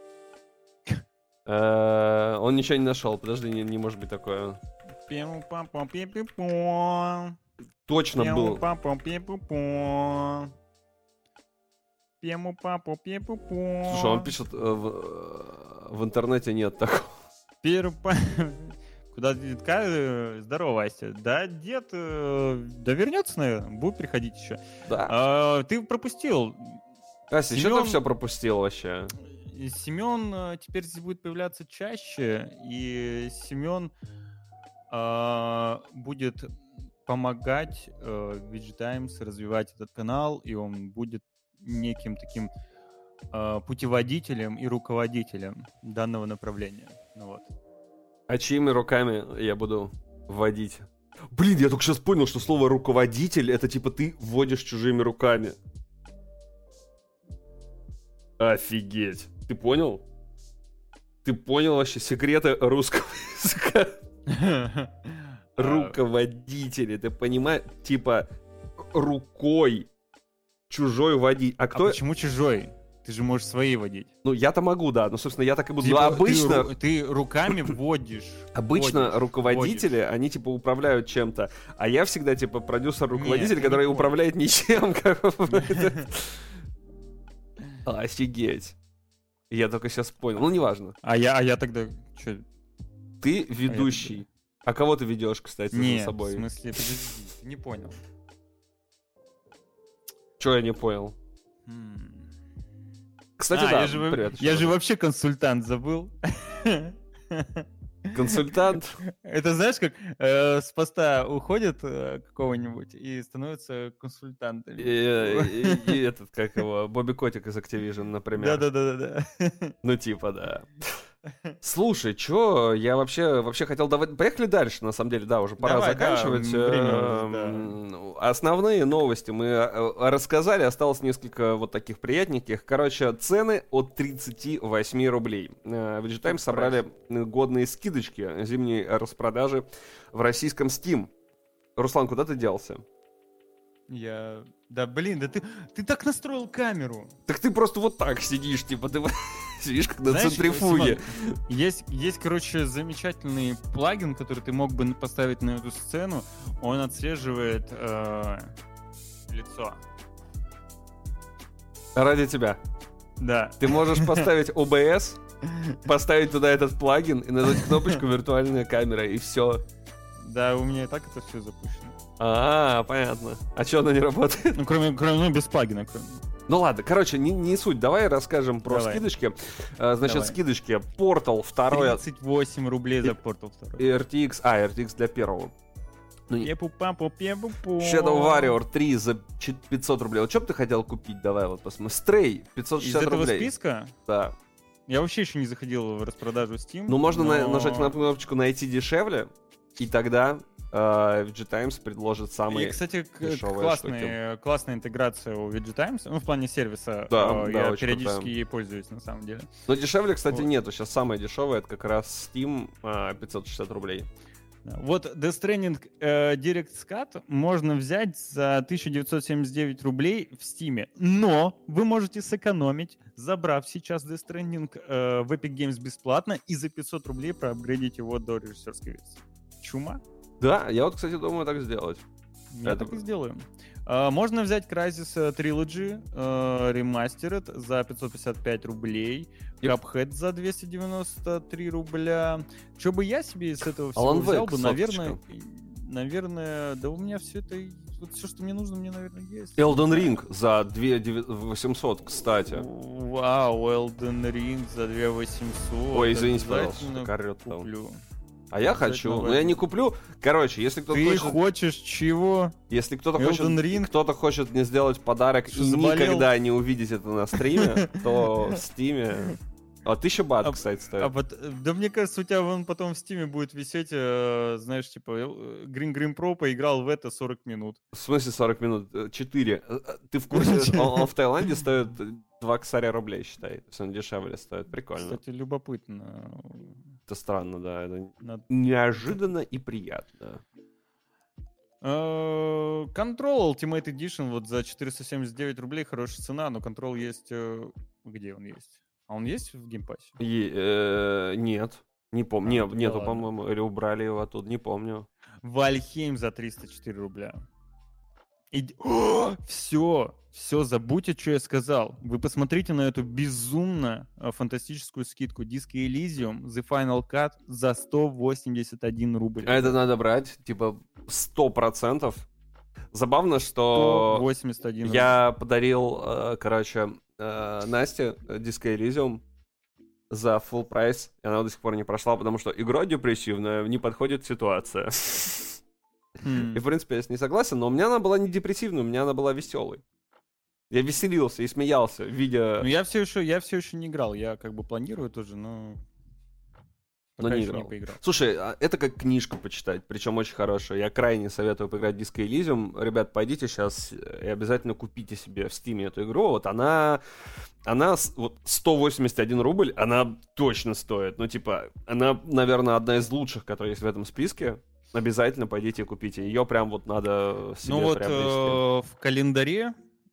Э, Он ничего не нашел. Подожди, не, не может быть такое. Пиу-папа-пи-пи-по. Точно был. Пиу-папа-пи-пи-по. Пиу-папа-пи-пи-по. Слушай, он пишет, э, в, э, в интернете нет такого. Пирпа- Куда детка? э, Здорово, Ася. Да, дед, э, да вернется, наверное, будет приходить еще. Да. А, ты пропустил. Ася, что ты Семён- все пропустил вообще? Семен э, теперь здесь будет появляться чаще, и Семен а, будет помогать э, Видж Таймс развивать этот канал, и он будет неким таким э, путеводителем и руководителем данного направления. Ну вот. А чьими руками я буду вводить? Блин, я только сейчас понял, что слово «руководитель» — это типа ты вводишь чужими руками. Офигеть. Ты понял? Ты понял вообще секреты русского языка? Руководители, ты понимаешь? Типа рукой чужой водить. А А кто... почему чужой? Ты же можешь свои водить. Ну, я-то могу, да. Ну, собственно, я так и буду. Типа, Но обычно... Ты, ты руками вводишь. Обычно водишь, руководители, водишь. они, типа, управляют чем-то. А я всегда, типа, продюсер-руководитель, Нет, который не управляет ничем. Офигеть. Я только сейчас понял. Ну, неважно. А я, а я тогда... Чё? Ты ведущий. А кого ты ведешь, кстати, Нет, за собой? в смысле, подожди, ты не понял. Чего я не понял? М. Кстати, А, да, я же, во- привет. я что же ты? вообще консультант забыл. Консультант. Это знаешь, как э, с поста уходят э, какого-нибудь и становятся консультантами. И, и- и этот, как его, Бобби Котик из Activision, например. Да-да-да-да. Ну, типа, да. Слушай, чё, я вообще, вообще хотел давать... Поехали дальше, на самом деле, да, уже пора Давай, да, заканчивать. время уже, Эм, ну, Основные новости мы э, рассказали, осталось несколько вот таких приятненьких. Короче, цены от тридцати восьми рублей. Э, В Digitimes собрали годные скидочки зимней распродажи в российском Steam. Руслан, куда ты делся? Я... Да, блин, да ты, ты так настроил камеру. Так ты просто вот так сидишь, типа, ты сидишь как на Знаешь, центрифуге. Симон, Есть, есть, короче, замечательный плагин, который ты мог бы поставить на эту сцену. Он отслеживает э, лицо. Ради тебя. Да. Ты можешь поставить о бэ эс, поставить туда этот плагин и нажать кнопочку «Виртуальная камера», и все. Да, у меня и так это все запущено. А, понятно. А что она не работает? Ну, кроме, кроме ну, без плагина, кроме. Ну ладно, короче, не, не суть. Давай расскажем про Давай. скидочки. А, значит, Давай. скидочки. Portal второй тридцать восемь рублей за Portal два. и эр ти экс. А, эр ти экс для первого. Ну, не- Пепу-папу, пепу-пу. Shadow Warrior три за чет- пятьсот рублей. Вот что бы ты хотел купить? Давай вот посмотрим. Stray пятьсот Из шестьдесят этого рублей. списка Да. я вообще еще не заходил в распродажу Steam. Ну, можно на- но- нажать на кнопочку «Найти дешевле», и тогда э, Digitimes предложит самые... И, кстати, к- дешевые классная, классная интеграция у VGTimes, ну, в плане сервиса. Да, э, да, я очень периодически крутая. ей пользуюсь, на самом деле. Но дешевле, кстати, Вот. нету. Сейчас самое дешевое, это как раз Steam а, пятьсот шестьдесят рублей. Да. Вот Death Stranding э, Direct Scut можно взять за тысяча девятьсот семьдесят девять рублей в Steam. Но вы можете сэкономить, забрав сейчас Death Stranding э, в Epic Games бесплатно и за пятьсот рублей проапгрейдить его до режиссерской версии. Чума? Да, я вот, кстати, думаю так сделать. Я Это так и бы- сделаю. А, можно взять Crysis э, Trilogy э, Remastered за пятьсот пятьдесят пять рублей, Yep. Cuphead за двести девяносто три рубля. Что бы я себе из этого всего Alan взял Wake, бы, наверное, соточка. наверное, да у меня все это, вот все, что мне нужно, мне, наверное, есть. Elden Ring за две тысячи восемьсот, кстати. Вау, Elden Ring за две тысячи восемьсот. Ой, извините, пожалуйста, Обязательно так орёт там. куплю. А я Обязательно хочу. Но возьму. я не куплю. Короче, если кто-то Ты хочет... хочешь чего? Если кто-то Elden хочет, Ring? кто-то хочет мне сделать подарок Что, и заболел? никогда не увидеть это на стриме, то в Стиме... А, тысяча бат, А- кстати, стоит. А вот, э, да мне кажется, у тебя вон потом в Стиме будет висеть, э, знаешь, типа, э, Green Green Pro поиграл в это сорок минут. В смысле сорок минут? Э, четыре. Э, э, Ты в курсе? Он, он в Таиланде стоит два косаря рублей, считай. То есть он дешевле стоит. Прикольно. Кстати, любопытно. Это странно, да. Это Над- неожиданно и приятно. Э, Control Ultimate Edition вот за четыреста семьдесят девять рублей хорошая цена, но Control есть... э, Где он есть? А он есть в геймпассе? И, э, нет. Не помню. А, Не, тогда нету, ладно. по-моему. Или убрали его оттуда, не помню. Вальхейм за триста четыре рубля. Все, все, забудьте, что я сказал. Вы посмотрите на эту безумно э, фантастическую скидку. Disco Elysium The Final Cut за сто восемьдесят один рубль. А это надо брать, типа, сто процентов. Забавно, сто что восемьдесят один рубль. я подарил, э, короче, э, Насте э, Disco Elysium за full прайс, и она до сих пор не прошла, потому что игра депрессивная, не подходит ситуация. Хм. И, в принципе, я с ней согласен, но у меня она была не депрессивной, у меня она была веселой. Я веселился и смеялся, видя... Ну, я все еще, я все еще не играл. Я как бы планирую тоже, но... Но пока не еще играл. поиграл. Слушай, а это как книжка почитать, причем очень хорошая. Я крайне советую поиграть в Disco Elysium. Ребят, пойдите сейчас и обязательно купите себе в Steam эту игру. Вот она, она с- вот сто восемьдесят один рубль, она точно стоит. Ну, типа, она, наверное, одна из лучших, которая есть в этом списке. Обязательно пойдите и купите. Ее прям вот надо себе Ну вот приобрести. э, в календаре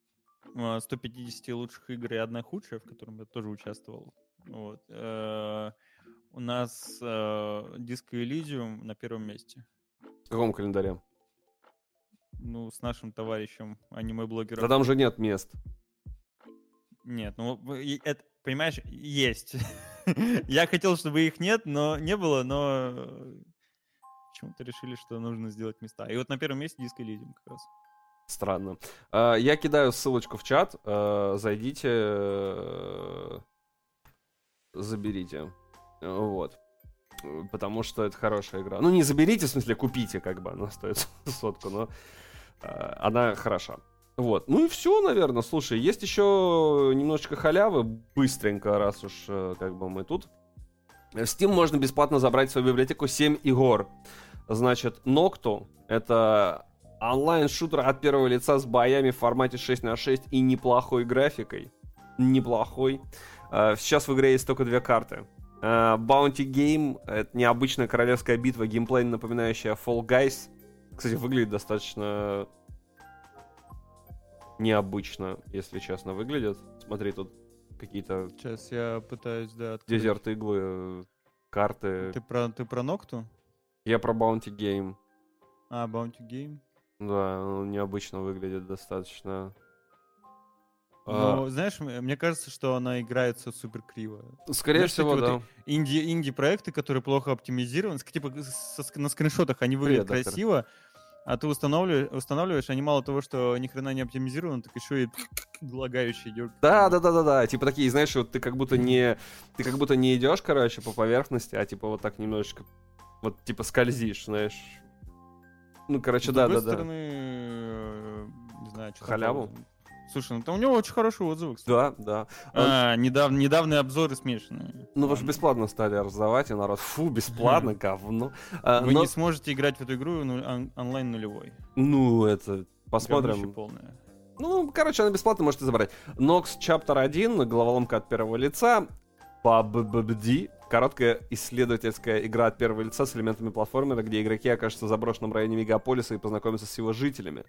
э, сто пятьдесят лучших игр и одна худшая, в котором я тоже участвовал. Вот. Э, У нас э, Disco Elysium на первом месте. В каком календаре? Ну, с нашим товарищем, аниме-блогером. Да там же нет мест. Нет, ну, и это, понимаешь, есть. Я хотел, чтобы их нет, но не было, но почему-то решили, что нужно сделать места. И вот на первом месте Disco Elysium как раз. Странно. А, Я кидаю ссылочку в чат. а, Зайдите, э, заберите. Вот. Потому что это хорошая игра. Ну, не заберите, в смысле, купите, как бы. Она стоит сотку, но э, она хороша. Вот. Ну и все, наверное. Слушай, есть еще немножечко халявы. Быстренько, раз уж э, как бы мы тут. В Steam можно бесплатно забрать в свою библиотеку семь игр. Значит, Noctu — это онлайн-шутер от первого лица с боями в формате шесть на шесть и неплохой графикой. Неплохой. Э, сейчас в игре есть только две карты. Uh, Bounty Game — это необычная королевская битва, геймплей, напоминающая Fall Guys. Кстати, выглядит достаточно необычно, если честно, выглядит. Смотри, тут какие-то... Сейчас я пытаюсь, да, открыть. Дезерт иглы, карты. Ты про, ты про Нокту? Я про Bounty Game. А, Bounty Game. Да, он необычно выглядит достаточно. Ну, а... знаешь, мне кажется, что она играется супер криво. Скорее знаешь, всего, да. Вот инди, инди-проекты, которые плохо оптимизированы, типа со, на скриншотах они выглядят Привет, красиво, доктор. А ты устанавливаешь, устанавливаешь, они мало того, что ни хрена не оптимизированы, так еще и лагающие идет. Да, да, да, да, да. Типа такие, знаешь, вот ты как будто не. Ты как будто не идешь, короче, по поверхности, а типа вот так немножечко. Вот типа скользишь, знаешь. Ну, короче, С да, да, стороны, да. Не знаю, что халяву. Там... Слушай, ну там у него очень хорошие отзывы, кстати. Да, да. А, Он... недав... недавние обзоры смешанные. Ну, потому что бесплатно стали раздавать, и народ, фу, бесплатно, говно. А, Вы но... не сможете играть в эту игру ну, он... онлайн нулевой. Ну, это, посмотрим. Полное. Ну, короче, она бесплатно, можете забрать. Nox Chapter один, головоломка от первого лица. пабджи, короткая исследовательская игра от первого лица с элементами платформера, где игроки окажутся в заброшенном районе мегаполиса и познакомятся с его жителями.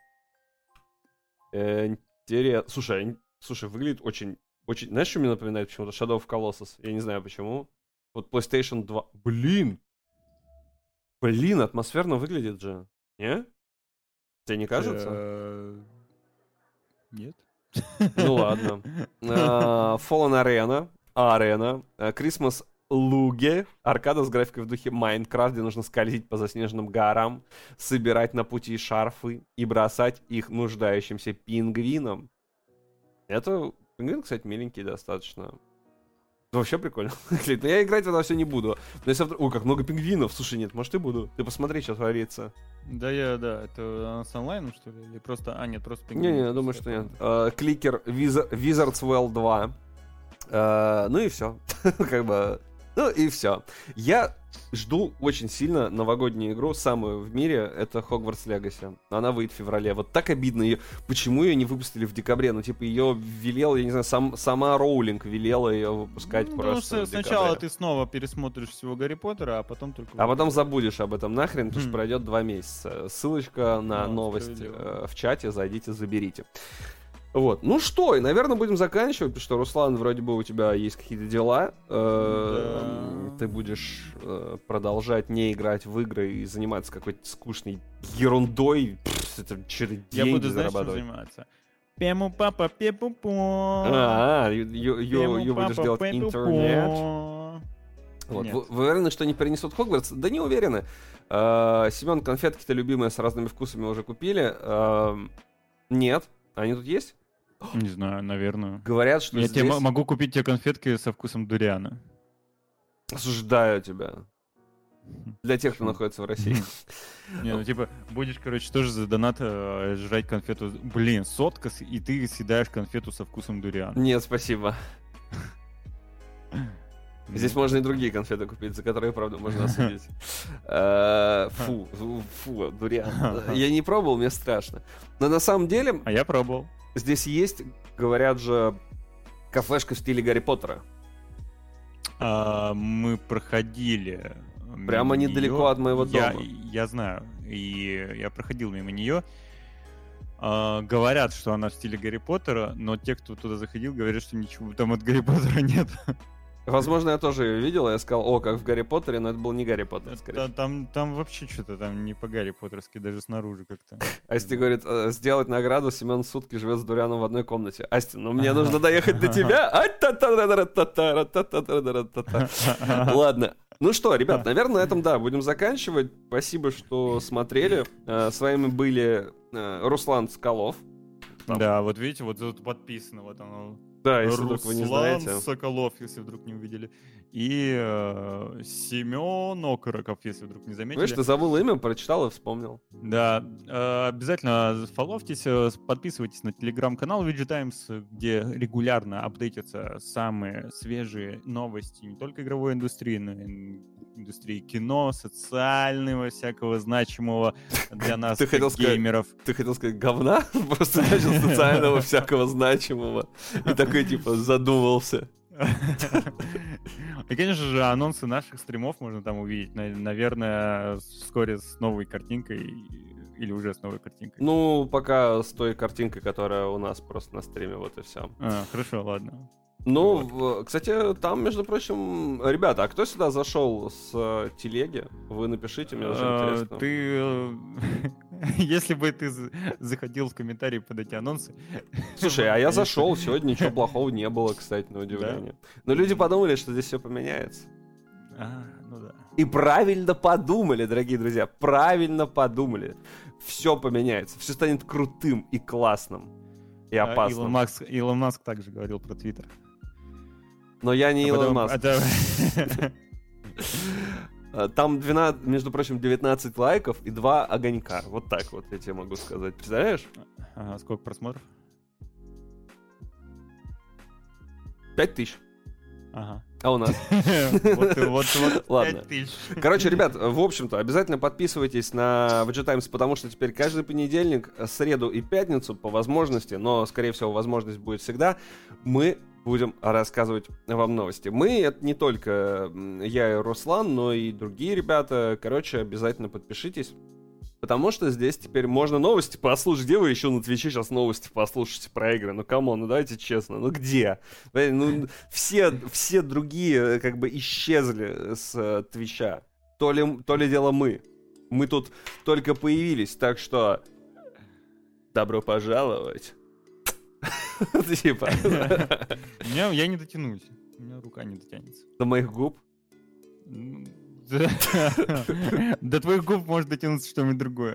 Э, Интересно. Слушай, слушай, выглядит очень, очень... Знаешь, что мне напоминает почему-то? Shadow of Colossus. Я не знаю почему. Вот PlayStation два. Блин! Блин, атмосферно выглядит же. Не? Тебе не кажется? Нет. Ну ладно. Fallen Arena. Arena. Christmas Luge. Аркада с графикой в духе Minecraft, где нужно скользить по заснеженным горам, собирать на пути шарфы и бросать их нуждающимся пингвинам. Это... Пингвин, кстати, миленький достаточно. Вообще прикольно. Но я играть в это все не буду. Но если... Ой, как много пингвинов. Слушай, нет, может и буду. Ты посмотри, что творится. Да, я, да. Это с онлайном, что ли? Или просто... А, нет, просто пингвины. Не-не, думаю, что нет. Кликер Wizards Well два. Uh, ну и все. Как бы. Ну и все. Я жду очень сильно новогоднюю игру, самую в мире, это Hogwarts Legacy. Она выйдет в феврале. Вот так обидно ее. Почему ее не выпустили в декабре? Ну, типа, ее велела, я не знаю, сам, сама Роулинг велела ее выпускать ну, просто ну, в сначала ты снова пересмотришь всего Гарри Поттера, а потом только... А потом забудешь об этом нахрен, потому что пройдет два месяца. Ссылочка на ну, новость э, в чате, зайдите, заберите. Вот. Ну что, и, наверное, будем заканчивать, потому что, Руслан, вроде бы у тебя есть какие-то дела. Да. Ты будешь продолжать не играть в игры и заниматься какой-то скучной ерундой. Это через деньги Я буду, зарабатывать. Знаешь, чем заниматься? Пему папа пепу-пу. А, you будешь делать интернет. Вот. Вы, вы уверены, что не перенесут Хогвартс? Да не уверены. Семен, конфетки-то любимые с разными вкусами уже купили. Нет. Они тут есть? Не знаю, наверное. Говорят, что Я здесь... тебе могу купить тебе конфетки со вкусом дуриана. Осуждаю тебя. Для тех, кто находится в России. Не, ну типа, будешь, короче, тоже за донат э, жрать конфету. Блин, сотка, и ты съедаешь конфету со вкусом дуриана. Нет, спасибо. Здесь можно и другие конфеты купить, за которые, правда, можно осудить. Фу, фу, дуриан. Я не пробовал, мне страшно. Но на самом деле... А я пробовал. Здесь есть, говорят же, кафешка в стиле Гарри Поттера. А, мы проходили. Прямо недалеко от моего дома. Я, я знаю. И я проходил мимо нее. э, говорят, что она в стиле Гарри Поттера, но те, кто туда заходил, говорят, что ничего там от Гарри Поттера нет. Возможно, я тоже ее видел, я сказал, о, как в Гарри Поттере, но это был не Гарри Поттер, скорее. Там, там, там вообще что-то там не по Гарри Поттерски, даже снаружи как-то. Асти говорит, сделать награду, Семен сутки живет с Дурианом в одной комнате. Асти, ну мне нужно доехать до тебя. Ладно. Ну что, ребят, наверное, на этом, да, будем заканчивать. Спасибо, что смотрели. С вами были Руслан Соколов. Да, вот видите, вот тут подписано, вот оно. Да, если вдруг вы не знаете. Руслан Соколов, если вдруг не увидели. И э, Семен Окороков, если вдруг не заметили. Видишь, ты забыл имя, прочитал и вспомнил. Да, э, обязательно фолловьтесь, подписывайтесь на телеграм-канал ви джи Times, где регулярно апдейтятся самые свежие новости не только игровой индустрии, но и индустрии кино, социального, всякого значимого для нас, ты как геймеров. Сказать, ты хотел сказать говна? Просто начал социального, всякого значимого. И такой, типа, задумался. И, конечно же, анонсы наших стримов можно там увидеть. Наверное, вскоре с новой картинкой или уже с новой картинкой. Ну, пока с той картинкой, которая у нас просто на стриме, вот и все. А, хорошо, ладно. Ну, вот. Кстати, там, между прочим, ребята, а кто сюда зашел с э, телеги? Вы напишите, мне даже интересно. Ты, если бы ты заходил в комментарии под эти анонсы... Слушай, а я зашел, сегодня ничего плохого не было, кстати, на удивление. Но люди подумали, что здесь все поменяется. А, ну да. И правильно подумали, дорогие друзья, правильно подумали. Все поменяется, все станет крутым и классным. И опасным. Илон Маск, Илон Маск также говорил про Твиттер. Но я не а Илон потом, Маск. Это... Там, двенадцать, между прочим, девятнадцать лайков и два огонька. Вот так вот я тебе могу сказать. Представляешь? Ага, сколько просмотров? Пять тысяч. Ага. А у нас? Вот, вот, вот. Ладно. Короче, ребят, в общем-то, обязательно подписывайтесь на ви джи Times, потому что теперь каждый понедельник, среду и пятницу, по возможности, но, скорее всего, возможность будет всегда, мы будем рассказывать вам новости. Мы, это не только я и Руслан, но и другие ребята. Короче, обязательно подпишитесь. Потому что здесь теперь можно новости послушать. Где вы еще на Твиче сейчас новости послушаете про игры? Ну, камон, ну давайте честно. Ну, где? Ну, все, все другие как бы исчезли с Твича. То ли, то ли дело мы. Мы тут только появились, так что добро пожаловать. Типа. Я не дотянусь. У меня рука не дотянется. До моих губ? До твоих губ может дотянуться что-нибудь другое.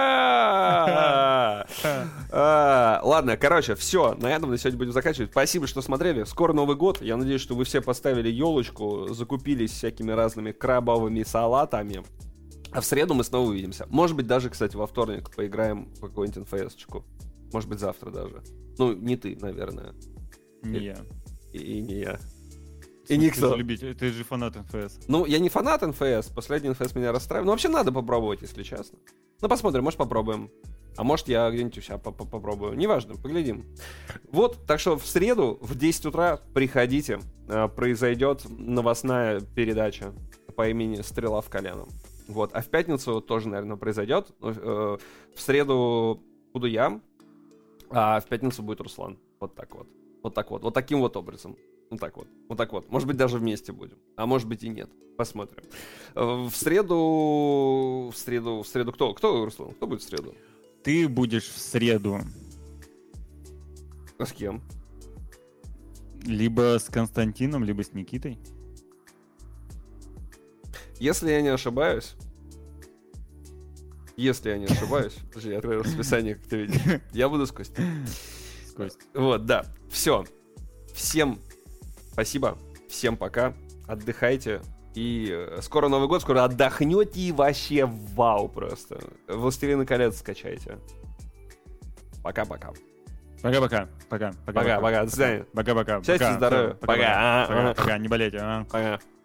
Ладно, короче, все. На этом на сегодня будем заканчивать. Спасибо, что смотрели. Скоро Новый год. Я надеюсь, что вы все поставили елочку, закупились всякими разными крабовыми салатами. А в среду мы снова увидимся. Может быть, даже, кстати, во вторник поиграем в какую-нибудь эн эф эс-очку. Может быть, завтра даже. Ну, не ты, наверное. Не я. И не я. И никто. Ты же, ты же фанат эн эф эс. Ну, я не фанат эн эф эс. Последний эн эф эс меня расстраивает. Ну, вообще надо попробовать, если честно. Ну, посмотрим, может, попробуем. А может, я где-нибудь у себя попробую. Неважно, поглядим. Вот, так что в среду в десять утра приходите. Произойдет новостная передача по имени «Стрела в колено». Вот. А в пятницу тоже, наверное, произойдет. В среду буду я, а в пятницу будет Руслан. Вот так вот. Вот так вот. Вот таким вот образом. Вот так вот. Вот так вот. Может быть, даже вместе будем. А может быть и нет. Посмотрим. В среду... В среду... В среду кто? Кто, Руслан? Кто будет в среду? Ты будешь в среду. А с кем? Либо с Константином, либо с Никитой. Если я не ошибаюсь... Если я не ошибаюсь... Подожди, я открою расписание, как ты видишь. Я буду с Костей. С Костей. Вот, да. Все. Всем спасибо. Всем пока. Отдыхайте. И скоро Новый год, скоро отдохнете и вообще вау просто. «Властелина колец» скачайте. Пока-пока. Пока-пока. Пока. Пока-пока. До свидания. Пока-пока. Счастья, здоровья. Пока. Пока. Пока. Не болейте. Пока.